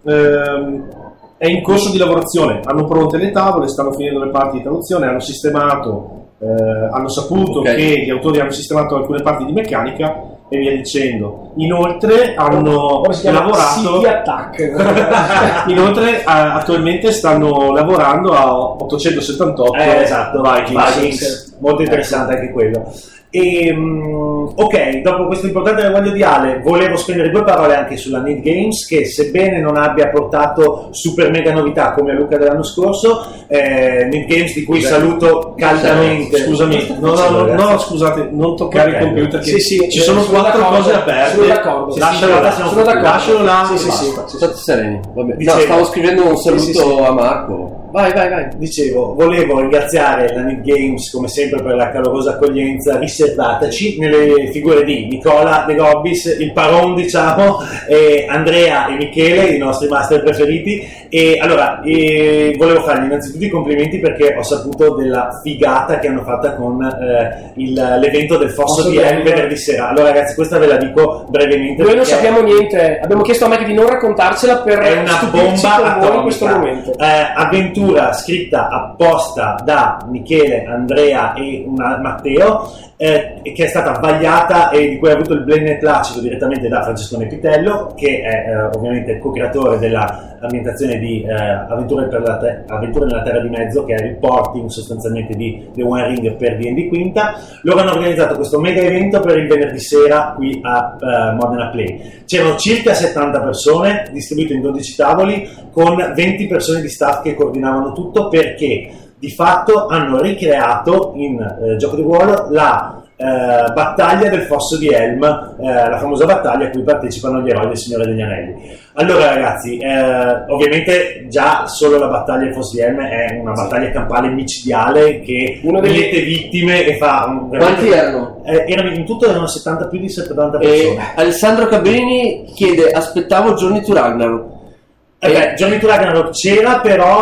S4: Ehm, è in corso di lavorazione, hanno pronte le tavole, stanno finendo le parti di traduzione, hanno sistemato, eh, hanno saputo
S1: Ok.
S4: che gli autori hanno sistemato alcune parti di meccanica e via dicendo. Inoltre hanno
S2: Ora si chiama
S4: lavorato
S2: C D Attack.
S4: inoltre a- attualmente stanno lavorando a ottocentosettantotto
S3: Eh, esatto,
S4: Vikings.
S3: Vikings, molto interessante anche quello. E, um, ok, dopo questo importante ragguaglio di Ale, volevo spendere due parole anche sulla Need Games, che sebbene non abbia portato super mega novità come a Luca dell'anno scorso, eh, Need Games di cui
S1: Beh,
S3: saluto caldamente.
S4: Scusami, no, no, no, no, scusate, non toccare
S3: Ok.
S4: il computer, che
S2: Sì, sì,
S4: ci sono
S2: sono
S4: quattro
S2: d'accordo,
S4: cose aperte.
S2: sono d'accordo.
S3: Sì,
S4: Lascialo
S3: sì,
S4: là,
S3: sono
S2: Sono d'accordo.
S4: lascialo là.
S2: Sì, sì, sì,
S4: basta.
S2: sì.
S1: State sereni. Vabbè.
S3: Dicevo-
S1: No, stavo scrivendo un saluto
S3: Sì, sì, sì.
S1: a Marco. Vai, vai, vai.
S3: Dicevo, volevo ringraziare la Need Games come sempre per la calorosa accoglienza riservataci nelle figure di Nicola De Gobbis, il Paron diciamo, e Andrea e Michele, i nostri master preferiti. E allora, e volevo fargli innanzitutto i complimenti perché ho saputo della figata che hanno fatta con eh, il- l'evento del Fosso
S2: Fosso
S3: di
S2: di
S3: El
S2: Elba.
S3: venerdì sera. Allora ragazzi, questa ve la dico brevemente.
S2: Noi non
S3: perché
S2: sappiamo niente, abbiamo chiesto a Mac di non raccontarcela per
S3: è una
S2: stupirci
S3: bomba
S2: con voi in
S3: atomica.
S2: questo momento.
S3: Eh, avventura scritta apposta da Michele, Andrea e una- Matteo, eh, che è stata vagliata e di cui ha avuto il blend placido direttamente da Francesco Pitello, che è eh, ovviamente co-creatore dell'ambientazione di eh, Avventure, per la te- Avventure nella Terra di Mezzo, che è il porting sostanzialmente di The One Ring per D and D Quinta. Loro hanno organizzato questo mega evento per il venerdì sera qui a eh, Modena Play. C'erano circa settanta persone distribuite in dodici tavoli con venti persone di staff che coordinavano tutto, perché di fatto hanno ricreato in eh, gioco di ruolo la eh, battaglia del Fosso di Helm, eh, la famosa battaglia a cui partecipano gli eroi del Signore degli Anelli. Allora ragazzi, eh, ovviamente già solo la battaglia del Fosso di Helm è una battaglia campale micidiale che
S2: Uno degli-
S3: miete vittime e fa un,
S1: Quanti erano?
S3: eh, erano in tutto erano settanta, più di settanta
S1: E
S3: persone.
S1: Alessandro Cabrini chiede: aspettavo Journey to Ragnarok.
S3: Eh beh, Journey to Ragnarok c'era, però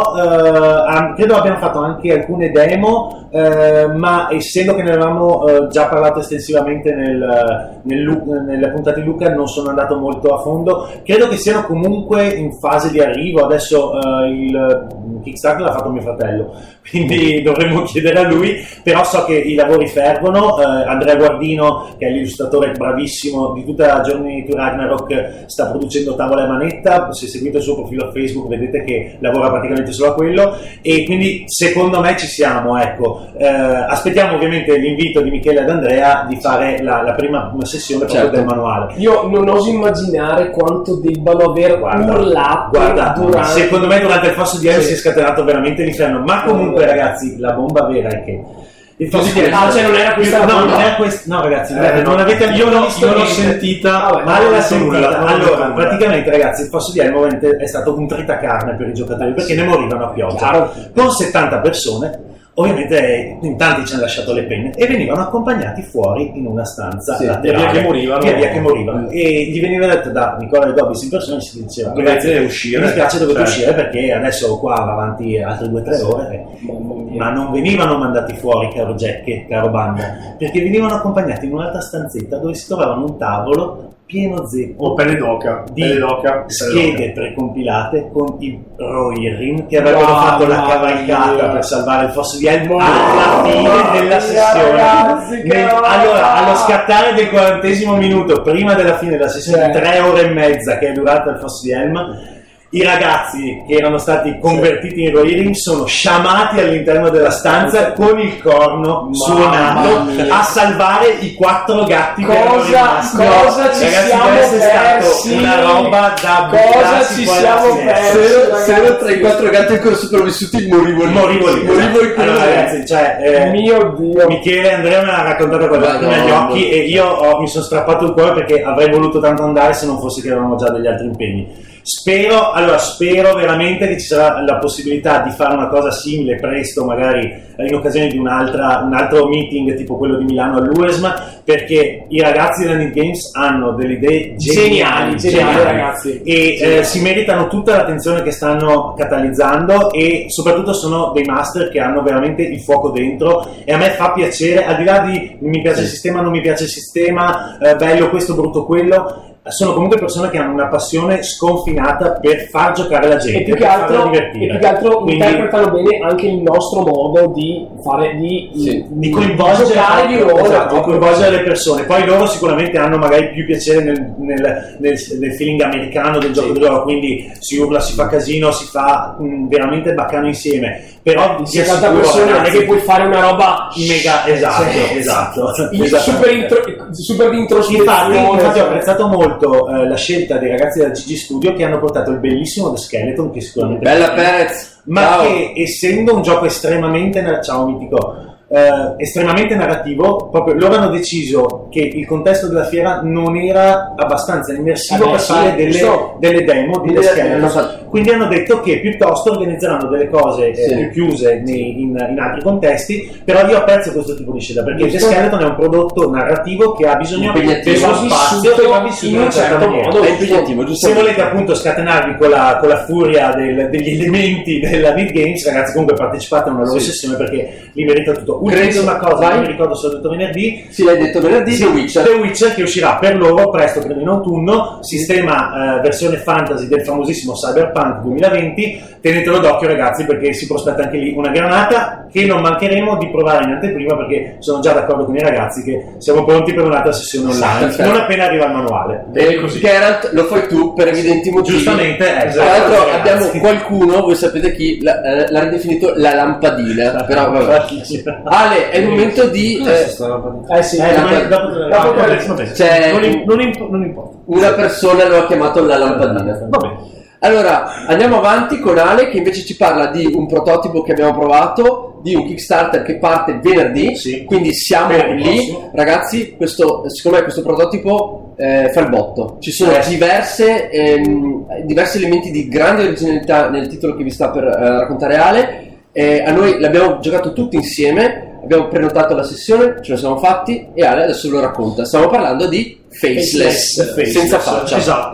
S3: eh, credo abbiamo fatto anche alcune demo, eh, ma essendo che ne avevamo eh, già parlato estensivamente nel, nel, nelle puntate di Luca, non sono andato molto a fondo. Credo che siano comunque in fase di arrivo. Adesso eh, il Kickstarter l'ha fatto mio fratello, quindi dovremmo chiedere a lui, però so che i lavori fervono. eh, Andrea Guardino, che è l'illustratore bravissimo di tutta la Journey to Ragnarok, sta producendo tavola e manetta. Se seguite il suo profilo Facebook vedete che lavora praticamente solo a quello, e quindi secondo me ci siamo, ecco. Eh, aspettiamo ovviamente l'invito di Michele ed Andrea di fare la, la prima sessione proprio
S1: certo.
S3: del manuale.
S2: Io non oso immaginare quanto debbano aver
S3: Guarda,
S2: urlato
S3: guarda,
S2: durante...
S3: secondo me durante il Fosso di Elm
S2: Sì.
S3: si è scatenato veramente l'inferno, ma comunque ragazzi, la bomba vera è che il Fosso di Elm,
S2: Ah, cioè non era questa la
S3: no,
S2: bomba?
S3: non era quest- no ragazzi,
S4: Eh,
S3: non
S4: no.
S3: avete
S4: Io l'ho,
S3: visto
S4: io l'ho
S3: niente.
S4: sentita,
S3: Ah,
S4: ma
S3: ma
S4: non ho
S3: l'ha
S4: detto nulla,
S3: sentita.
S4: non ho detto
S3: Allora,
S4: nulla.
S3: praticamente ragazzi, il Fosso di Elm è stato un tritacarne per i giocatori, perché ne morivano a pioggia.
S2: Chiaro.
S3: Con settanta persone, ovviamente in tanti ci hanno lasciato le penne e venivano accompagnati fuori in una stanza
S1: Sì,
S3: laterale,
S4: via via che morivano.
S3: via via che morivano. E gli veniva detto da Nicola De Dobbis in persona, si diceva
S4: Dovete
S3: "Ragazzi,
S4: uscire."
S3: mi spiace, dovete
S4: Cioè.
S3: uscire perché adesso qua va avanti altre due o tre ore. Ma non venivano mandati fuori, caro Jack, caro Banda, perché venivano accompagnati in un'altra stanzetta dove si trovavano un tavolo pieno zeppo
S4: O pelle d'oca,
S3: di
S4: pelle d'oca,
S3: schede precompilate con i Rohirrim che avrebbero
S2: Wow,
S3: fatto la
S2: mamma
S3: cavalcata
S2: mia.
S3: per salvare il Fosso di Elm alla fine della sessione.
S2: ragazzi, che
S3: Nel-
S2: roba!
S3: allora, allo scattare del quarantesimo minuto, prima della fine della sessione di
S2: Sì.
S3: tre ore e mezza che è durata il Fosso di Elm, i ragazzi che erano stati convertiti in Rohirrim sono sciamati all'interno della stanza con il corno suonato
S2: mia.
S3: a salvare i quattro gatti che erano
S2: Cosa,
S3: rimasti.
S2: cosa ci
S3: Ragazzi,
S2: siamo
S3: deve essere stato
S2: persi?
S3: una roba da
S2: Cosa
S3: buttarsi
S2: ci
S3: fuori
S2: siamo
S3: dalla finestra.
S2: persi?
S1: Se ero, se ero
S2: ragazzi.
S1: tra i quattro gatti ancora sopravvissuti, morivoli.
S3: Morivoli,
S1: Morivoli
S3: esatto. Allora, ragazzi, cioè, eh,
S2: Mio Dio.
S3: Michele e Andrea me l'ha raccontata con
S1: Madonna.
S3: negli occhi e io ho- mi sono strappato il cuore perché avrei voluto tanto andare se non fosse che avevamo già degli altri impegni. Spero, allora, spero veramente che ci sarà la possibilità di fare una cosa simile presto, magari in occasione di un'altra, un altro meeting tipo quello di Milano all'U E S M, perché i ragazzi di Landing Games hanno delle idee geniali,
S2: Geniali, geniali, ragazzi.
S3: e eh, si meritano tutta l'attenzione che stanno catalizzando, e soprattutto sono dei master che hanno veramente il fuoco dentro, e a me fa piacere, al di là di mi piace il sistema, non mi piace il sistema, eh, bello questo, brutto quello, sono comunque persone che hanno una passione sconfinata per far giocare la gente,
S2: E più che
S3: per farla
S2: altro, e
S3: divertire.
S2: più che altro
S3: Quindi,
S2: interpretano bene anche il nostro modo di fare, di,
S1: Sì.
S3: di coinvolgere,
S2: giocare di ruolo,
S3: esatto, di
S2: no?
S3: coinvolgere le persone. Poi loro sicuramente hanno magari più piacere nel, nel, nel, nel feeling americano del gioco
S2: Sì.
S3: di ruolo, quindi si urla, si fa casino, si fa mh, veramente baccano insieme. Però
S2: di
S3: vi
S2: settanta
S3: assicuro,
S2: persone non è
S3: ragazzi,
S2: che puoi fare una roba
S3: mega, esatto,
S2: cioè,
S3: esatto,
S2: il
S3: esatto.
S2: super, intro, super di introspezione.
S3: Infatti, infatti ho apprezzato molto eh, la scelta dei ragazzi della G G Studio, che hanno portato il bellissimo The Skeleton, che sicuramente
S1: Bella Perez.
S3: ma
S1: Ciao.
S3: che essendo un gioco estremamente nar- ciao mitico eh, estremamente narrativo, proprio loro hanno deciso che il contesto della fiera non era abbastanza immersivo
S2: Eh beh,
S3: per
S2: sì,
S3: fare delle,
S2: questo-
S3: delle demo di
S1: Quindi
S3: The
S1: hanno
S3: Skeleton.
S1: fatto-
S3: Quindi hanno detto che piuttosto organizzeranno delle cose eh,
S1: Sì.
S3: più chiuse nei- in, in altri contesti, però io apprezzo questo tipo di scelta perché The
S2: Giusto.
S3: Skeleton è un prodotto narrativo che ha bisogno
S1: Impegnativo.
S3: del suo
S2: Va
S3: spazio
S2: vissuto
S3: e va vissuto
S2: in
S3: in una
S2: un
S3: certa
S2: certo
S3: maniera.
S2: modo.
S1: È impegnativo, giusto?
S3: Se volete appunto scatenarvi con la, con la furia del- degli elementi della Need Games, ragazzi, comunque partecipate a una loro
S1: Sì.
S3: sessione perché li merita tutto.
S1: Credo-
S3: Ultima cosa,
S1: vai.
S3: non mi ricordo se l'ho detto venerdì.
S1: Sì, l'hai detto venerdì,
S3: Sì,
S1: The Witcher.
S3: The Witcher che uscirà per loro presto, credo in autunno, sistema eh, versione fantasy del famosissimo Cyberpunk duemilaventi. Tenetelo d'occhio ragazzi perché si prospetta anche lì una granata che non mancheremo di provare in anteprima, perché sono già d'accordo con i ragazzi che siamo pronti per un'altra sessione online,
S1: Esatto.
S3: non appena arriva il manuale.
S1: E così. Geralt lo fai tu per evidenti motivi.
S3: Giustamente, eh,
S1: Tra l'altro
S3: esatto,
S1: abbiamo
S3: ragazzi.
S1: qualcuno, voi sapete chi, la- eh, l'ha ridefinito la lampadina. Però vabbè. Ale, è il momento di eh,
S2: Eh sì,
S3: Eh,
S2: eh,
S3: domani- dopo-
S2: dopo
S3: ah,
S2: quello-
S3: vabbè, vabbè.
S1: C'è-
S4: Non, im- non imp- non importa.
S1: una persona lo ha chiamato la lampadina.
S4: Va bene.
S1: Allora, andiamo avanti con Ale che invece ci parla di un prototipo che abbiamo provato, di un Kickstarter che parte venerdì,
S3: Sì.
S1: quindi siamo
S3: Venerdì
S1: lì.
S3: prossimo.
S1: Ragazzi, questo, secondo me questo prototipo eh, fa il botto. Ci sono
S3: Eh.
S1: diverse, ehm, diversi elementi di grande originalità nel titolo che vi sta per eh, raccontare Ale. Eh, a noi l'abbiamo giocato tutti insieme, abbiamo prenotato la sessione, ce lo siamo fatti e Ale adesso lo racconta. Stiamo parlando di Faceless,
S3: Faceless,
S1: senza faccia.
S4: Esatto.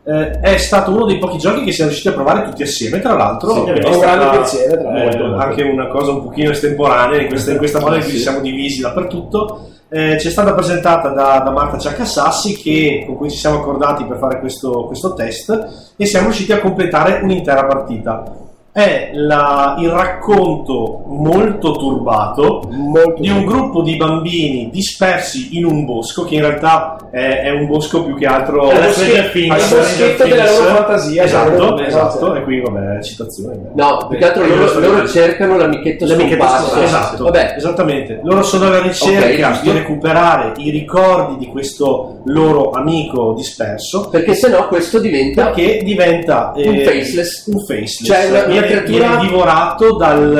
S4: Eh, è stato uno dei pochi giochi che siamo riusciti a provare tutti assieme, tra l'altro.
S2: Sì, è
S4: è
S2: un
S4: stata,
S2: grande piacere, tra
S4: eh, anche una cosa un pochino estemporanea in questa, in questa moda in cui ci siamo divisi dappertutto. Eh, ci è stata presentata da, da Marta Ciaccasassi, che, con cui ci siamo accordati per fare questo, questo test, e siamo riusciti a completare un'intera partita. È la, il racconto molto turbato
S2: Molto
S4: di un gruppo di bambini dispersi in un bosco, che in realtà è, è un bosco più che altro
S2: è il boschetto della loro fantasia.
S4: Esatto, esatto, e qui vabbè, citazione.
S1: No, più che altro loro, loro cercano l'amichetto scomparso.
S4: Esatto,
S1: vabbè.
S4: Esattamente. Loro sono alla ricerca okay, di recuperare i ricordi di questo loro amico disperso.
S1: Perché sennò questo diventa
S4: perché diventa
S1: eh, un faceless.
S4: Un faceless.
S1: Cioè una, una
S4: viene, viene divorato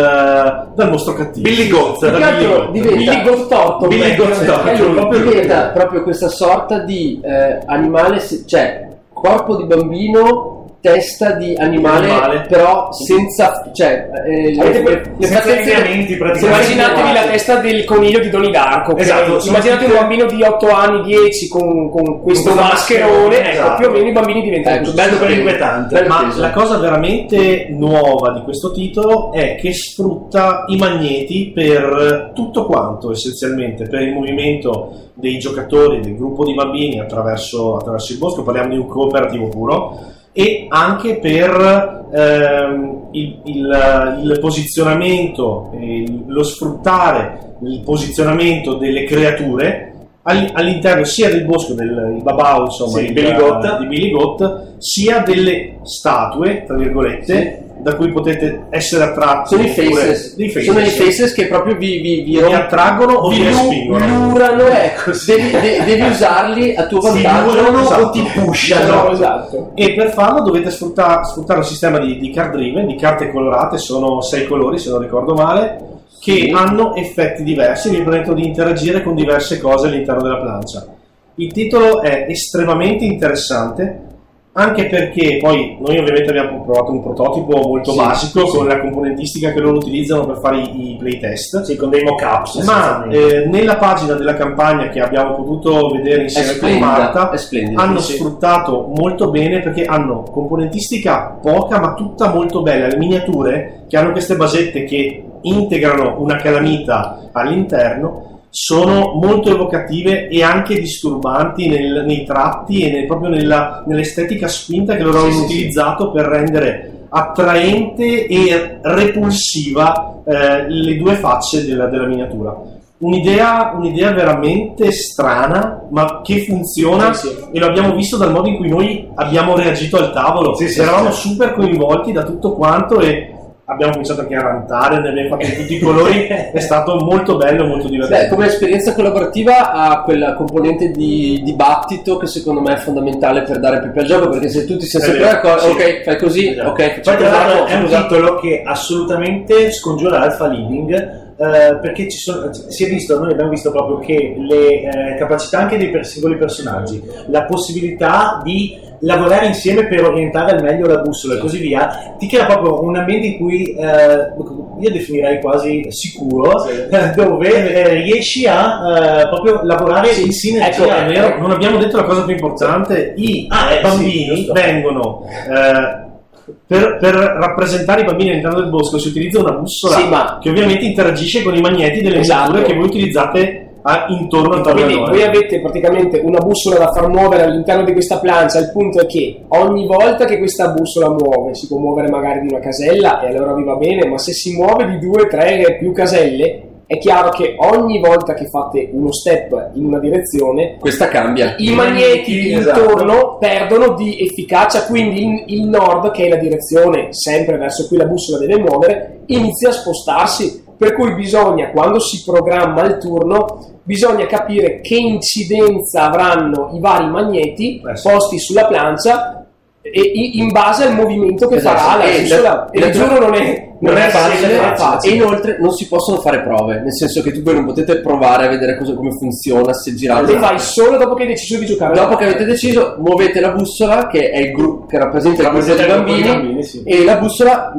S4: dal, dal mostro cattivo.
S3: Billy Goat.
S1: Più che altro diventa
S2: Billy Goat
S1: Billy Goat diventa proprio questa sorta di eh, animale, cioè corpo di bambino, testa di animale, animale. però senza, cioè eh,
S2: le, le, le
S3: fattezze praticamente.
S2: Immaginatevi la testa del coniglio di Donnie Darko.
S3: Esatto.
S2: Immaginate un bambino di otto anni, dieci con, con questo con mascherone, esatto. Ecco, più o meno i bambini diventano
S3: ecco, bello per inquietante.
S4: Ma peso. La cosa veramente nuova di questo titolo è che sfrutta i magneti per tutto quanto, essenzialmente, per il movimento dei giocatori, del gruppo di bambini attraverso, attraverso il bosco. Parliamo di un cooperativo puro, e anche per ehm, il, il, il posizionamento, il, lo sfruttare il posizionamento delle creature all'interno sia del bosco del Babau, insomma,
S3: sì,
S4: il,
S3: Billy Goat.
S4: di Billy Goat, sia delle statue, tra virgolette, sì, da cui potete essere attratti.
S1: Sono i faces,
S4: dei faces.
S1: Sono i faces che proprio vi, vi, vi,
S4: vi attraggono o vi respingono.
S1: Lurano, ecco, devi, de, devi usarli a tuo vantaggio,
S4: esatto,
S1: o ti pushano.
S2: Esatto.
S4: E per farlo dovete sfruttare, sfruttare un sistema di, di card driven, di carte colorate, sono sei colori se non ricordo male, che sì, hanno effetti diversi, vi permettono di interagire con diverse cose all'interno della plancia. Il titolo è estremamente interessante, anche perché poi noi ovviamente abbiamo provato un prototipo molto sì, basico sì, con la componentistica che loro utilizzano per fare i, i playtest,
S3: sì, con dei mock-ups,
S4: ma eh, nella pagina della campagna che abbiamo potuto vedere insieme
S1: splendida,
S4: con Marta
S1: splendida,
S4: hanno
S1: sì,
S4: sfruttato molto bene, perché hanno componentistica poca ma tutta molto bella, le miniature che hanno queste basette che integrano una calamita all'interno sono molto evocative e anche disturbanti nel, nei tratti e nel, proprio nella, nell'estetica spinta che loro sì, hanno sì, utilizzato sì, per rendere attraente e repulsiva eh, le due facce della, della miniatura. Un'idea, un'idea veramente strana, ma che funziona, sì, sì, e lo abbiamo visto dal modo in cui noi abbiamo reagito al tavolo. Sì, sì, eravamo sì, super coinvolti da tutto quanto e abbiamo cominciato anche a rantare, ne abbiamo fatto in tutti i colori, è stato molto bello, molto divertente.
S1: Beh, come esperienza collaborativa ha quella componente di dibattito che secondo me è fondamentale per dare più al gioco, perché se tutti siamo sempre d'accordo, sì, ok, fai così, esatto, ok,
S3: poi tra l'altro è un titolo che assolutamente scongiura l'alpha living. Uh, perché ci sono, si è visto, noi abbiamo visto proprio che le eh, capacità anche dei per singoli personaggi, la possibilità di lavorare insieme per orientare al meglio la bussola e così via, ti crea proprio un ambiente in cui eh, io definirei quasi sicuro, sì, eh, dove eh, riesci a eh, proprio lavorare sì, in sinergia.
S4: Ecco, è vero, non abbiamo detto la cosa più importante, i ah, eh, bambini sì, vengono eh, Per, per rappresentare i bambini all'interno del bosco si utilizza una bussola, sì, ma che ovviamente interagisce con i magneti delle
S2: esatto,
S4: miniature che voi utilizzate a, intorno al
S2: tavolo. Quindi voi avete praticamente una bussola da far muovere all'interno di questa plancia. Il punto è che ogni volta che questa bussola muove, si può muovere magari di una casella e allora vi va bene, ma se si muove di due, tre e più caselle, è chiaro che ogni volta che fate uno step in una direzione,
S1: questa cambia.
S2: I magneti intorno, esatto, perdono di efficacia, quindi il, il nord, che è la direzione sempre verso cui la bussola deve muovere, inizia a spostarsi, per cui bisogna, quando si programma il turno, bisogna capire che incidenza avranno i vari magneti eh sì, posti sulla plancia e in base al movimento che esatto, farà la bussola. E il giro non è
S1: non è facile, è facile, e inoltre non si possono fare prove, nel senso che tu voi non potete provare a vedere cosa, come funziona, se girate.
S2: Le fai solo dopo che hai deciso di giocare.
S1: Dopo che avete deciso, muovete la bussola, che è il gruppo che rappresenta il gruppo dei bambini, bambini sì, e la bussola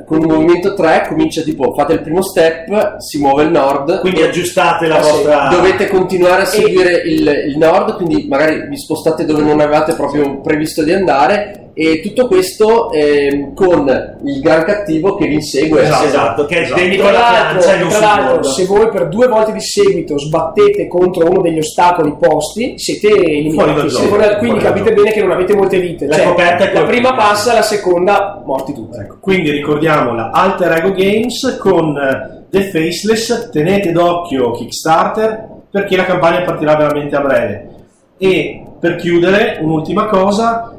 S1: con un movimento tre comincia tipo fate il primo step, si muove il nord,
S3: quindi aggiustate la
S1: eh,
S3: vostra...
S1: dovete continuare a seguire e... il, il nord, quindi magari vi spostate dove non avevate proprio previsto di andare, e tutto questo eh, con il gran cattivo che vi insegue.
S3: Esatto, esatto, che è
S2: esatto.
S3: dentro
S2: Tra
S3: la
S2: l'altro,
S3: piancia e non
S2: tra
S3: sul
S2: l'altro
S3: bordo.
S2: se voi per due volte di seguito sbattete contro uno degli ostacoli posti, siete eliminati.
S3: Fuori dal
S2: Siete
S3: gioco.
S2: fuori- quindi
S3: Fuori
S2: capite bene che non avete molte vite.
S3: La
S2: Cioè,
S3: coperta è
S2: la
S3: colpita.
S2: prima passa, la seconda morti tutti.
S4: Ecco, quindi ricordiamola, Alter Ego Games con The Faceless, tenete d'occhio Kickstarter perché la campagna partirà veramente a breve. E per chiudere, un'ultima cosa,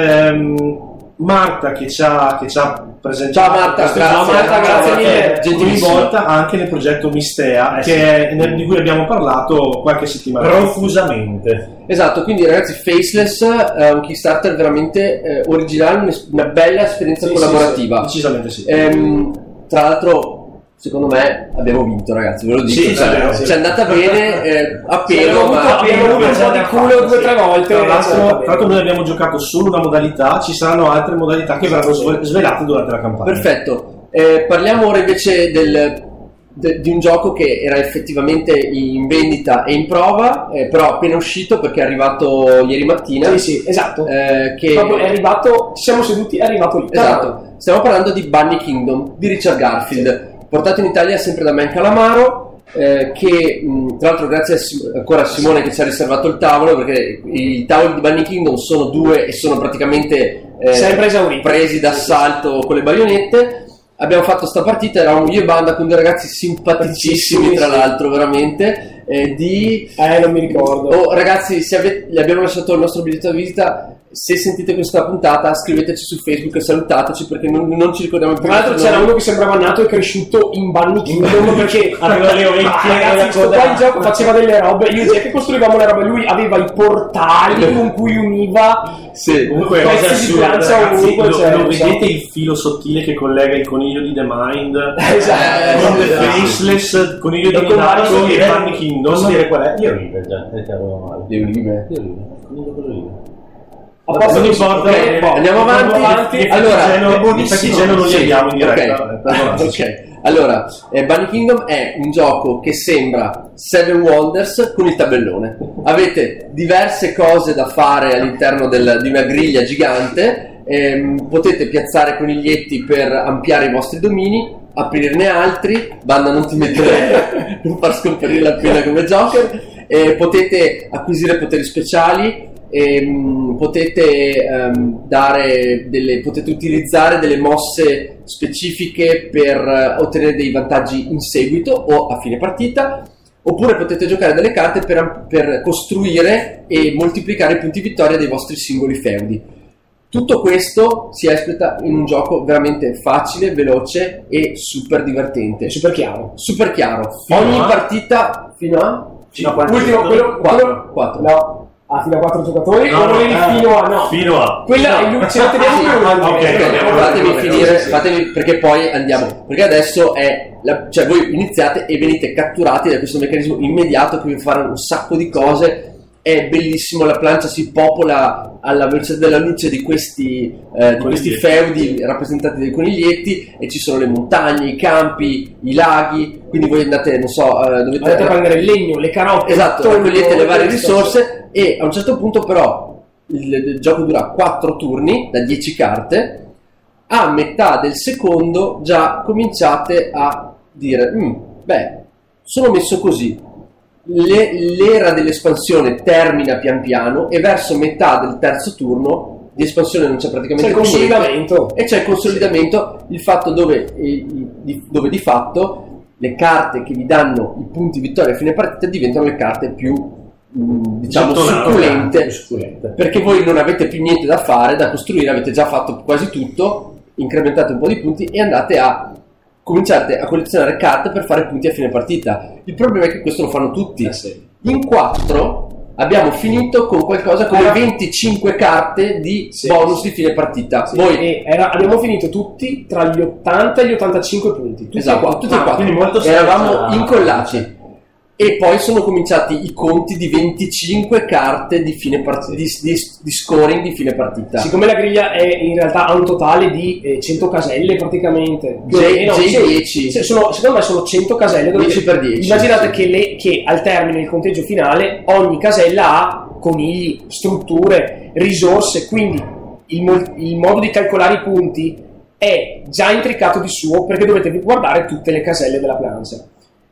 S4: ehm, Marta che ci ha, che ci ha presentato
S1: Ciao Marta,
S4: queste
S1: grazie,
S4: cose,
S2: Marta, grazie mille.
S4: gentilissima, coinvolta anche nel progetto Mistea,
S3: Eh,
S4: che è, nel- di cui abbiamo parlato qualche settimana fa.
S3: Profusamente.
S1: Esatto, quindi ragazzi, Faceless è un Kickstarter veramente eh, originale, un'es- una bella esperienza
S4: Sì,
S1: collaborativa.
S4: sì, sì, decisamente sì.
S1: Ehm, tra l'altro, secondo me abbiamo vinto, ragazzi, ve lo dico.
S3: Sì,
S1: cioè,
S3: sì, sì.
S1: ci è andata bene eh, a
S2: Sì,
S1: pelo,
S2: abbiamo
S1: ma
S2: avuto, abbiamo avuto un po' di culo due o tre volte.
S4: Tra l'altro,
S2: cioè,
S4: tra l'altro noi abbiamo giocato solo una modalità, ci saranno altre modalità che verranno sve- svelate durante la campagna.
S1: perfetto. Eh, parliamo ora invece del, de- di un gioco che era effettivamente in vendita e in prova, eh, però appena uscito perché è arrivato ieri mattina.
S2: Sì, sì, esatto.
S1: eh, che
S2: Proprio è arrivato, ci siamo seduti, è arrivato lì.
S1: Esatto, stiamo parlando di Bunny Kingdom di Richard Garfield, portato in Italia sempre da Man Calamaro, eh, che mh, tra l'altro grazie a Sim- ancora a Simone che ci ha riservato il tavolo, perché i tavoli di Bunny Kingdom sono due e sono praticamente eh,
S2: Sempre esauriti.
S1: presi d'assalto con le baionette. Abbiamo fatto sta partita, eravamo io e banda con due ragazzi simpaticissimi tra l'altro, veramente eh, di...
S2: Eh, non mi ricordo.
S1: Oh, ragazzi, se avete, gli abbiamo lasciato il nostro biglietto da visita. Se sentite questa puntata, scriveteci su Facebook e salutateci perché non, non ci ricordiamo più.
S2: Tra l'altro c'era uno che sembrava nato e cresciuto in Bunny Kingdom perché
S3: Aveva le orecchie
S2: Ah,
S3: e la
S2: ragazzi, sto
S3: coda.
S2: qua in gioco faceva delle robe, io e Jack costruivamo le robe, lui aveva i portali con cui univa
S1: Sì.
S4: Comunque,
S2: pezzi
S4: cose
S2: di
S4: assurde,
S2: plancia
S4: ragazzi,
S2: ovunque,
S4: lo,
S2: cioè,
S4: lo
S2: non so.
S4: vedete il filo sottile che collega il coniglio di The Mind
S2: Esatto.
S4: con The
S3: esatto.
S4: Faceless, coniglio di
S3: E con
S4: Minato
S3: posso
S4: e
S3: dire-
S4: Bunny
S3: Posso
S4: Kingdom.
S3: dire qual è? Io River già, è chiaro.
S1: Le olive.
S3: Io River, coniglio con l'olive.
S2: A posto
S4: Non
S2: che-
S4: importa,
S2: ok,
S4: eh,
S2: boh,
S1: andiamo avanti.
S4: Gli
S1: Allora,
S4: effetti
S1: è
S4: geno- gli
S1: buonissimo.
S4: effetti geno non li
S1: Sì,
S4: abbiamo in diretta.
S1: ok.
S4: eh, perdonate.
S1: Ok. Allora, eh, Bunny Kingdom è un gioco che sembra Seven Wonders con il tabellone. Avete diverse cose da fare all'interno del- di una griglia gigante. Ehm, potete piazzare coniglietti per ampliare i vostri domini, aprirne altri. Banda, non ti mettere non far scomparire la pena come Joker. Eh, potete acquisire poteri speciali. Ehm, potete ehm, dare delle, potete utilizzare delle mosse specifiche per eh, ottenere dei vantaggi in seguito o a fine partita, oppure potete giocare delle carte per, per costruire e moltiplicare i punti vittoria dei vostri singoli feudi. Tutto questo si espleta in un gioco veramente facile, veloce e super divertente,
S2: super chiaro.
S1: super chiaro.
S3: Fino
S1: Ogni
S3: a?
S1: partita fino a
S3: Fino a quanti
S2: Ultimo,
S3: giocatori?
S2: quello,
S1: Quattro,
S2: quello-
S1: quattro.
S2: no, ah, fino a quattro giocatori
S3: No,
S2: o
S3: no,
S2: volevi
S3: eh,
S2: fino a no
S3: Fino a.
S2: quella è lui, ce la teniamo
S1: Sì,
S2: più
S1: ah,
S2: ok,
S1: ok,
S2: ok,
S1: fatemi
S2: ok,
S1: finire,
S2: sì, sì.
S1: fatemi, perché poi andiamo, perché adesso è la- cioè voi iniziate e venite catturati da questo meccanismo immediato che vi fa fare un sacco di cose. È bellissimo, la plancia si popola alla velocità della luce di questi, eh, di questi feudi rappresentati dai coniglietti, e ci sono le montagne, i campi, i laghi, quindi voi andate, non so, eh, dovete
S2: Dovete prendere il legno, le carote,
S1: esatto,
S2: tutto,
S1: raccogliete le varie
S2: questo.
S1: risorse, e a un certo punto però il, il gioco dura quattro turni da dieci carte. A metà del secondo già cominciate a dire "Mm, beh, sono messo così". Le- l'era dell'espansione termina pian piano e verso metà del terzo turno di espansione non c'è
S2: C'è
S1: praticamente
S2: il
S1: più niente.
S2: consolidamento.
S1: E c'è il consolidamento, il fatto dove, eh, di, dove di fatto le carte che vi danno i punti vittoria a fine partita diventano le carte più mh, diciamo
S3: Gettonate,
S1: succulente,
S3: più succulente.
S1: perché voi non avete più niente da fare, da costruire, avete già fatto quasi tutto, incrementate un po' di punti e andate a cominciate a collezionare carte per fare punti a fine partita. Il problema è che questo lo fanno tutti.
S3: Eh sì.
S1: In quattro abbiamo finito con qualcosa come venticinque carte di
S2: Sì,
S1: bonus
S2: sì.
S1: di fine partita.
S2: Sì,
S1: Voi
S2: e era- abbiamo finito tutti tra gli ottanta e gli ottantacinque punti tutti e
S1: esatto,
S2: quattro.
S1: tutti e
S3: Ah,
S1: quattro
S3: quindi molto
S1: eravamo
S3: semplice.
S1: incollati. E poi sono cominciati i conti di venticinque carte di, fine part- di, di, di scoring di fine partita.
S2: Siccome la griglia è in realtà ha un totale di eh, cento caselle praticamente,
S1: J,
S2: meno,
S1: J dieci,
S2: sì, sono, secondo me sono cento caselle dove
S1: dieci per dieci.
S2: Immaginate
S1: sì.
S2: che, le, che al termine del conteggio finale ogni casella ha conigli, strutture, risorse, quindi il, mo- il modo di calcolare i punti è già intricato di suo, perché dovete guardare tutte le caselle della plancia.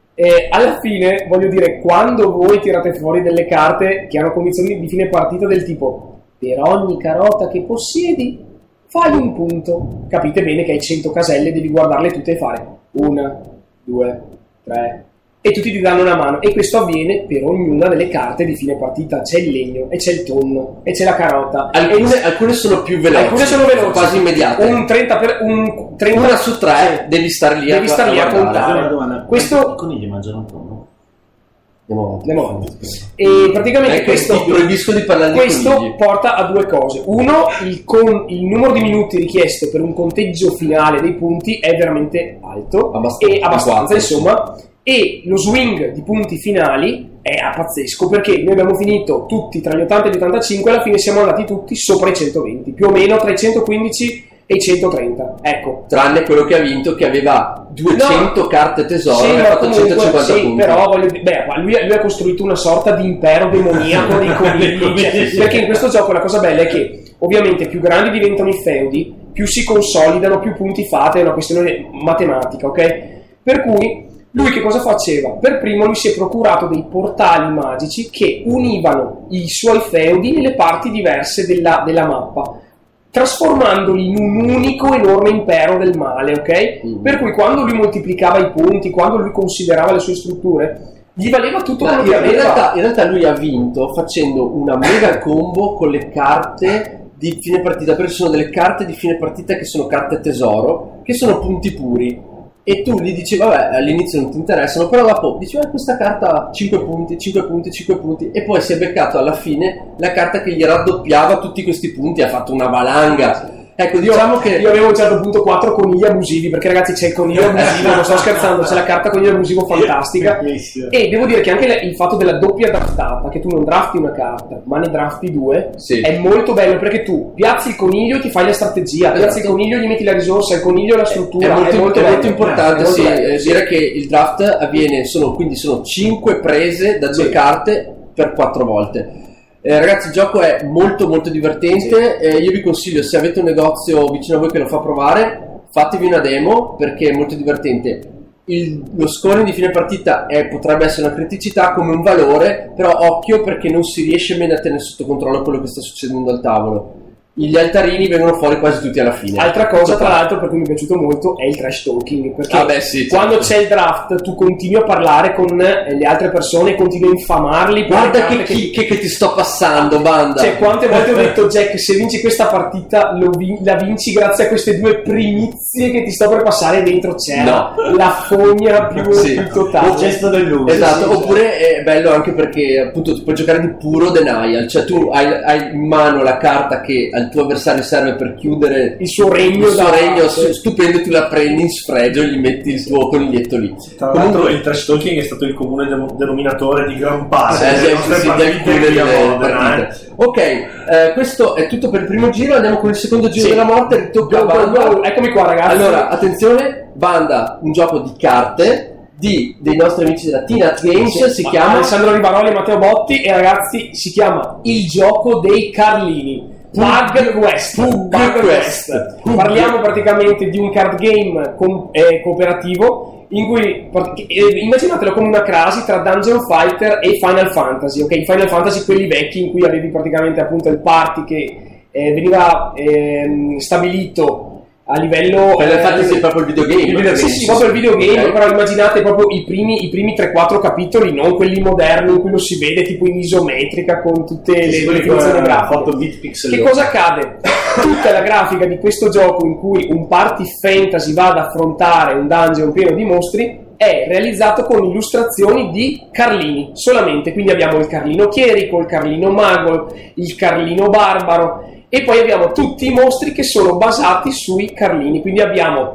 S2: E alla fine, voglio dire, quando voi tirate fuori delle carte che hanno condizioni di fine partita del tipo per ogni carota che possiedi fai un punto, capite bene che hai cento caselle, devi guardarle tutte e fare una, due, tre, e tutti ti danno una mano, e questo avviene per ognuna delle carte di fine partita. C'è il legno, e c'è il tonno, e c'è la carota.
S1: Alcune, alcune sono più veloci,
S2: alcune sono veloci,
S1: quasi immediate.
S2: Un trenta per un trenta
S1: Una su tre devi star lì
S2: devi
S1: a,
S2: star lì a
S1: guardare.
S2: contare.
S3: Una domanda.
S2: Questo-
S3: I conigli mangiano un tonno?
S1: Andiamo avanti.
S2: Andiamo avanti. E praticamente
S1: Ecco,
S2: questo,
S1: ti proibisco di parlare di
S2: questo
S1: conigli.
S2: porta a due cose. Uno, il, con, il numero di minuti richiesto per un conteggio finale dei punti è veramente alto,
S1: Abbastanza.
S2: e abbastanza,
S1: quattro,
S2: insomma, e lo swing di punti finali è pazzesco, perché noi abbiamo finito tutti tra gli ottanta e gli ottantacinque, alla fine siamo andati tutti sopra i centoventi, più o meno tra i centoquindici e i centotrenta. Ecco.
S1: Tranne quello che ha vinto, che aveva duecento
S2: No.
S1: carte tesoro
S2: Sì,
S1: e ha
S2: ma
S1: fatto
S2: comunque,
S1: centocinquanta
S2: sì,
S1: punti.
S2: però voglio dire, beh, lui, lui ha costruito una sorta di impero demoniaco dei conigli, cioè, perché in questo gioco la cosa bella è che ovviamente più grandi diventano i feudi, più si consolidano, più punti fate, è una questione matematica, ok? Per cui lui che cosa faceva? Per primo lui si è procurato dei portali magici che univano i suoi feudi nelle parti diverse della, della mappa, trasformandoli in un unico enorme impero del male, ok?
S1: Mm.
S2: Per cui quando lui moltiplicava i punti, quando lui considerava le sue strutture, gli valeva tutto
S1: Ma
S2: quello
S1: in,
S2: che
S1: in
S2: aveva.
S1: realtà, in realtà lui ha vinto facendo una mega combo con le carte di fine partita, perché sono delle carte di fine partita che sono carte tesoro, che sono punti puri, e tu gli dici vabbè, all'inizio non ti interessano, però dopo dici eh, questa carta ha cinque punti, cinque punti, cinque punti, e poi si è beccato alla fine la carta che gli raddoppiava tutti questi punti, ha fatto una valanga. Ecco, diciamo che
S2: Io avevo a un certo punto quattro conigli abusivi, perché ragazzi c'è il coniglio abusivo, non sto scherzando, c'è la carta coniglio abusivo fantastica. E devo dire che anche le- il fatto della doppia draftata, che tu non drafti una carta ma ne drafti due,
S1: Sì.
S2: è molto bello, perché tu piazzi il coniglio e ti fai la strategia, piazzi il
S1: Esatto.
S2: coniglio e gli metti la risorsa, il coniglio e la struttura.
S1: è molto, è molto
S2: bello.
S1: importante
S2: È molto
S1: sì,
S2: bello,
S1: eh,
S2: sì.
S1: dire che il draft avviene, sono, quindi sono cinque prese da due
S2: Sì.
S1: carte per quattro volte. Eh, ragazzi, il gioco è molto molto divertente. Eh, io vi consiglio, se avete un negozio vicino a voi che lo fa provare, fatevi una demo perché è molto divertente. Il, lo scoring di fine partita è, potrebbe essere una criticità come un valore, però occhio perché non si riesce bene a tenere sotto controllo quello che sta succedendo al tavolo. Gli altarini vengono fuori quasi tutti alla fine.
S2: Altra cosa, tra l'altro, per cui mi è piaciuto molto è il trash talking, perché
S1: Ah, beh, sì,
S2: quando
S1: certo.
S2: c'è il draft tu continui a parlare con eh, le altre persone, continui a infamarli per le
S1: Guarda
S2: carte
S1: che, chi, che, che ti sto passando, banda.
S2: Cioè, quante volte ho detto Jack, se vinci questa partita lo vin- la vinci grazie a queste due primizie che ti sto per passare, dentro c'è
S1: No.
S2: la fogna più,
S1: Sì.
S2: più totale.
S3: Il gesto dell'uso.
S1: Esatto,
S2: sì,
S1: oppure è bello anche perché appunto tu puoi giocare di puro denial, cioè tu hai, hai in mano la carta che al tuo avversario serve per chiudere
S2: Il suo regno,
S1: il suo
S2: da-
S1: regno su- stupendo, e tu la prendi in sfregio e gli metti il tuo coniglietto lì.
S4: Tra l'altro il trash talking è stato il comune de- denominatore di gran parte
S1: Eh,
S4: delle
S1: sì,
S4: nostre
S1: sì,
S4: partite
S1: di alcune
S4: qui a
S1: delle
S4: Modena,
S1: partite.
S4: eh.
S1: Ok, eh, questo è tutto per il primo giro, andiamo con il secondo giro
S2: Sì.
S1: della morte, ritocca a
S2: Go, go,
S1: Banda.
S2: go. Eccomi qua, ragazzi.
S1: Allora, attenzione, Banda, un gioco di carte di, dei nostri amici della T-Nat Games, si chiama
S2: Alessandro Rivaroli e Matteo Botti, e ragazzi si chiama Il gioco dei Carlini. Pug Quest.
S1: Pug
S2: Pug
S1: Quest.
S2: Quest. Parliamo praticamente di un card game com- eh, cooperativo in cui part- eh, immaginatelo come una crasi tra Dungeon Fighter e Final Fantasy, ok? Final Fantasy quelli vecchi in cui avevi praticamente appunto il party che eh, veniva ehm, stabilito a livello
S1: Final
S2: eh,
S1: Fantasy è proprio il videogame.
S2: il video- sì, sì, proprio il videogame,
S1: Ok.
S2: però immaginate proprio i primi, i primi tre quattro capitoli, non quelli moderni in cui lo si vede tipo in isometrica con tutte le definizioni grafiche.
S3: fatto bit pixel.
S2: Che cosa accade? Tutta la grafica di questo gioco in cui un party fantasy va ad affrontare un dungeon pieno di mostri è realizzato con illustrazioni di Carlini solamente, quindi abbiamo il Carlino chierico, il Carlino mago, il Carlino barbaro, e poi abbiamo tutti i mostri che sono basati sui Carlini, quindi abbiamo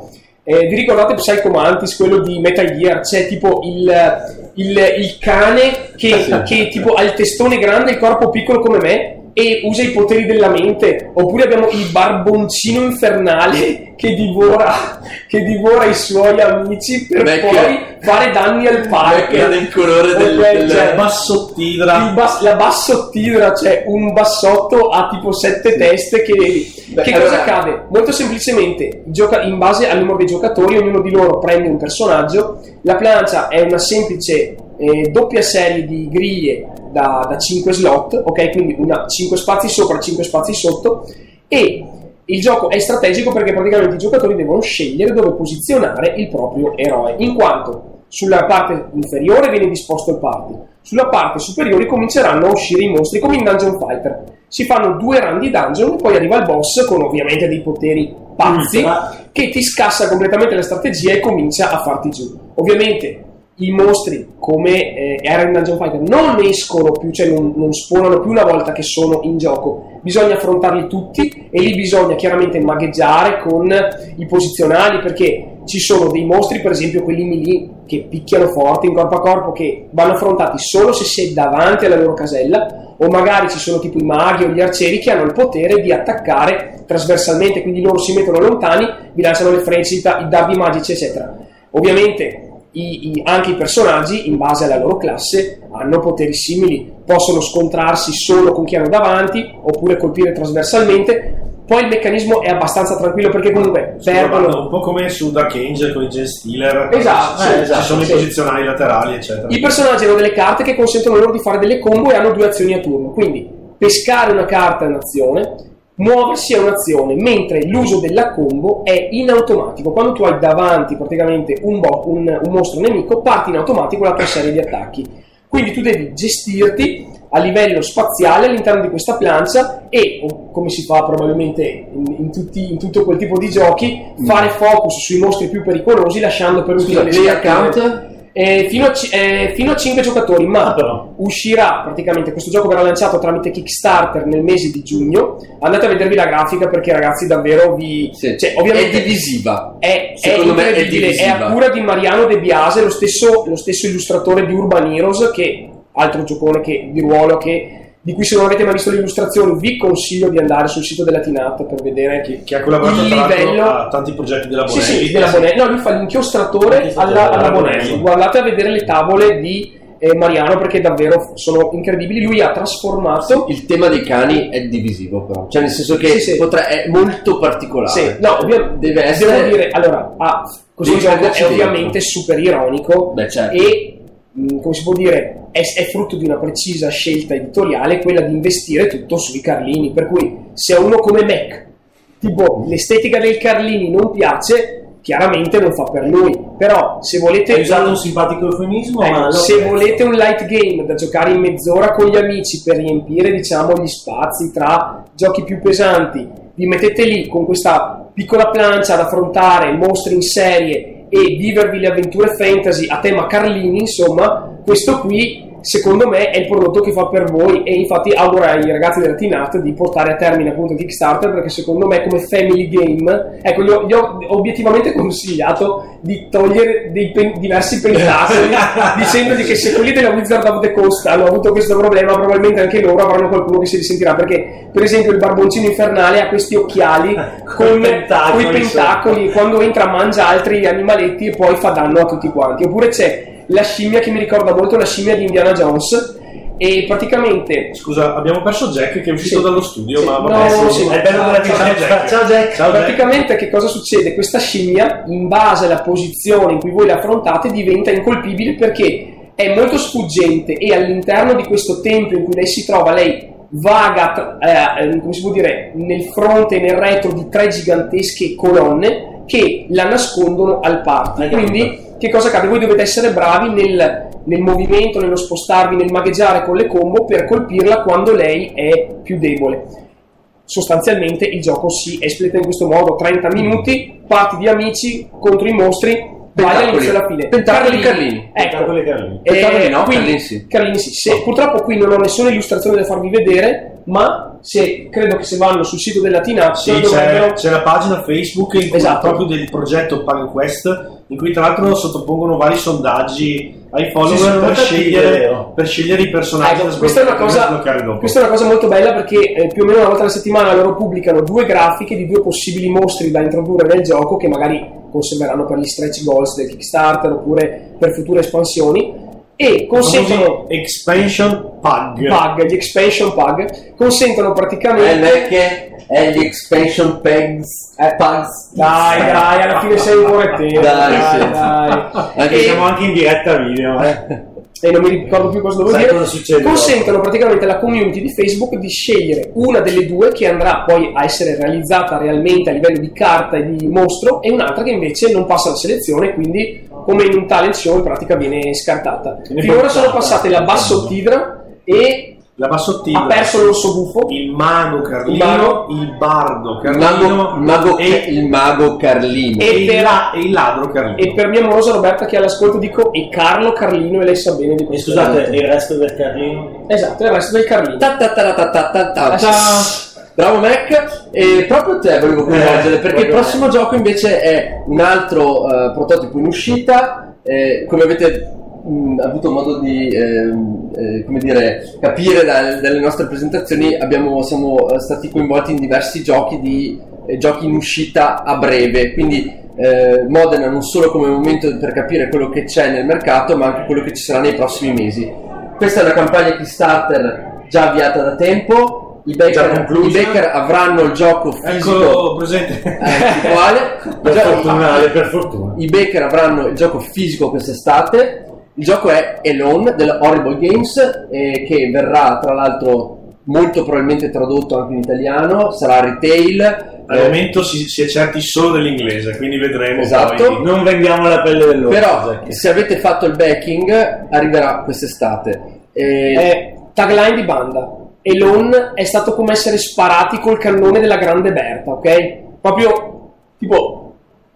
S2: Eh, vi ricordate Psycho Mantis, quello di Metal Gear? C'è tipo il, il, il cane che, sì. che tipo ha il testone grande e il corpo piccolo come me e usa i poteri della mente. Oppure abbiamo il barboncino infernale che divora, che divora i suoi amici per Becca. poi fare danni al parco.
S1: Del colore del,
S2: okay,
S1: del
S2: cioè,
S4: bassottidra.
S2: Bas- la bassottidra, cioè un bassotto ha tipo sette sì. teste che... Beh, che allora... cosa accade? Molto semplicemente, gioca in base al numero dei giocatori, ognuno di loro prende un personaggio. La plancia è una semplice eh, doppia serie di griglie da, da cinque slot, ok? Quindi una, cinque spazi sopra, cinque spazi sotto, e il gioco è strategico perché praticamente i giocatori devono scegliere dove posizionare il proprio eroe, in quanto sulla parte inferiore viene disposto il party, sulla parte superiore cominceranno a uscire i mostri come in Dungeon Fighter. Si fanno due round di dungeon e poi arriva il boss con ovviamente dei poteri pazzi mm, che ti scassa completamente la strategia e comincia a farti giù. Ovviamente i mostri, come eh, era in Dungeon Fighter, non escono più, cioè non, non spawnano più una volta che sono in gioco, bisogna affrontarli tutti e lì bisogna chiaramente magheggiare con i posizionali, perché ci sono dei mostri, per esempio quelli melee, che picchiano forte in corpo a corpo, che vanno affrontati solo se sei davanti alla loro casella, o magari ci sono tipo i maghi o gli arcieri che hanno il potere di attaccare trasversalmente, quindi loro si mettono lontani, vi lanciano le frecce, i dardi magici eccetera. Ovviamente I, i, anche i personaggi in base alla loro classe hanno poteri simili, possono scontrarsi solo con chi hanno davanti oppure colpire trasversalmente. Poi il meccanismo è abbastanza tranquillo perché comunque perdono
S4: un po' come su Dark Angel con i Gen Stealer,
S2: esatto,
S4: eh,
S2: sì,
S4: ci
S2: esatto,
S4: sono
S2: sì.
S4: i posizionali laterali eccetera.
S2: I personaggi hanno delle carte che consentono loro di fare delle combo e hanno due azioni a turno, quindi pescare una carta è un'azione, muoversi è un'azione, mentre l'uso della combo è in automatico. Quando tu hai davanti praticamente un, bo- un, un mostro nemico, parti in automatico la tua serie di attacchi, quindi tu devi gestirti a livello spaziale all'interno di questa plancia e, come si fa probabilmente in, in, tutti, in tutto quel tipo di giochi, mm. fare focus sui mostri più pericolosi lasciando per ultimo
S1: le play account
S2: Eh, fino, a, eh, fino a cinque giocatori, ma ah, uscirà praticamente, questo gioco verrà lanciato tramite Kickstarter nel mese di giugno. Andate a vedervi la grafica perché ragazzi davvero vi
S1: sì.
S2: cioè, ovviamente
S1: è divisiva,
S2: è,
S1: secondo
S2: è
S1: me è divisiva,
S2: è a cura di Mariano De Biase, lo stesso, lo stesso illustratore di Urban Heroes, che altro giocone che, di ruolo che di cui se non avete mai visto le illustrazioni vi consiglio di andare sul sito della Tinat per vedere
S4: che, che ha collaborato
S2: il livello
S4: a tanti progetti della Bonelli.
S2: Sì, sì, della Bonelli. No, lui fa l'inchiostratore alla, alla Bonelli. Guardate a vedere le tavole di eh, Mariano perché davvero sono incredibili. Lui ha trasformato
S1: il tema dei cani è divisivo, però, cioè nel senso che
S2: sì, sì.
S1: Potrà, è molto particolare.
S2: Sì, no, ovviamente deve essere. Devo dire, allora, ah, questo gioco è ovviamente dentro. super ironico.
S1: Beh, certo.
S2: E come si può dire, è, è frutto di una precisa scelta editoriale, quella di investire tutto sui Carlini, per cui se a uno come Mac tipo l'estetica del Carlini non piace, chiaramente non fa per lui, però se volete
S3: hai usato un simpatico eufemismo,
S2: eh,
S3: ma
S2: se volete un light game da giocare in mezz'ora con gli amici per riempire diciamo gli spazi tra giochi più pesanti, vi mettete lì con questa piccola plancia ad affrontare mostri in serie e vivervi le avventure fantasy a tema Carlini, insomma, questo qui secondo me è il prodotto che fa per voi e infatti auguro ai ragazzi della Tinat di portare a termine appunto Kickstarter, perché secondo me come family game, ecco, gli ho, gli ho obiettivamente consigliato di togliere dei pen, diversi pentacoli dicendogli che se quelli della Wizard of the Coast hanno avuto questo problema probabilmente anche loro avranno qualcuno che si risentirà, perché per esempio il barboncino infernale ha questi occhiali con quei pentacoli e quando entra mangia altri animaletti e poi fa danno a tutti quanti. Oppure c'è la scimmia che mi ricorda molto la scimmia di Indiana Jones e praticamente
S4: scusa abbiamo perso Jack che è uscito
S2: sì.
S4: dallo studio
S2: sì.
S4: ma
S2: no,
S4: vabbè,
S2: sì.
S3: è bello della ciao, ciao, Jack. ciao Jack
S4: ciao
S2: praticamente
S4: Jack.
S2: Che cosa succede? Questa scimmia in base alla posizione in cui voi la affrontate diventa incolpibile perché è molto sfuggente e all'interno di questo tempio in cui lei si trova lei vaga eh, come si può dire nel fronte e nel retro di tre gigantesche colonne che la nascondono al party, quindi che cosa accade? Voi dovete essere bravi nel, nel movimento, nello spostarvi, nel magheggiare con le combo per colpirla quando lei è più debole. Sostanzialmente il gioco si espleta in questo modo: trenta minuti, parti di amici contro i mostri, vai all'inizio e alla fine.
S1: Pentacoli Carlini.
S2: Ecco.
S3: Carlini.
S2: Eh,
S1: Pentacoli no,
S2: quindi,
S1: Carlini sì.
S2: Carlini sì. Se, purtroppo qui non ho nessuna illustrazione da farvi vedere, ma se, credo che se vanno sul sito della Teen Up
S4: sì,
S2: dovrebbero...
S4: c'è, c'è la pagina Facebook in cui
S2: esatto.
S4: proprio del progetto PugQuest, in cui tra l'altro sottopongono vari sondaggi ai follower
S3: sì,
S4: per, scegliere, per scegliere i personaggi
S2: ecco,
S4: da
S2: questa, è una cosa,
S4: dopo.
S2: questa è una cosa molto bella perché eh, più o meno una volta alla settimana loro pubblicano due grafiche di due possibili mostri da introdurre nel gioco che magari conserveranno per gli stretch goals del Kickstarter oppure per future espansioni, e consentono
S4: expansion pug
S2: pug gli expansion pug consentono praticamente
S1: eh, non è che è gli expansion pegs
S2: eh,
S1: pugs
S2: dai dai alla fine sei un correttino
S1: dai,
S2: dai,
S1: sì.
S2: dai.
S3: Anche
S2: E,
S3: siamo anche in diretta video, eh.
S2: e non mi ricordo più cosa dovevo
S3: Sai
S2: dire.
S3: cosa succede
S2: Consentono
S3: dopo?
S2: praticamente alla community di Facebook di scegliere una delle due che andrà poi a essere realizzata realmente a livello di carta e di mostro, e un'altra che invece non passa la selezione, quindi come in un talent show in pratica viene scartata.
S3: Viene
S2: Finora
S3: portata.
S2: sono passate la Bassotidra e
S4: la Bassotidra,
S2: ha perso l'orso buffo,
S4: il mago Carlino,
S2: il, mago,
S4: il bardo
S1: il
S4: Carlino,
S1: mago, il mago,
S4: e,
S1: il mago Carlino
S2: E
S4: e, il,
S2: per-
S4: la- e il ladro Carlino.
S2: e per mia amorosa Roberta che è all'ascolto dico e Carlo Carlino, e lei sa bene di
S3: E
S2: questo.
S3: scusate, il resto del Carlino?
S2: Esatto, il resto del Carlino.
S1: Ta ta ta ta ta ta ta.
S2: Ciao.
S1: Bravo Mac, e proprio te volevo coinvolgere
S3: Eh,
S1: perché il
S3: proprio
S1: prossimo gioco invece è un altro eh, prototipo in uscita, eh, come avete mh, avuto modo di ehm, eh, come dire, capire da- dalle nostre presentazioni, abbiamo, siamo eh, stati coinvolti in diversi giochi di eh, giochi in uscita a breve, quindi eh, Modena non solo come momento per capire quello che c'è nel mercato, ma anche quello che ci sarà nei prossimi mesi. Questa è una campagna Kickstarter già avviata da tempo. I
S3: Già
S1: baker,
S3: conclusa.
S1: i baker avranno il gioco fisico
S4: Eccolo presente.
S1: eh, uguale.
S3: Per
S1: Già-
S3: fortuna, per fortuna.
S1: I baker avranno il gioco fisico quest'estate. Il gioco è Alone della Horrible Games, eh, che verrà tra l'altro molto probabilmente tradotto anche in italiano, sarà retail.
S4: Al
S1: eh,
S4: momento si, si è certi solo dell'inglese, quindi vedremo
S1: Esatto.
S4: poi.
S3: Non vendiamo la pelle dell'orso.
S1: però
S3: Zacchi.
S1: se avete fatto il backing arriverà quest'estate. Eh,
S2: È tagline di banda. Elon è stato come essere sparati col cannone della grande Berta, ok? Proprio tipo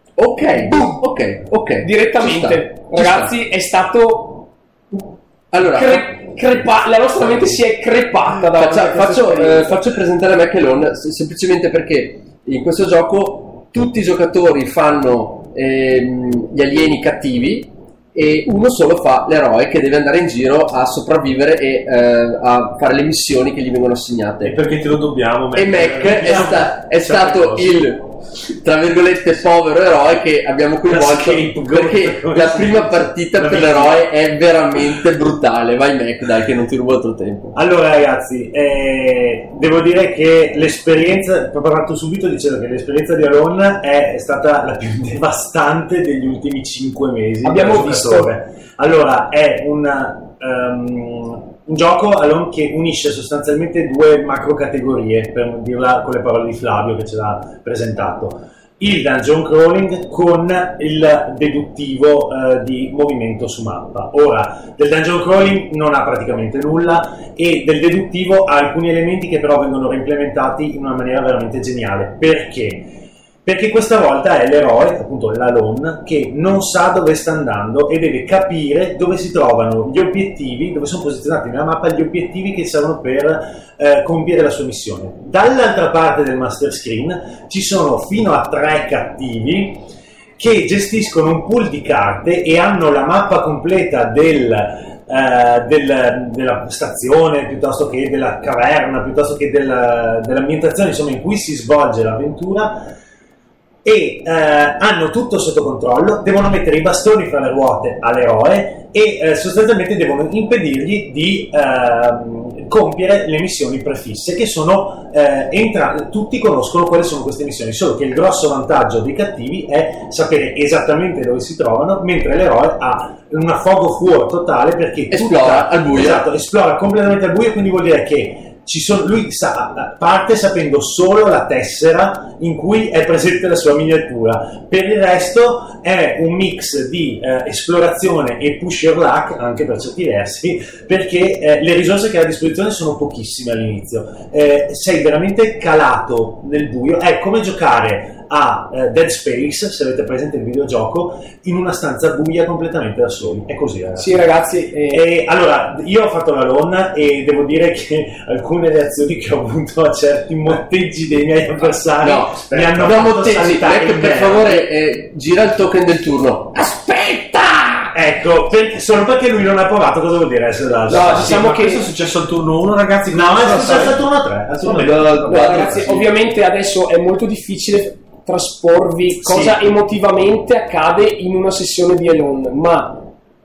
S1: ok, ok, ok.
S2: direttamente.
S1: Ci sta, ci
S2: Ragazzi, è stato
S1: Allora,
S2: cre- crepa- la nostra mente si è crepata da
S1: Faccia- faccio, eh, faccio presentare Mac Alone s- semplicemente perché in questo gioco tutti i giocatori fanno ehm, gli alieni cattivi e uno solo fa l'eroe che deve andare in giro a sopravvivere e eh, a fare le missioni che gli vengono
S4: E
S1: assegnate.
S4: perché te lo dobbiamo, Mac?
S1: E Mac è, sta- è
S4: Certe
S1: stato
S4: cose.
S1: il, tra virgolette, povero eroe che abbiamo coinvolto,
S4: La scapegoat,
S1: perché
S4: come
S1: la
S4: si
S1: prima
S4: dice.
S1: partita
S4: La
S1: per
S4: vittima.
S1: l'eroe è veramente brutale. Vai Mac, dai, che non ti rubo altro tempo.
S3: Allora ragazzi, eh, devo dire che l'esperienza, proprio parto subito dicendo che l'esperienza di Alone è stata la più devastante degli ultimi cinque mesi.
S2: Abbiamo
S3: come giocatore. Allora, è un, um, un gioco Alone che unisce sostanzialmente due macro categorie, per dirla con le parole di Flavio che ce l'ha presentato. Il dungeon crawling con il deduttivo eh, di movimento su mappa. Ora, del dungeon crawling non ha praticamente nulla e del deduttivo ha alcuni elementi che però vengono reimplementati in una maniera veramente geniale. Perché? Perché questa volta è l'eroe, appunto l'Alone, che non sa dove sta andando e deve capire dove si trovano gli obiettivi, dove sono posizionati nella mappa gli obiettivi che servono per eh, compiere la sua missione. Dall'altra parte del master screen ci sono fino a tre cattivi che gestiscono un pool di carte e hanno la mappa completa del... Uh, del, della stazione piuttosto che della caverna, piuttosto che del, dell'ambientazione insomma in cui si svolge l'avventura e uh, hanno tutto sotto controllo, devono mettere i bastoni fra le ruote all'eroe e uh, sostanzialmente devono impedirgli di uh, compiere le missioni prefisse che sono uh, entra- tutti conoscono quali sono queste missioni, solo che il grosso vantaggio dei cattivi è sapere esattamente dove si trovano, mentre l'eroe ha una fog of war totale perché
S1: Esplora
S3: tutta-
S1: al buio.
S3: esatto, esplora completamente al buio, quindi vuol dire che ci sono, lui sa, parte sapendo solo la tessera in cui è presente la sua miniatura, per il resto è un mix di eh, esplorazione e push your luck anche per certi versi, perché eh, le risorse che ha a disposizione sono pochissime all'inizio, eh, sei veramente calato nel buio, è come giocare a uh, Dead Space, se avete presente il videogioco, in una stanza buia completamente da soli. È così, ragazzi.
S2: Sì, ragazzi. Eh...
S3: E, allora, io ho fatto la lonna e devo dire che alcune reazioni che ho avuto a certi motteggi dei miei avversari
S1: no,
S3: mi hanno
S1: no,
S3: fatto
S1: motteggi,
S3: saltare
S1: per,
S3: in
S1: per
S3: merda.
S1: favore, eh, gira il token del turno. Aspetta!
S3: Ecco, per, solo perché lui non ha provato, cosa vuol dire essere da
S2: No,
S4: Sì,
S2: diciamo
S4: ma
S2: che
S4: questo è successo al turno uno, ragazzi.
S3: No, è successo al turno tre. Al turno
S1: No, no,
S2: No, ragazzi,
S1: sì.
S2: ovviamente adesso è molto difficile trasporvi cosa
S3: Sì.
S2: emotivamente accade in una sessione di Alone, ma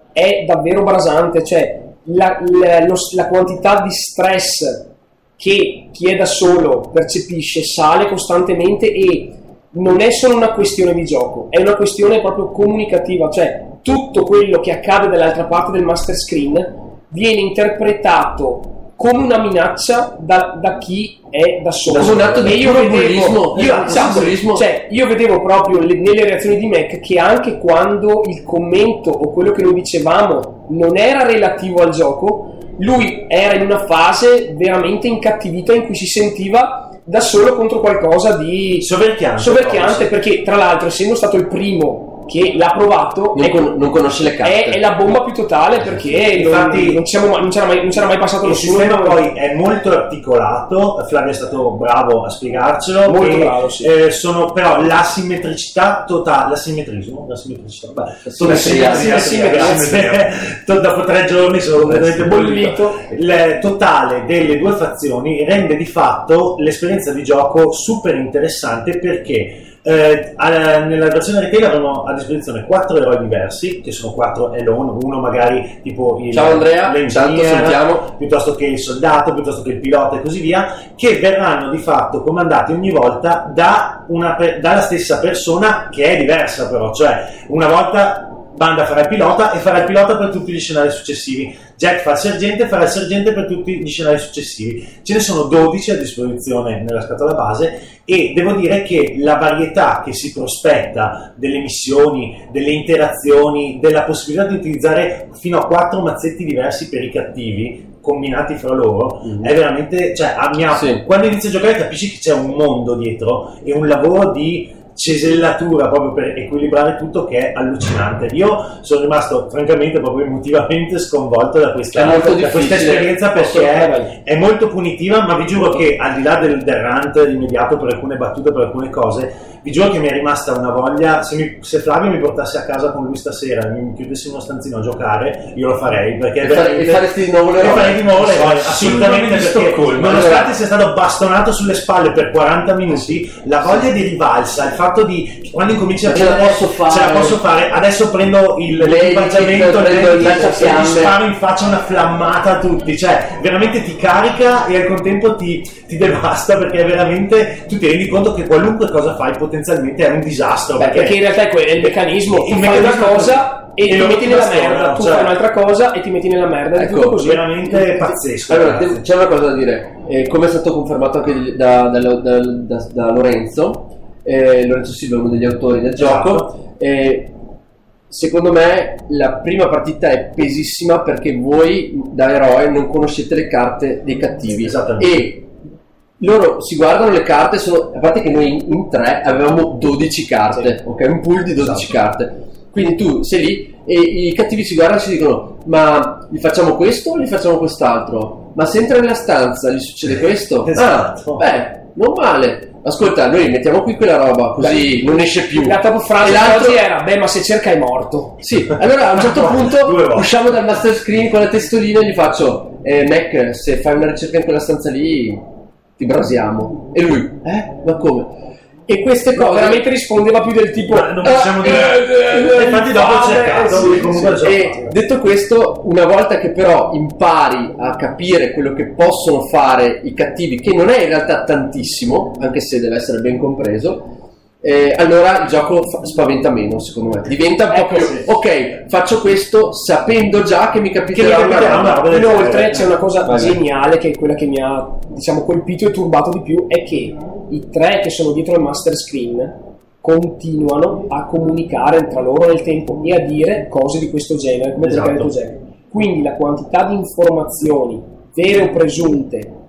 S2: è davvero brasante, cioè la, la, lo- la quantità di stress che chi è da solo percepisce sale costantemente e non è solo una questione di gioco, è una questione proprio comunicativa, cioè tutto quello che accade dall'altra parte del master screen viene interpretato come una minaccia da, da chi è da solo.
S1: Come un atto di
S2: E io
S1: puro
S2: vedevo,
S1: bullismo.
S2: io,
S1: Esatto,
S2: esatto,
S1: bullismo.
S2: cioè, io vedevo proprio le- nelle reazioni di Mac che anche quando il commento o quello che noi dicevamo non era relativo al gioco, lui era in una fase veramente incattivita in cui si sentiva da solo contro qualcosa di
S3: Soverchiante.
S2: soverchiante, perché tra l'altro, essendo stato il primo che l'ha provato,
S1: Non,
S2: è,
S1: con- non conosce le carte.
S2: è, è la bomba più totale, perché non,
S3: Infatti-
S2: non, siamo mai- non c'era mai, non c'era mai passato
S3: Il
S2: nessuno.
S3: sistema poi è molto articolato, Flavio è stato bravo a spiegarcelo.
S2: Molto
S3: e,
S2: bravo, sì.
S3: eh, sono però l'asimmetricità totale, l'asimmetrismo, l'asimmetricità, beh,
S1: Simmetria.
S3: l'asimmetria,
S2: Simmetria.
S3: grazie. To- dopo tre giorni sono completamente bollito.
S2: bollito.
S3: Il totale delle due fazioni rende di fatto l'esperienza di gioco super interessante perché Eh, a- nella versione retail avevano a disposizione quattro eroi diversi, che sono quattro alone, uno magari tipo il
S1: Ciao Andrea,
S3: l'engineer,
S1: intanto salutiamo.
S3: piuttosto che il soldato, piuttosto che il pilota e così via, che verranno di fatto comandati ogni volta da una per- dalla stessa persona, che è diversa però, cioè una volta Banda farà il pilota e farà il pilota per tutti gli scenari successivi, Jack fa il sergente e farà il sergente per tutti gli scenari successivi. Ce ne sono dodici a disposizione nella scatola base e devo dire che la varietà che si prospetta delle missioni, delle interazioni, della possibilità di utilizzare fino a quattro mazzetti diversi per i cattivi combinati fra loro
S1: Mhm.
S3: è veramente, cioè a mia,
S1: Sì.
S3: quando inizi a giocare capisci che c'è un mondo dietro e un lavoro di cesellatura proprio per equilibrare tutto che è allucinante. Io sono rimasto francamente proprio emotivamente sconvolto da questa,
S1: È molto
S3: da questa
S1: difficile.
S3: esperienza perché è, è molto punitiva, ma vi giuro che al di là del, del rant immediato per alcune battute, per alcune cose, vi giuro che mi è rimasta una voglia. Se, mi, se Flavio mi portasse a casa con lui stasera e mi chiudesse in uno stanzino a giocare, io lo farei perché
S1: E fare-
S3: veramente-
S1: e faresti di nuovo
S3: e
S1: l'eroe?
S3: farei di nuovo l'eroe, assolutamente,
S4: di
S3: perché
S4: Stoccolma.
S3: nonostante sia stato bastonato sulle spalle per quaranta minuti, la voglia di rivalsa, il fatto di quando incominci a
S1: Ce la
S3: vedere,
S1: posso fare.
S3: ce la posso fare, adesso prendo il
S1: Lei,
S3: l'equipaggiamento
S1: prendo il
S3: e
S1: lanciafiamme.
S3: gli sparo in faccia una flammata a tutti, cioè veramente ti carica e al contempo ti, ti devasta, perché è veramente, tu ti rendi conto che qualunque cosa fai potenzialmente è un disastro.
S2: Beh, perché in realtà è que- è il meccanismo, tu
S3: il
S2: fai una
S3: meccanismo-
S2: cosa e,
S3: e
S2: ti
S3: lo
S2: metti nella
S3: bastona,
S2: merda, tu
S3: cioè.
S2: fai un'altra cosa e ti metti nella merda, è
S1: Ecco,
S2: tutto così.
S3: veramente pazzesco.
S1: Allora,
S3: ragazzi.
S1: te- c'è una cosa da dire, eh, come è stato confermato anche di- da, da- da- da- da Lorenzo, eh, Lorenzo Silva, uno degli autori del
S3: Esatto.
S1: gioco, eh, secondo me la prima partita è pesissima perché voi da eroe non conoscete le carte dei cattivi
S3: Esattamente.
S1: e loro si guardano le carte, sono, a parte che noi in, in tre avevamo dodici carte, ok, un pool di dodici
S3: Esatto.
S1: carte, quindi tu sei lì e i cattivi si guardano e si dicono: ma gli facciamo questo o gli facciamo quest'altro? Ma se entra nella stanza gli succede questo?
S3: Esatto.
S1: Ah, beh, non male. Ascolta, noi mettiamo qui quella roba così non esce più.
S2: La top frase
S1: E
S2: di
S1: l'altro-
S2: oggi era: beh, ma se cerca è morto.
S1: Sì, allora a un certo
S3: Due
S1: punto
S3: volte.
S1: usciamo dal master screen con la testolina e gli faccio: eh, Mac, se fai una ricerca in quella stanza lì ti brasiamo. E lui: eh? Ma come? E queste
S2: No,
S1: cose
S2: veramente rispondeva più del tipo:
S3: Ma non possiamo dire-
S2: eh, eh,
S3: infatti dopo ho
S2: infame,
S3: cercato,
S2: sì,
S3: comunque
S2: sì.
S3: so.
S1: E detto questo, una volta che però impari a capire quello che possono fare i cattivi, che non è in realtà tantissimo, anche se deve essere ben compreso, eh, allora il gioco fa- spaventa meno, secondo me. Diventa un po'
S2: Ecco,
S1: più:
S2: sì.
S1: ok, faccio questo sapendo già che mi capiterà
S3: Che mi
S1: una
S3: capiterà
S1: roba.
S3: una roba del
S2: Inoltre
S3: genere.
S2: c'è una cosa
S1: Vai, vai.
S2: geniale, che è quella che mi ha, diciamo, colpito e turbato di più, è che i tre che sono dietro al master screen continuano a comunicare tra loro nel tempo e a dire cose di questo genere, come
S3: Esatto.
S2: te l'ha detto Jack. Quindi la quantità di informazioni vere o presunte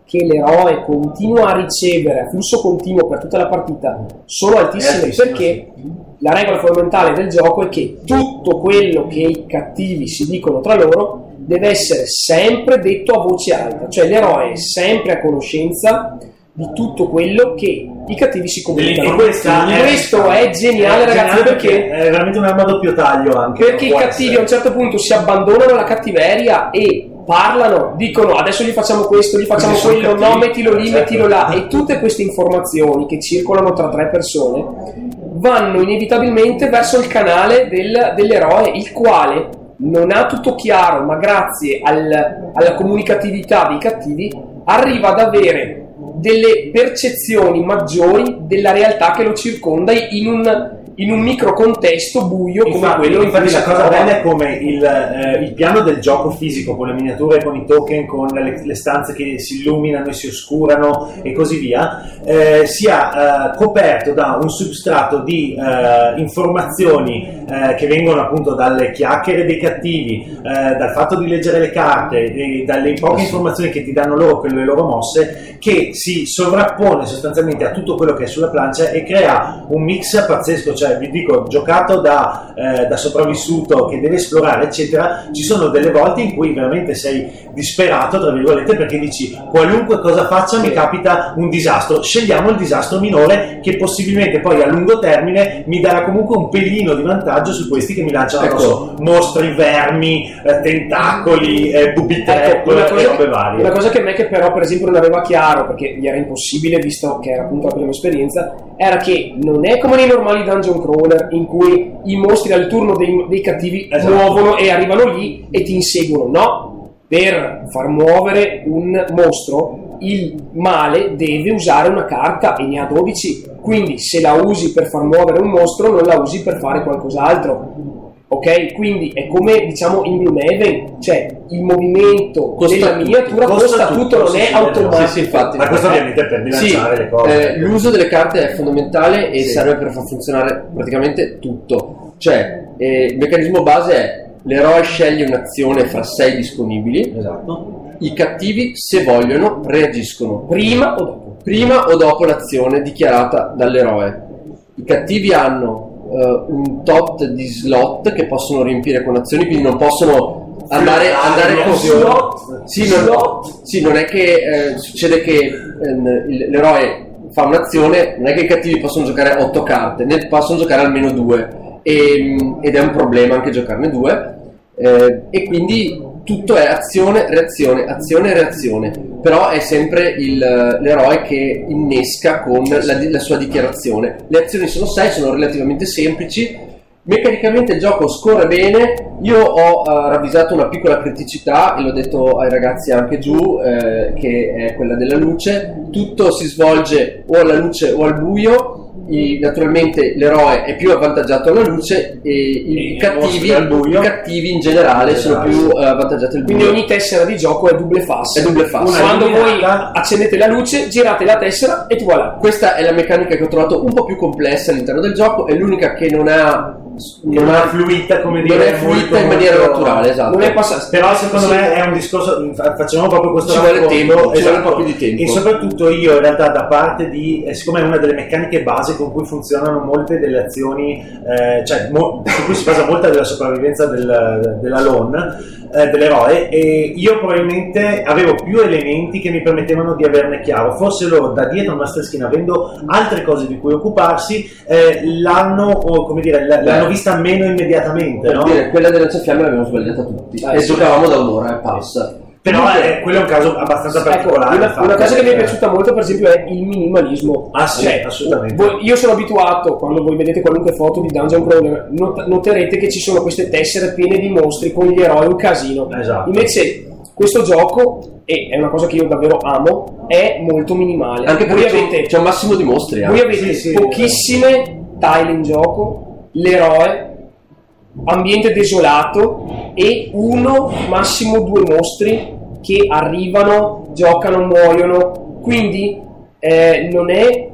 S2: che l'eroe continua a ricevere a flusso continuo per tutta la partita sono altissime, perché la regola fondamentale del gioco è che tutto quello che i cattivi si dicono tra loro deve essere sempre detto a voce alta, cioè l'eroe è sempre a conoscenza di tutto quello che i cattivi si comunicano.
S3: E questa è,
S2: questo è geniale, è ragazzi,
S3: geniale
S2: perché
S3: è veramente un'arma a doppio taglio anche,
S2: perché i cattivi essere. a un certo punto si abbandonano alla cattiveria e parlano, dicono adesso gli facciamo questo, gli facciamo
S3: Quindi
S2: quello,
S3: cattivi,
S2: no, mettilo lì,
S3: certo.
S2: mettilo là, e tutte queste informazioni che circolano tra tre persone vanno inevitabilmente verso il canale del, dell'eroe, il quale non ha tutto chiaro, ma grazie al, alla comunicatività dei cattivi arriva ad avere delle percezioni maggiori della realtà che lo circonda in un, in un micro contesto buio come
S3: infatti,
S2: quello in
S3: infatti
S2: cui
S3: la
S2: si
S3: cosa
S2: trova.
S3: bella è come il, eh, il piano del gioco fisico con le miniature, con i token, con le, le stanze che si illuminano e si oscurano e così via, eh, sia eh, coperto da un substrato di eh, informazioni eh, che vengono appunto dalle chiacchiere dei cattivi, eh, dal fatto di leggere le carte e dalle poche informazioni che ti danno loro con le loro mosse, che si sovrappone sostanzialmente a tutto quello che è sulla plancia e crea un mix pazzesco. Cioè, vi dico, giocato da, eh, da sopravvissuto che deve esplorare eccetera, ci sono delle volte in cui veramente sei disperato tra virgolette, perché dici qualunque cosa faccia mi capita un disastro, scegliamo il disastro minore che possibilmente poi a lungo termine mi darà comunque un pelino di vantaggio su questi che mi lanciano,
S1: ecco,
S3: non so, mostri, vermi, eh, tentacoli, eh, booby trap,
S2: ecco, una cosa,
S3: e robe varie.
S2: Una cosa che me che però per esempio non aveva chiaro, perché gli era impossibile visto che era appunto la prima esperienza, era che non è come nei normali dungeon crawler in cui i mostri al turno dei, dei cattivi
S3: esatto.
S2: muovono e arrivano lì e ti inseguono. No, per far muovere un mostro il male deve usare una carta e ne ha dodici, quindi se la usi per far muovere un mostro non la usi per fare qualcos'altro. Ok, quindi è come diciamo in Gloomhaven, cioè il movimento
S1: Costa
S2: della
S1: tutto,
S2: miniatura
S3: costa
S2: costa
S3: tutto,
S2: tutto, non
S3: sì,
S2: è
S3: sì,
S2: automatico.
S1: Sì, sì, infatti.
S3: Ma questo ovviamente per bilanciare
S1: sì,
S3: le cose.
S1: Eh, l'uso delle carte è fondamentale e
S3: Sì.
S1: serve per far funzionare praticamente tutto. Cioè, eh, il meccanismo base è l'eroe sceglie un'azione fra sei disponibili.
S3: Esatto.
S1: I cattivi, se vogliono, reagiscono
S2: Prima o dopo?
S1: prima o dopo l'azione dichiarata dall'eroe. I cattivi hanno uh, un tot di slot che possono riempire con azioni, quindi non possono andare, andare con
S2: slot,
S1: sì, non,
S2: slot.
S1: sì, non è che eh, succede che ehm, il- l'eroe fa un'azione, non è che i cattivi possono giocare otto carte, ne possono giocare almeno due, e, ed è un problema anche giocarne due, eh, e quindi tutto è azione, reazione, azione, reazione, però è sempre il, l'eroe che innesca con la, la sua dichiarazione. Le azioni sono sei, sono relativamente semplici, meccanicamente il gioco scorre bene. Io ho uh, ravvisato una piccola criticità e l'ho detto ai ragazzi anche giù, eh, che è quella della luce. Tutto si svolge o alla luce o al buio. I, naturalmente l'eroe è più avvantaggiato alla luce e i,
S3: I
S1: cattivi,
S3: al buio.
S1: i cattivi in generale
S3: In
S1: sono
S3: generale,
S1: più uh, avvantaggiati al buio.
S2: Quindi ogni tessera di gioco è double face.
S1: È double face.
S3: Una
S2: Quando voi
S3: illuminata.
S2: accendete la luce, girate la tessera e voilà.
S1: Questa è la meccanica che ho trovato un po' più complessa all'interno del gioco, è l'unica che non ha
S3: Non
S1: non
S3: è
S1: ha
S3: fluita, come
S1: non
S3: dire,
S1: è fluita
S3: molto,
S1: in maniera
S3: molto-
S1: naturale, esatto.
S2: Non è passato.
S3: Però secondo
S2: Sì.
S3: me è un discorso, fa- facciamo proprio questo
S1: Ci vuole
S3: racconto,
S1: tempo, ci vuole
S3: esatto.
S1: un po' più di tempo.
S3: E soprattutto io in realtà da parte di, eh, siccome è una delle meccaniche base con cui funzionano molte delle azioni, eh, cioè mo- su cui si basa molta della sopravvivenza del, della lone, eh, dell'eroe, e io probabilmente avevo più elementi che mi permettevano di averne chiaro. Forse loro da dietro a Master Skin, avendo altre cose di cui occuparsi, eh, l'hanno, o come dire, l- l'hanno vista meno immediatamente,
S1: Per
S3: no?
S1: dire, quella della lanciafiamme l'abbiamo sbagliata tutti
S2: Eh,
S1: e
S2: sì.
S1: giocavamo da un'ora e passa.
S3: Però
S1: Comunque,
S3: eh, quello è un caso abbastanza
S2: Ecco,
S3: particolare.
S2: una,
S3: infatti,
S2: una cosa che mi è
S3: eh,
S2: piaciuta molto per esempio è il minimalismo.
S3: Ah, sì,
S2: Cioè,
S3: assolutamente.
S2: voi- io sono abituato, quando voi vedete qualunque foto di Dungeon Crawler, not- noterete che ci sono queste tessere piene di mostri con gli eroi, un casino.
S3: Esatto.
S2: Invece questo gioco, e è una cosa che io davvero amo, è molto minimale.
S1: anche
S2: voi
S1: perché c'è,
S2: avete,
S1: c'è un massimo di mostri.
S2: voi
S1: Anche.
S2: avete
S3: Sì, sì,
S2: pochissime tile in gioco, l'eroe, ambiente desolato e uno, massimo due mostri che arrivano, giocano, muoiono. Quindi eh, non è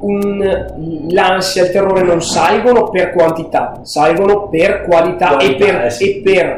S2: un l'ansia e il terrore non salgono per quantità, salgono per qualità,
S3: Qualità,
S2: e, per,
S3: eh sì.
S2: e per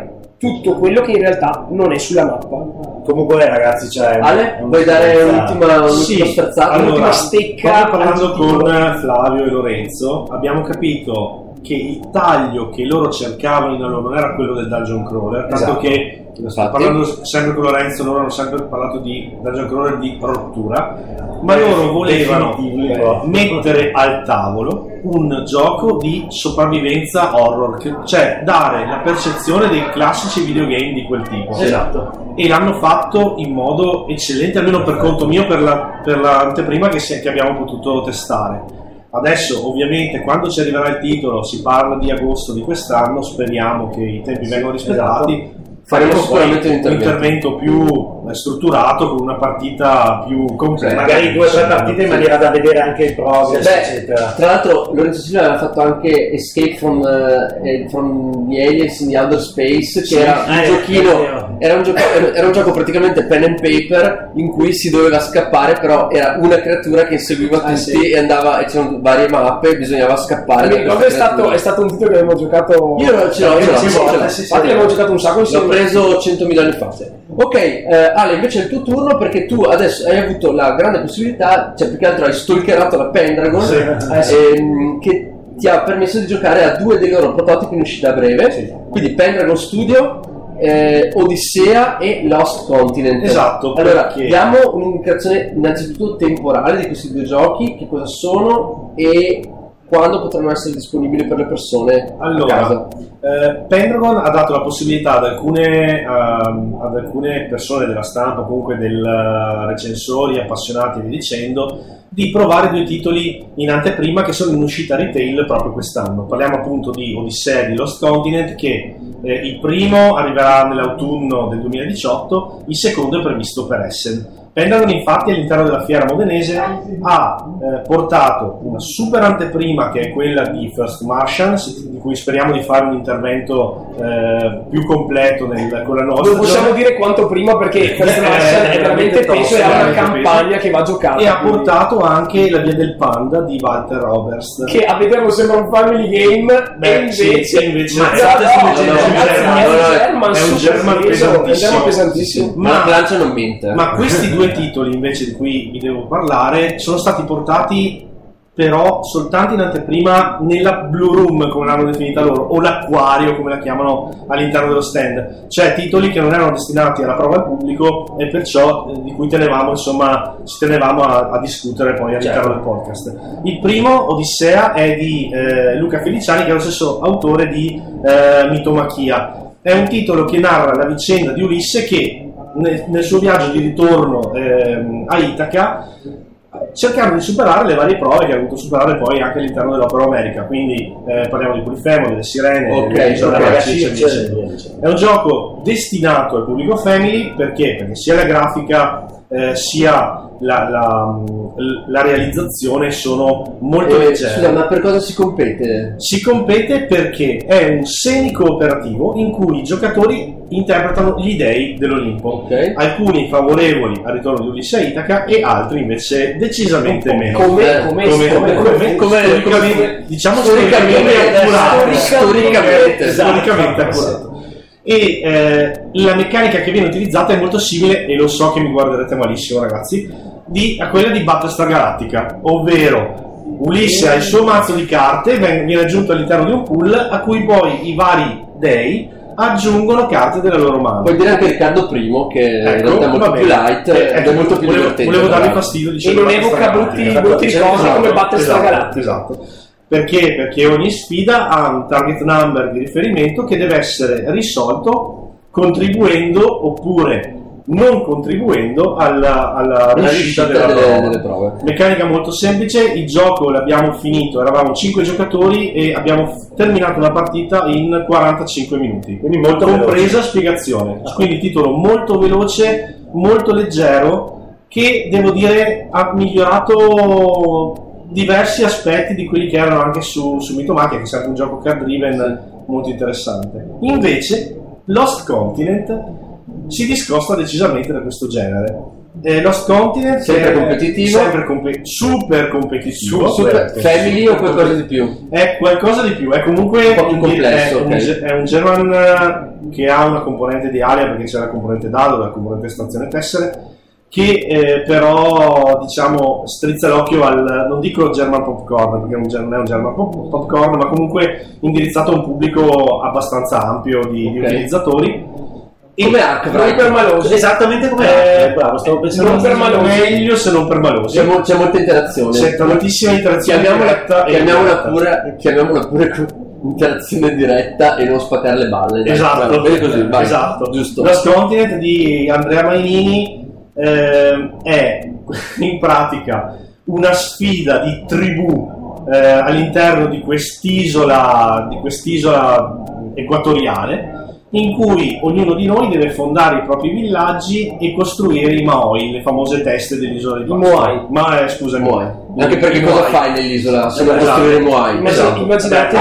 S2: tutto quello che in realtà non è sulla mappa.
S3: Comunque ragazzi, c'è
S1: Ale, vuoi dare un'ultima, un'ultima
S4: Sì,
S1: sterzata?
S4: allora,
S2: L'ultima stecca.
S4: proprio parlando con Flavio e Lorenzo, abbiamo capito che il taglio che loro cercavano in allora non era quello del dungeon crawler, tanto
S3: Esatto.
S4: che
S1: Infatti.
S4: parlando sempre con Lorenzo, loro hanno sempre parlato di dungeon crawler di rottura, ma loro volevano
S3: Definitivo.
S4: mettere al tavolo un gioco di sopravvivenza horror, che- cioè dare la percezione dei classici videogame di quel tipo.
S3: Esatto.
S4: E l'hanno fatto in modo eccellente, almeno per conto mio, per, la, per l'anteprima che, si- che abbiamo potuto testare. Adesso ovviamente quando ci arriverà il titolo, si parla di agosto di quest'anno, speriamo che i tempi vengano rispettati.
S1: Faremo
S4: Faremo
S1: sicuramente
S4: poi
S1: un intervento.
S4: intervento più eh, strutturato, con una partita più completa.
S3: Magari due o tre partite in maniera da vedere anche il progress,
S1: Beh,
S3: eccetera.
S1: tra l'altro Lorenzo Silva aveva fatto anche Escape from, eh, from the Aliens in the Outer Space, che
S3: Sì,
S1: era un
S3: eh,
S1: giochino,
S3: è vero.
S1: era un, gioco, era un gioco praticamente pen and paper in cui si doveva scappare, però era una creatura che inseguiva
S2: Ah,
S1: tutti
S2: sì.
S1: e andava, e c'erano varie mappe e bisognava scappare.
S2: Mi
S1: da
S2: ricordo è
S1: questa
S2: stato,
S1: creatura.
S2: è stato un titolo che avevo giocato.
S1: Io non ce l'ho, ce l'ho,
S2: Sì,
S1: ce l'ho,
S2: sì,
S1: ce l'ho.
S2: sì, Infatti l'avevo giocato un sacco
S1: L'ho
S2: insieme.
S1: preso centomila anni fa. Ok, eh, Ale, invece è il tuo turno, perché tu adesso hai avuto la grande possibilità, cioè più che altro hai stalkerato la Pendragon,
S3: Sì.
S2: Eh, sì.
S1: ehm, che ti ha permesso di giocare a due dei loro prototipi in uscita a breve,
S3: Sì.
S1: quindi Pendragon Studio, eh, Odissea e Lost Continent.
S4: Esatto,
S1: Allora,
S4: perché-
S1: diamo un'indicazione innanzitutto temporale di questi due giochi, che cosa sono e quando potranno essere disponibili per le persone a
S4: Allora,
S1: casa.
S4: eh, Pendragon ha dato la possibilità ad alcune, ehm, ad alcune persone della stampa, comunque del eh, recensori, appassionati e via dicendo, di provare due titoli in anteprima che sono in uscita retail proprio quest'anno. Parliamo appunto di Odissea e di Lost Continent, che eh, il primo arriverà nell'autunno del duemiladiciotto, il secondo è previsto per Essen. Pendragon infatti all'interno della fiera modenese ha eh, portato una super anteprima che è quella di First Martian, di cui speriamo di fare un intervento eh, più completo nel, con la nostra.
S2: Non possiamo dire quanto prima perché First
S4: Eh,
S2: Martian è veramente
S4: tosto,
S2: peso e ha una
S4: veramente
S2: campagna
S4: peso.
S2: che va giocata.
S4: E ha
S2: quindi-
S4: portato anche La via del panda di Walter Roberts.
S2: che a vederlo sembra un family game
S4: Beh,
S2: e invece,
S4: sì, invece-
S2: Ma
S4: Ma
S2: no,
S4: è
S2: no,
S4: un
S2: no,
S4: German,
S2: è un
S1: no, no,
S2: German
S4: è un
S2: super
S4: German
S2: peso, è un
S4: pesantissimo.
S2: German pesantissimo.
S1: Ma la plancia non mente.
S4: Ma questi due titoli invece di cui vi devo parlare sono stati portati però soltanto in anteprima nella Blue Room, come l'hanno definita loro, o l'acquario come la chiamano all'interno dello stand, cioè titoli che non erano destinati alla prova al pubblico e perciò eh, di cui tenevamo, insomma, ci tenevamo a, a discutere poi all'interno
S1: Certo.
S4: del podcast. Il primo, Odissea, è di eh, Luca Feliciani, che è lo stesso autore di eh, Mitomachia. È un titolo che narra la vicenda di Ulisse che nel, nel suo viaggio di ritorno ehm, a Itaca cercando di superare le varie prove che ha dovuto superare poi anche all'interno dell'Opera Omerica, quindi eh, parliamo di Polifemo, delle Sirene,
S1: Ok,
S4: delle Isole
S1: ok,
S4: Marci,
S3: sì,
S4: eccetera,
S3: sì,
S4: eccetera.
S3: sì.
S4: È un gioco destinato al pubblico family perché, perché sia la grafica eh, sia la, la, la realizzazione sono molto
S1: Eh,
S4: leggere.
S1: scusa, ma per cosa si compete?
S4: Si compete perché è un semi-cooperativo in cui i giocatori interpretano gli dei dell'Olimpo,
S1: Ok.
S4: alcuni favorevoli al ritorno di Ulisse a Itaca e altri invece decisamente meno.
S2: Come,
S1: Eh,
S2: come,
S4: come,
S2: come,
S4: come,
S1: come-
S4: storicamente,
S1: come-
S4: diciamo
S1: storicamente,
S4: storicamente accurato.
S1: storicamente,
S4: storicamente
S1: esatto.
S4: accurato. E eh, la meccanica che viene utilizzata è molto simile, e lo so che mi guarderete malissimo ragazzi, di, a quella di Battlestar Galactica, ovvero Ulisse ha il suo mazzo di carte, ven- viene aggiunto all'interno di un pool a cui poi i vari dei aggiungono carte della loro mano.
S1: Puoi dire anche Riccardo Primo, che in
S4: Ecco,
S1: realtà è molto
S4: va
S1: più
S4: bene.
S1: light
S4: Eh,
S1: ed è
S4: ecco,
S1: molto più
S4: volevo,
S1: divertente.
S4: volevo darvi
S1: però.
S4: fastidio
S2: E
S4: dicendo
S2: non
S4: Battlestar
S2: evoca brutti,
S4: Galactica.
S2: brutti ricordi
S4: Esatto,
S2: come Battlestar
S4: esatto,
S2: Galactica.
S4: esatto. Perché? Perché ogni sfida ha un target number di riferimento che deve essere risolto contribuendo oppure non contribuendo alla, alla
S1: La
S4: riuscita
S1: riuscita
S4: della
S1: delle,
S4: prova.
S1: delle prove.
S4: Meccanica molto semplice, il gioco l'abbiamo finito, eravamo cinque giocatori e abbiamo f- terminato la partita in quarantacinque minuti,
S3: Quindi molto
S4: compresa
S3: veloce.
S4: spiegazione. Quindi titolo molto veloce, molto leggero, che devo dire ha migliorato diversi aspetti di quelli che erano anche su, su Mythomachia, che è sempre un gioco card driven molto interessante. Invece Lost Continent si discosta decisamente da questo genere, Eh, Lost Continent
S1: sempre
S4: è
S1: competitivo,
S4: sempre compe- super competitivo,
S1: super family o qualcosa di più?
S4: È qualcosa di più, è comunque
S1: un po' più complesso,
S4: è,
S1: okay.
S4: un, è un German che ha una componente di aria, perché c'è la componente dado, la componente estrazione tessere, che eh, però diciamo strizza l'occhio al, non dico German popcorn perché non è un German pop- popcorn, ma comunque indirizzato a un pubblico abbastanza ampio di, okay. di utilizzatori.
S1: Come Arkwright,
S2: non per malosi,
S3: esattamente come
S4: eh,
S3: bravo, stavo pensando
S4: non per malosi, meglio se non per malosi.
S1: C'è, mo- c'è molta interazione,
S4: c'è tantissima interazione
S1: chiamiamola,
S4: diretta,
S1: chiamiamola pure, chiamiamola pure interazione diretta e non spaccare le balle.
S4: Esatto,
S1: dai, così, vai,
S4: esatto.
S1: Giusto.
S4: Lost Continent di Andrea Mainini eh, è in pratica una sfida di tribù eh, all'interno di quest'isola, di quest'isola equatoriale, in cui ognuno di noi deve fondare i propri villaggi e costruire i Maoi, le famose teste dell'isola di Pasqua.
S2: Moai.
S4: Ma eh, scusa,
S1: Moai. Anche perché cosa
S4: Moai.
S1: fai nell'isola se non
S4: Esatto.
S1: costruire Moai?
S4: Esatto.
S2: Immaginatevi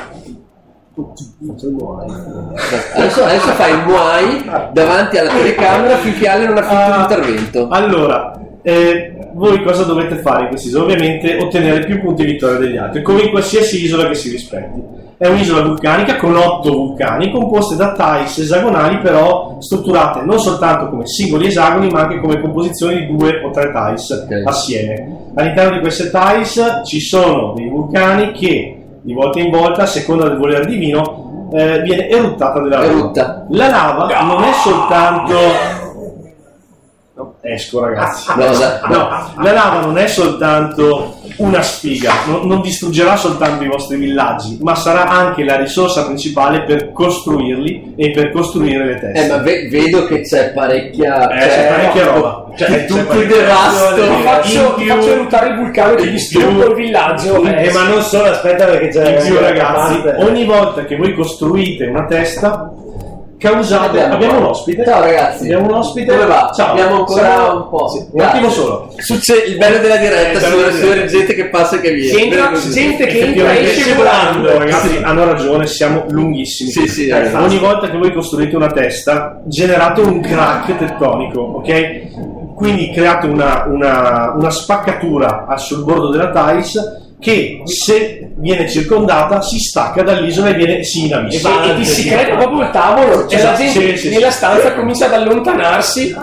S1: Adesso, adesso fai il Muay davanti alla telecamera finché Ale non ha finito
S4: Ah,
S1: l'intervento.
S4: Allora, eh, voi cosa dovete fare in questa isola? Ovviamente ottenere più punti vittoria degli altri, come in qualsiasi isola che si rispetti. È un'isola vulcanica con otto vulcani composte da tiles esagonali, però strutturate non soltanto come singoli esagoni ma anche come composizioni di due o tre tiles
S1: Okay.
S4: assieme. All'interno di queste tiles ci sono dei vulcani che di volta in volta, a seconda del volere divino, eh, viene eruttata della lava.
S1: Erutta.
S4: La lava non è soltanto... No, esco ragazzi.
S1: No, da-
S4: No, la lava non è soltanto una sfiga, non, non distruggerà soltanto i vostri villaggi, ma sarà anche la risorsa principale per costruirli e per costruire le teste.
S1: Eh, ma ve- vedo che c'è parecchia,
S4: Eh, c'è parecchia roba.
S1: Cioè,
S4: C'è
S1: tutto il
S4: parecchia
S1: devasto.
S4: roba.
S2: faccio,
S4: In più-
S2: faccio ruotare il vulcano che
S4: in
S2: distruggo
S4: più-
S2: il villaggio.
S3: Eh,
S2: eh,
S3: ma non solo, aspetta perché c'è
S4: In più,
S3: c'è
S4: ragazzi,
S3: parte.
S4: ogni volta che voi costruite una testa, causate.
S1: Abbiamo
S4: Abbiamo
S1: qua.
S4: un ospite.
S1: Ciao ragazzi.
S4: Abbiamo un ospite.
S1: Come va?
S4: Ciao.
S1: Abbiamo ancora
S4: Siamo-
S1: un po'.
S4: Sì, un
S1: Grazie.
S4: attimo solo.
S1: Succede il bello della diretta,
S4: Eh, il bello
S1: signore e
S4: della
S1: signori, gente che passa e che viene.
S2: Che entra-
S1: Bene così.
S2: gente che entra
S4: Effettivamente
S2: e esce
S4: stiamo
S2: volando.
S4: volando, ragazzi, hanno ragione, siamo lunghissimi.
S1: Sì, sì,
S4: Eh,
S1: eh,
S4: ogni volta che voi costruite una testa, generate un crack tettonico, ok? Quindi create una, una, una spaccatura sul bordo della tiles che, se viene circondata, si stacca dall'isola e viene si inabissa.
S2: E, e ti si crea proprio il tavolo, cioè
S4: Esatto,
S2: la gente
S4: sì, sì,
S2: nella
S4: sì.
S2: stanza comincia ad allontanarsi.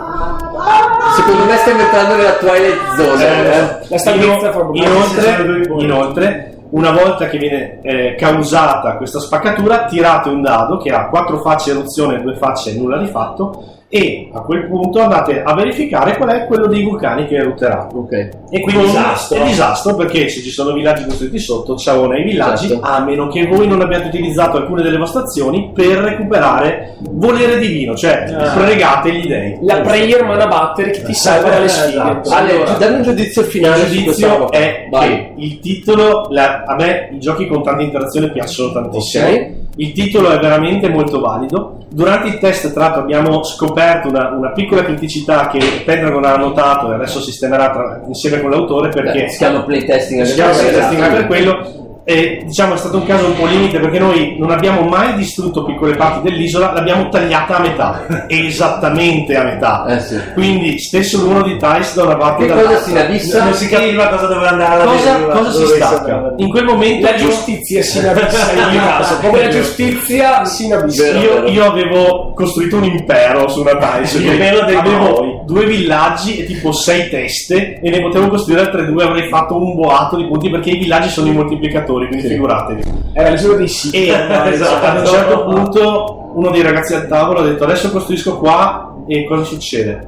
S1: Secondo me stiamo entrando nella Twilight Zone.
S4: Eh,
S2: La salvezza
S4: ino-
S2: fa proprio-
S4: inoltre, inoltre, una volta che viene eh, causata questa spaccatura, tirate un dado che ha quattro facce eruzione e due facce nulla di fatto, e a quel punto andate a verificare qual è quello dei vulcani che erutterà.
S1: Ok.
S4: E quindi
S3: disastro.
S4: è disastro, perché se ci sono villaggi costruiti sotto, ciaone ai villaggi,
S1: Certo.
S4: a meno che voi non abbiate utilizzato alcune delle vostre azioni per recuperare volere divino, cioè
S3: Ah.
S4: pregate gli dei.
S2: La prayer mana battere che ti salva dalle sfide.
S3: Esatto.
S1: Ale,
S4: Allora,
S1: dammi un giudizio
S4: Il
S1: finale su questa
S4: giudizio
S1: roba.
S4: è
S1: Vai.
S4: che il titolo, la- a me i giochi con tanta interazione piacciono tantissimo.
S1: Ok.
S4: Il titolo è veramente molto valido. Durante il test, tra l'altro, abbiamo scoperto una, una piccola criticità che Pendragon ha notato e adesso sistemerà tra- insieme con l'autore, perché
S1: Beh, si chiama playtesting.
S4: si chiama
S1: anche
S4: playtesting
S1: quello.
S4: per quello. E diciamo è stato un caso un po' limite, perché noi non abbiamo mai distrutto piccole parti dell'isola, l'abbiamo tagliata a metà, esattamente a metà.
S1: Eh sì.
S4: Quindi stesso numero di tiles da una parte e
S1: Che cosa
S4: dall'altra.
S1: si inabissa?
S3: Non si capiva cosa doveva andare alla
S4: Cosa,
S3: deriva,
S4: cosa si
S3: dove
S4: stacca?
S3: andava.
S4: In quel momento
S2: La
S4: io-
S2: giustizia si inabissa in ogni caso, come la giustizia si inabissa.
S1: Vero,
S4: Io,
S1: vero.
S4: io avevo costruito un impero su una tiles,
S3: Il
S4: quindi
S3: impero dei
S4: avevo
S3: Maori.
S4: due villaggi e tipo sei teste, e ne potevo costruire altre due, avrei fatto un boato di punti, perché i villaggi sono i moltiplicatori, quindi
S1: Sì.
S4: figuratevi.
S2: Era l'isola dei sì.
S4: E
S3: Esatto.
S4: ad un certo punto uno dei ragazzi al tavolo ha detto: adesso costruisco qua e cosa succede?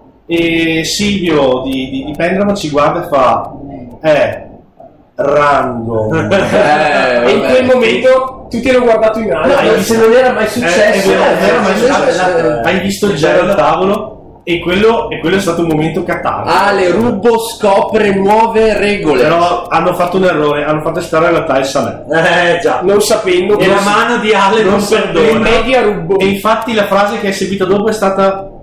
S4: E Silvio di, di, di Pendragon ci guarda e fa: eh, random.
S1: Eh,
S2: E in
S1: vabbè.
S2: quel momento tutti hanno guardato in
S1: No,
S2: alto.
S1: ma se non era mai
S4: Eh,
S1: successo,
S4: è vero,
S1: eh,
S4: non era mai
S1: eh,
S4: successo.
S1: eh,
S4: Hai visto il gelo al tavolo? E quello, e quello è stato un momento catartico.
S1: Ale Rubbo scopre nuove regole.
S4: Però hanno fatto un errore, hanno fatto stare la tiles a me.
S3: Eh già.
S2: Non sapendo
S3: E la mano di Ale non
S4: Non
S3: perdona.
S2: il media rubbo.
S4: E infatti la frase che hai seguito dopo è stata: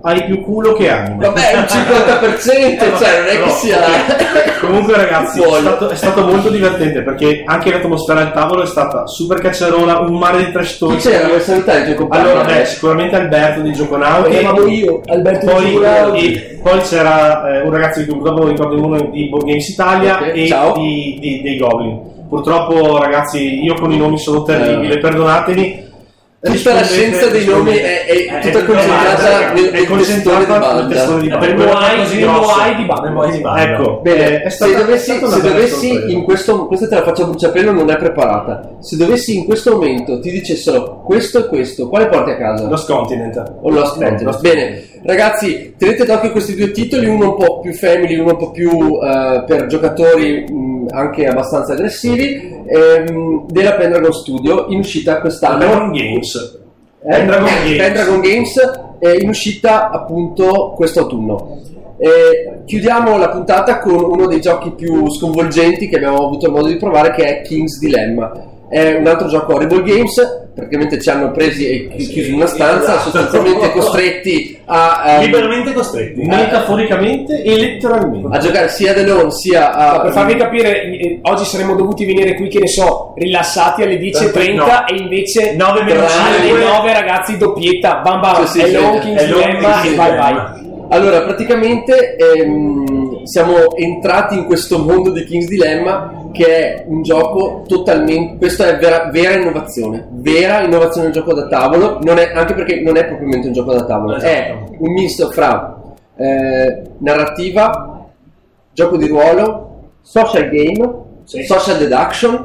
S4: hai più culo che anima.
S1: Vabbè, è un cinquanta per cento,
S4: Eh,
S1: cioè non è
S4: però,
S1: che sia...
S4: ok. Comunque ragazzi, è
S1: Voglio.
S4: stato, è stato molto divertente perché anche l'atmosfera al tavolo è stata super cacciarona, un mare di trash
S1: Chi
S4: talk.
S1: c'era? Vuoi salutare i tuoi compagni?
S4: Allora, beh, sicuramente Alberto di Gioconauti.
S2: Eravamo io, Alberto
S4: Poi,
S2: Giurauti.
S4: e poi c'era eh, un ragazzo di cui purtroppo ricordo uno di Board Games Italia
S1: Ok,
S4: e
S1: ciao.
S4: di, di- dei Goblin. Purtroppo ragazzi, io con i nomi sono terribile,
S1: Eh.
S4: perdonatemi.
S1: Tutta la
S4: Rispondete-
S1: scienza dei nomi è, è
S3: Eh,
S1: tutta
S3: è-
S1: concentrata
S4: è-
S1: nel,
S4: è
S1: nel
S4: concentrata
S1: testone di
S4: nel testone di
S1: banda.
S4: banda.
S2: Per Moai
S3: così
S2: di
S3: grosso.
S2: Moai di Banda.
S3: Per Moai di Banda.
S4: Ecco,
S1: Bene,
S4: eh, è stata,
S1: se dovessi,
S4: è stata una
S1: se
S4: bella
S1: dovessi
S4: sorpresa.
S1: in questo, questa te la faccio a bruciapelo, non è preparata. Se dovessi in questo momento ti dicessero questo e questo, quale porti a casa?
S4: Lost Continent.
S1: O Lost Continent.
S4: Lost
S1: Bene, ragazzi, tenete d'occhio questi due titoli, uno un po' più family, uno un po' più eh, per giocatori mh, anche abbastanza aggressivi, ehm, della Pendragon Studio, in uscita quest'anno.
S4: Pendragon Games.
S1: Eh?
S4: Pendragon Games.
S1: Pendragon Games è in uscita appunto quest'autunno. Eh, chiudiamo la puntata con uno dei giochi più sconvolgenti che abbiamo avuto modo di provare, che è King's Dilemma. È un altro gioco Horrible Games, praticamente ci hanno presi e chi- chiusi in una stanza,
S3: esatto.
S1: sostanzialmente costretti a, ehm,
S3: Liberamente costretti.
S4: Metaforicamente e letteralmente.
S1: a giocare sia ad alone sia a...
S2: Ma per farvi capire, eh, oggi saremmo dovuti venire qui, che ne so, rilassati alle dieci e trenta
S3: No.
S2: e invece
S3: nove meno
S2: alle
S3: cinque.
S2: nove ragazzi doppietta, bam bam,
S1: Sì, sì,
S2: è
S1: sì,
S2: long
S1: sì,
S2: King's
S3: è long
S2: Dilemma
S3: King's
S2: e vai
S3: Dilemma.
S2: vai.
S1: Allora, praticamente ehm, siamo entrati in questo mondo di King's Dilemma, che è un gioco totalmente... Questo è vera, vera innovazione, vera innovazione del gioco da tavolo, non è, anche perché non è propriamente un gioco da tavolo,
S3: Esatto.
S1: è un misto fra eh, narrativa, gioco di ruolo, social game,
S3: Sì.
S1: social deduction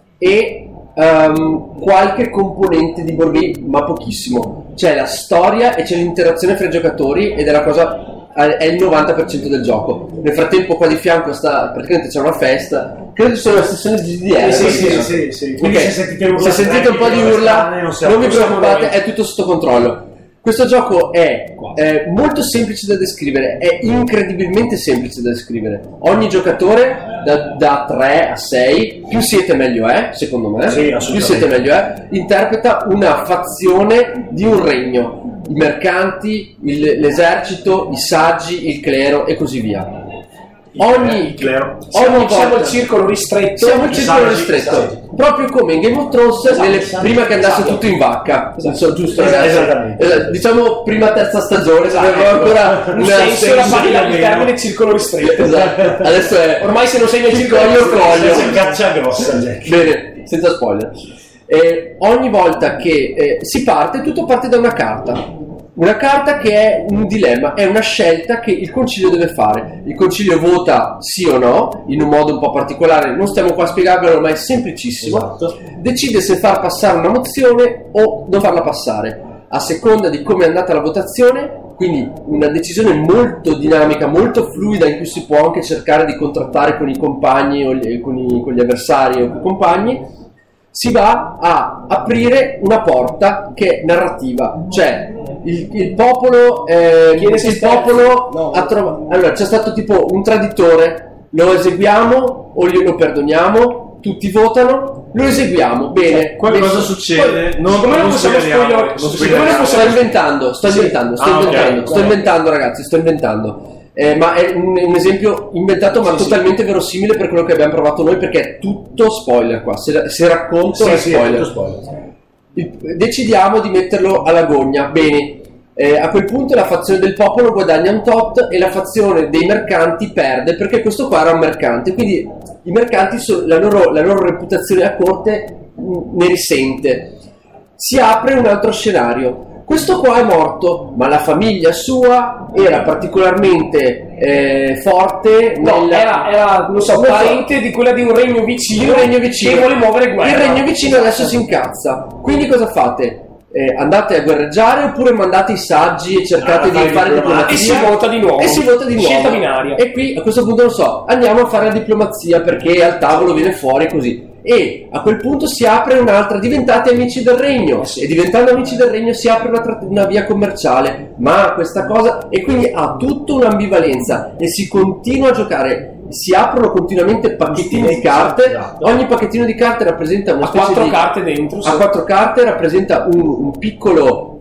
S1: e ehm, qualche componente di board game, ma pochissimo. C'è la storia e c'è l'interazione fra i giocatori ed è la cosa, è il novanta per cento del gioco. Nel frattempo qua di fianco sta, praticamente c'è una festa, credo ci sia una sessione di G D R.
S3: Sì, sì,
S1: perché-
S3: sì, sì, sì.
S1: Ok,
S3: Quindi se sentite urla
S1: se sentite un po' di
S3: strane,
S1: urla,
S3: non
S1: non,
S3: siamo-
S1: vi
S3: non siamo
S1: preoccupate,
S3: noi.
S1: è tutto sotto controllo. Questo gioco è eh, molto semplice da descrivere, è incredibilmente semplice da descrivere. Ogni giocatore, da, da tre a sei, più siete meglio è, secondo me,
S3: Sì,
S1: più
S3: assolutamente.
S1: siete meglio è, interpreta una fazione di un regno, i mercanti, il- l'esercito, i saggi, il clero e così via. Ogni,
S4: Il clero.
S2: Siamo,
S1: ogni
S2: siamo
S1: volta-
S2: il circolo ristretto.
S1: siamo il
S3: I
S1: circolo
S3: saggi,
S1: ristretto,
S3: i saggi.
S1: proprio come in Game of Thrones,
S2: Esatto,
S1: nelle-
S2: esatto,
S1: prima che andasse
S2: esatto.
S1: tutto in vacca. Non so, giusto,
S3: Esatto,
S1: ragazzi?
S3: esattamente.
S1: Eh, diciamo prima terza stagione,
S2: Esatto,
S1: aveva ancora
S2: un
S1: una
S2: senso la
S3: senso
S2: il
S3: di meno.
S2: termine circolo ristretto.
S1: Esatto. Adesso è
S2: Ormai se non sei nel
S1: Chi
S2: circolo
S1: coglio,
S2: ristretto,
S1: coglio.
S3: C'è caccia grossa, Jack.
S1: bene, senza spoiler. Eh, ogni volta che eh, si parte, tutto parte da una carta. Una carta che è un dilemma, è una scelta che il concilio deve fare. Il concilio vota sì o no, in un modo un po' particolare, non stiamo qua a spiegarvelo, ma è semplicissimo.
S3: Esatto.
S1: Decide se far passare una mozione o non farla passare, a seconda di come è andata la votazione, quindi una decisione molto dinamica, molto fluida, in cui si può anche cercare di contrattare con i compagni o gli- con, i- con gli avversari o con i compagni. Si va a aprire una porta che è narrativa, cioè il, il popolo, eh,
S2: Chiede se
S1: il
S2: sterzi.
S1: popolo
S2: No.
S1: ha trovato. Allora c'è stato tipo un traditore, lo eseguiamo o glielo perdoniamo? Tutti votano, lo eseguiamo. Bene,
S4: Qualcosa
S1: Adesso-
S4: succede,
S1: poi-
S4: non,
S2: siccome non
S4: non
S2: possiamo
S4: spoileriamo,
S2: spoiler-
S4: non
S2: siccome
S1: Siccome
S4: spoileriamo.
S1: lo sto inventando, sto inventando, sto
S4: Ah, ok.
S1: inventando, sto
S2: Vabbè.
S1: inventando, ragazzi, sto inventando. Eh, ma è un, un esempio inventato, ma
S2: Sì, sì.
S1: totalmente verosimile per quello che abbiamo provato noi, perché è tutto spoiler qua. Se, se racconto
S3: Sì,
S1: è
S3: sì, è
S1: spoiler.
S3: tutto spoiler.
S1: Il- decidiamo di metterlo alla gogna. Bene, eh, a quel punto la fazione del popolo guadagna un tot e la fazione dei mercanti perde, perché questo qua era un mercante, quindi i mercanti so- la, loro, la loro reputazione a corte mh, ne risente. Si apre un altro scenario. Questo qua è morto, ma la famiglia sua era particolarmente eh, forte.
S2: No,
S1: nella-
S2: era, era, non so,
S1: Non so.
S2: parente di quella di un regno vicino,
S1: Il regno vicino.
S2: che vuole muovere guerra.
S1: Il regno vicino adesso si incazza. Quindi cosa fate? Eh, andate a guerreggiare oppure mandate i saggi e cercate
S3: Ah,
S1: di
S3: fai
S1: fare
S3: diplomazia.
S2: E si
S1: diplomazia?
S2: vota di nuovo.
S1: E si vota di nuovo.
S2: Scelta binaria.
S1: E qui a questo punto non so, andiamo a fare la diplomazia perché al tavolo viene fuori così. E a quel punto si apre un'altra, diventate amici del regno, e diventando amici del regno si apre una, tra- una via commerciale, ma questa cosa, e quindi ha tutta un'ambivalenza e si continua a giocare, si aprono continuamente pacchettini di carte,
S3: Esatto.
S1: ogni pacchettino di carte rappresenta una
S2: Ha
S1: specie
S2: quattro
S1: di...
S2: carte dentro.
S1: a quattro carte rappresenta un, un piccolo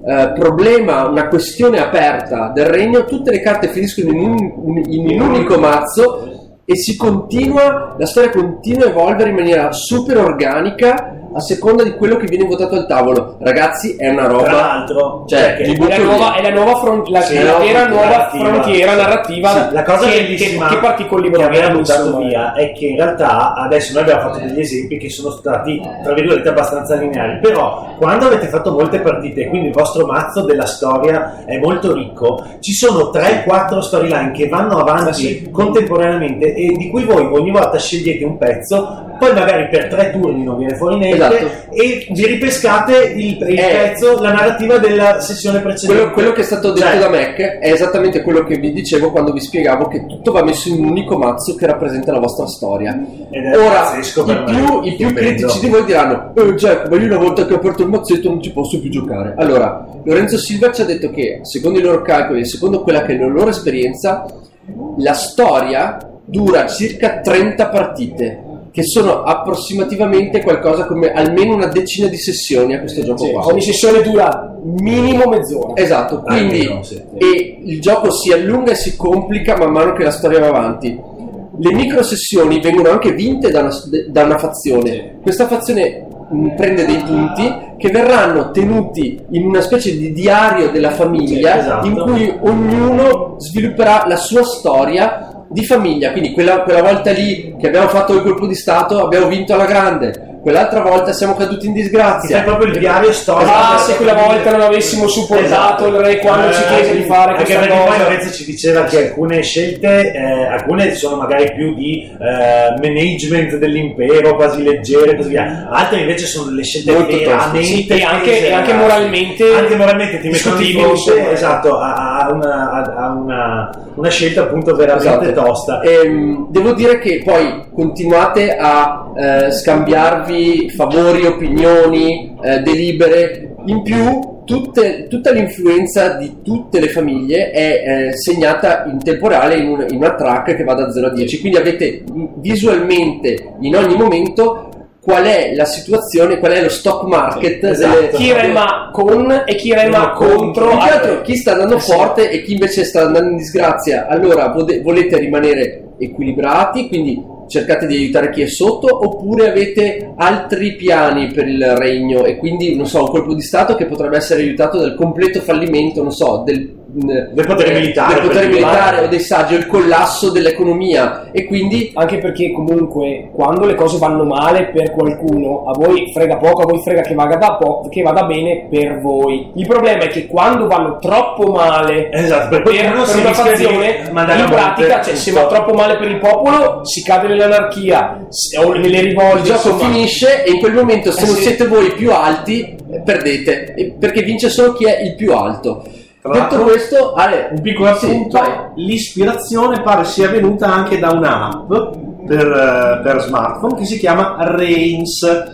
S1: eh, problema, una questione aperta del regno, tutte le carte finiscono in un, in un unico mazzo e si continua, la storia continua a evolvere in maniera super organica a seconda di quello che viene votato al tavolo. Ragazzi, è una roba,
S3: tra l'altro,
S1: cioè,
S3: perché
S1: vi
S2: È la nuova, è la nuova, front, la,
S3: Sì,
S2: la
S3: no,
S2: vera nuova
S3: narrativa.
S2: frontiera narrativa
S3: Sì, la cosa
S2: che,
S3: bellissima
S2: che, che partì col libro
S3: che aveva
S2: bianco,
S3: buttato
S2: insomma.
S3: via è che in realtà adesso noi abbiamo fatto degli esempi che sono stati tra virgolette abbastanza lineari, però quando avete fatto molte partite e quindi il vostro mazzo della storia è molto ricco, ci sono tre quattro storyline che vanno avanti
S2: sì.
S3: contemporaneamente e di cui voi ogni volta scegliete un pezzo, poi magari per tre turni non viene fuori niente,
S1: Esatto.
S3: e vi ripescate il, il
S1: Eh.
S3: pezzo, la narrativa della sessione precedente.
S1: Quello, quello che è stato detto
S3: Cioè,
S1: da Mac è esattamente quello che vi dicevo quando vi spiegavo che tutto va messo in un unico mazzo che rappresenta la vostra storia.
S3: Ed è
S1: Ora,
S3: pazzesco per
S1: i
S3: me,
S1: più, i più
S3: stupendo.
S1: critici di voi diranno eh Jack, ma io una volta che ho aperto il mazzetto non ci posso più giocare. Allora, Lorenzo Silva ci ha detto che secondo i loro calcoli e secondo quella che è la loro esperienza, la storia dura circa trenta partite, che sono approssimativamente qualcosa come almeno una decina di sessioni a questo gioco
S2: Sì,
S1: qua.
S2: ogni sessione dura minimo mezz'ora.
S1: Esatto, quindi
S3: Almeno, sì.
S1: e il gioco si allunga e si complica man mano che la storia va avanti. Le micro sessioni vengono anche vinte da una, da una fazione. Questa fazione mh, prende dei punti che verranno tenuti in una specie di diario della famiglia,
S3: Sì, esatto.
S1: in cui ognuno svilupperà la sua storia di famiglia. Quindi quella, quella volta lì che abbiamo fatto il colpo di stato abbiamo vinto alla grande, quell'altra volta siamo caduti in
S3: È
S1: disgrazia.
S3: proprio il diario storico.
S2: Ah, se quella volta non avessimo supportato
S3: Esatto.
S2: il re quando ci chiese di fare
S3: anche
S2: questa
S3: perché poi
S2: cosa.
S3: Lorenzo ci diceva che alcune scelte eh, alcune sono magari più di eh, management dell'impero, quasi leggere e così via, altre invece sono delle scelte
S1: Molto toste.
S3: veramente
S2: Sì, e anche,
S3: tese,
S2: e anche
S3: eh,
S2: moralmente
S3: anche moralmente ti mettono di
S2: discutibili,
S3: fronte,
S2: insomma.
S3: esatto, a, a una, a, a una, una scelta appunto veramente
S1: Esatto.
S3: tosta.
S1: Ehm, devo dire che poi continuate a eh, scambiarvi favori, opinioni, eh, delibere. In più, tutte- tutta l'influenza di tutte le famiglie è eh, segnata in tempo reale in, un- in una track che va da zero a dieci. Quindi avete visualmente in ogni momento qual è la situazione, qual è lo stock market.
S3: Esatto.
S1: delle-
S2: chi rema con e chi rema contro.
S1: Più che altro chi sta andando
S2: Eh sì.
S1: forte e chi invece sta andando in disgrazia. Allora vode- volete rimanere equilibrati, quindi cercate di aiutare chi è sotto, oppure avete altri piani per il regno e quindi non so, un colpo di stato che potrebbe essere aiutato dal completo fallimento, non so, del,
S3: Del potere militare,
S1: del potere
S3: per dire.
S1: militare o dei saggi, o il collasso dell'economia, e quindi
S2: Anche perché comunque quando le cose vanno male per qualcuno, a voi frega poco, a voi frega che vada, da po- che vada bene per voi. Il problema è che quando vanno troppo male
S3: Esatto, per
S2: per,
S3: qualcuno
S2: per
S3: si
S2: una
S3: rischia di
S2: fazione,
S3: mandare
S2: in
S3: a
S2: pratica,
S3: monte
S2: cioè, se
S3: tutto.
S2: va troppo male per il popolo si cade nell'anarchia se- o nelle rivolte.
S1: il gioco
S2: insomma.
S1: finisce e in quel momento se
S2: Eh
S1: non
S2: sì.
S1: siete voi più alti eh, perdete, e- perché vince solo chi è il più alto.
S4: Tra
S1: Detto
S4: l'altro,
S1: questo, Ale,
S4: un piccolo
S1: sì,
S4: appunto,
S1: vai.
S4: l'ispirazione pare sia venuta anche da un'app per, eh, per smartphone che si chiama Reigns.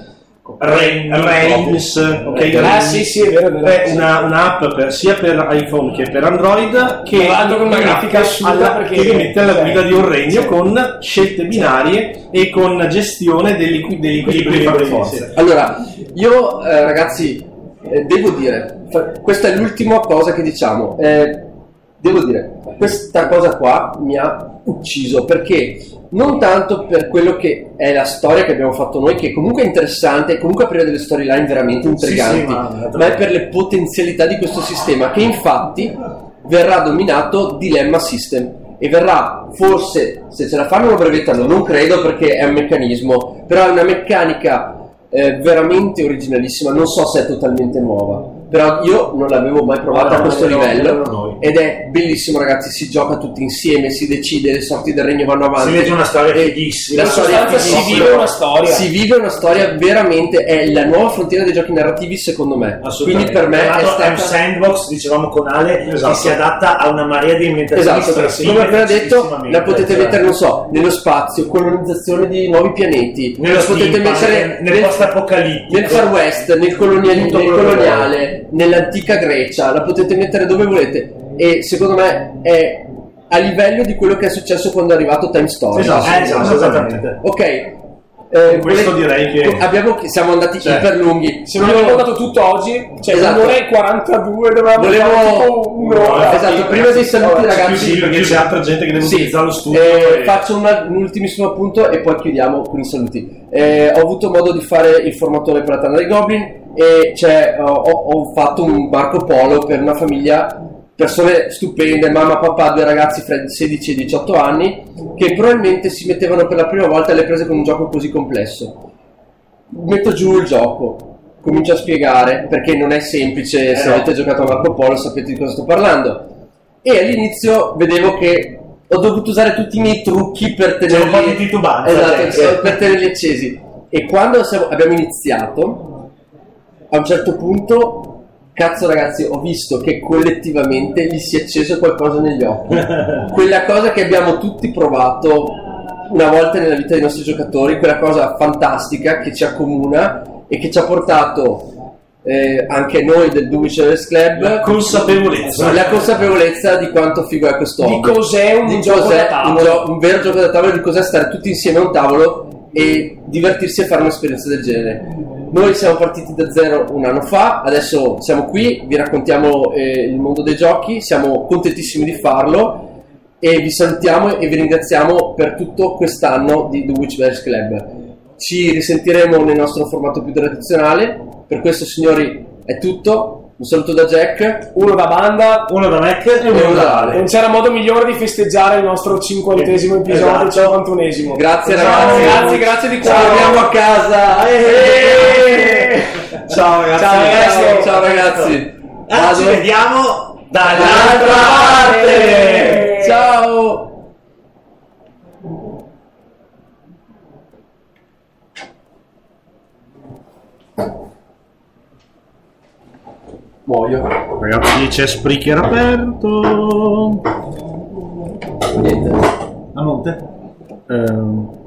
S4: Re- Reigns, ok?
S2: Ah
S4: Reigns.
S2: sì sì, è vero, è vero.
S4: È una, un'app per, sia per iPhone che per Android che
S2: Tra l'altro con una grafica assurda,
S4: alla-
S2: perché-
S4: che vi mette alla
S2: cioè,
S4: guida di un regno
S2: sì.
S4: con scelte binarie e con gestione degli, equi- degli equilibri fra le forze.
S1: Allora, io eh, ragazzi, eh, devo dire, fa- questa è l'ultima cosa che diciamo. Eh, devo dire, questa cosa qua mi ha ucciso, perché non tanto per quello che è la storia che abbiamo fatto noi, che comunque è interessante, comunque aprire delle storyline veramente intriganti,
S3: Sì, sì, ma-
S1: ma è per le potenzialità di questo sistema, che infatti verrà dominato Dilemma System. E verrà, forse, se ce la fanno lo brevettano, non credo perché è un meccanismo, però è una meccanica eh, veramente originalissima, non so se è totalmente nuova, però io non l'avevo mai provata
S3: No,
S1: a questo
S3: no, no,
S1: livello
S3: no, no, no.
S1: ed è bellissimo, ragazzi. Si gioca tutti insieme, si decide, le sorti del regno vanno avanti,
S3: Si legge una storia
S1: E
S3: fighissima.
S1: la
S2: In
S1: storia
S2: sostanza si
S1: fighissima.
S2: vive una storia.
S1: Si vive una storia veramente, è la nuova frontiera dei giochi narrativi secondo me, quindi per me
S3: Tra
S1: è
S3: l'altro è un
S1: stata
S3: sandbox, dicevamo con Ale,
S4: Esatto.
S3: che si adatta a una marea di ambientazioni
S1: esatto,
S3: ispirative
S1: come ho appena detto,
S3: facilmente,
S1: la potete
S3: cioè,
S1: mettere, non so, nello spazio, colonizzazione di nuovi pianeti,
S3: nello
S1: la potete
S3: steampunk,
S1: mettere
S3: nel post apocalittico,
S1: nel Far West, nel, coloniali-
S3: Tutto
S1: nel
S3: quello che
S1: coloniale, nell'antica Grecia, la potete mettere dove volete, e secondo me è a livello di quello che è successo quando è arrivato Time Stories.
S3: Esatto, eh, esatto, esattamente.
S1: Ok, Eh,
S4: questo
S1: vole-
S4: direi che
S1: abbiamo, siamo andati
S4: cioè,
S1: iper lunghi.
S2: Se non abbiamo dato tutto oggi, cioè
S1: Esatto.
S2: un'ora e quarantadue dovevamo
S1: Volevo-
S2: fare tipo un'ora.
S1: Esatto, prima dei saluti,
S2: Vabbè,
S1: ragazzi.
S4: sì, perché c'è altra gente che deve
S1: Sì,
S4: utilizzare lo studio.
S1: eh,
S4: e-
S1: Faccio una- un ultimissimo appunto e poi chiudiamo con i saluti. Eh, ho avuto modo di fare il formatore per la Tana dei Goblin e c'è, ho, ho fatto un Marco Polo per una famiglia, persone stupende, mamma, papà, due ragazzi fra i sedici e i diciotto anni, che probabilmente si mettevano per la prima volta alle prese con un gioco così complesso. Metto giù il gioco, comincio a spiegare perché non è semplice. Se
S3: no.
S1: avete giocato a Marco Polo sapete di cosa sto parlando. E all'inizio vedevo che ho dovuto usare tutti i miei trucchi per
S4: C'è un po' di
S1: tenerli,
S4: titubanza.
S1: esatto,
S4: cioè,
S1: so- per tenerli accesi. E quando siamo- abbiamo iniziato, a un certo punto, cazzo ragazzi, ho visto che collettivamente gli si è acceso qualcosa negli occhi. Quella cosa che abbiamo tutti provato una volta nella vita dei nostri giocatori, quella cosa fantastica che ci accomuna e che ci ha portato eh, anche noi del Duvicers Club
S4: La consapevolezza.
S1: la consapevolezza di quanto figo è questo
S2: Di
S1: hobby.
S2: cos'è un
S1: Di
S2: gioco
S1: cos'è
S2: da tavolo.
S1: un, gio- un vero gioco da tavolo, di cos'è stare tutti insieme a un tavolo e divertirsi a fare un'esperienza del genere. Noi siamo partiti da zero un anno fa, adesso siamo qui, vi raccontiamo eh, il mondo dei giochi, siamo contentissimi di farlo e vi salutiamo e vi ringraziamo per tutto quest'anno di The Witchbears Club. Ci risentiremo nel nostro formato più tradizionale. Per questo, signori, è tutto. Un saluto da Jack,
S2: Uno da banda.
S3: Uno da Mac e
S1: uno
S3: uno
S1: da
S3: da
S1: Ale.
S2: Non c'era modo migliore di festeggiare il nostro cinquantesimo episodio,
S3: Esatto.
S2: cinquantunesimo.
S1: grazie
S2: Ciao,
S1: ragazzi,
S2: ragazzi, grazie di
S1: ci
S2: cuore.
S1: vediamo a casa.
S2: Eh!
S3: Ciao ragazzi.
S2: Ciao, ragazzi.
S1: ciao, ciao ragazzi.
S3: Ah, ci
S1: Vado.
S3: vediamo
S1: Dall'altra parte. Ciao. Muoio.
S4: Ragazzi, c'è Spreaker aperto.
S1: Niente.
S3: a monte.
S4: Ehm,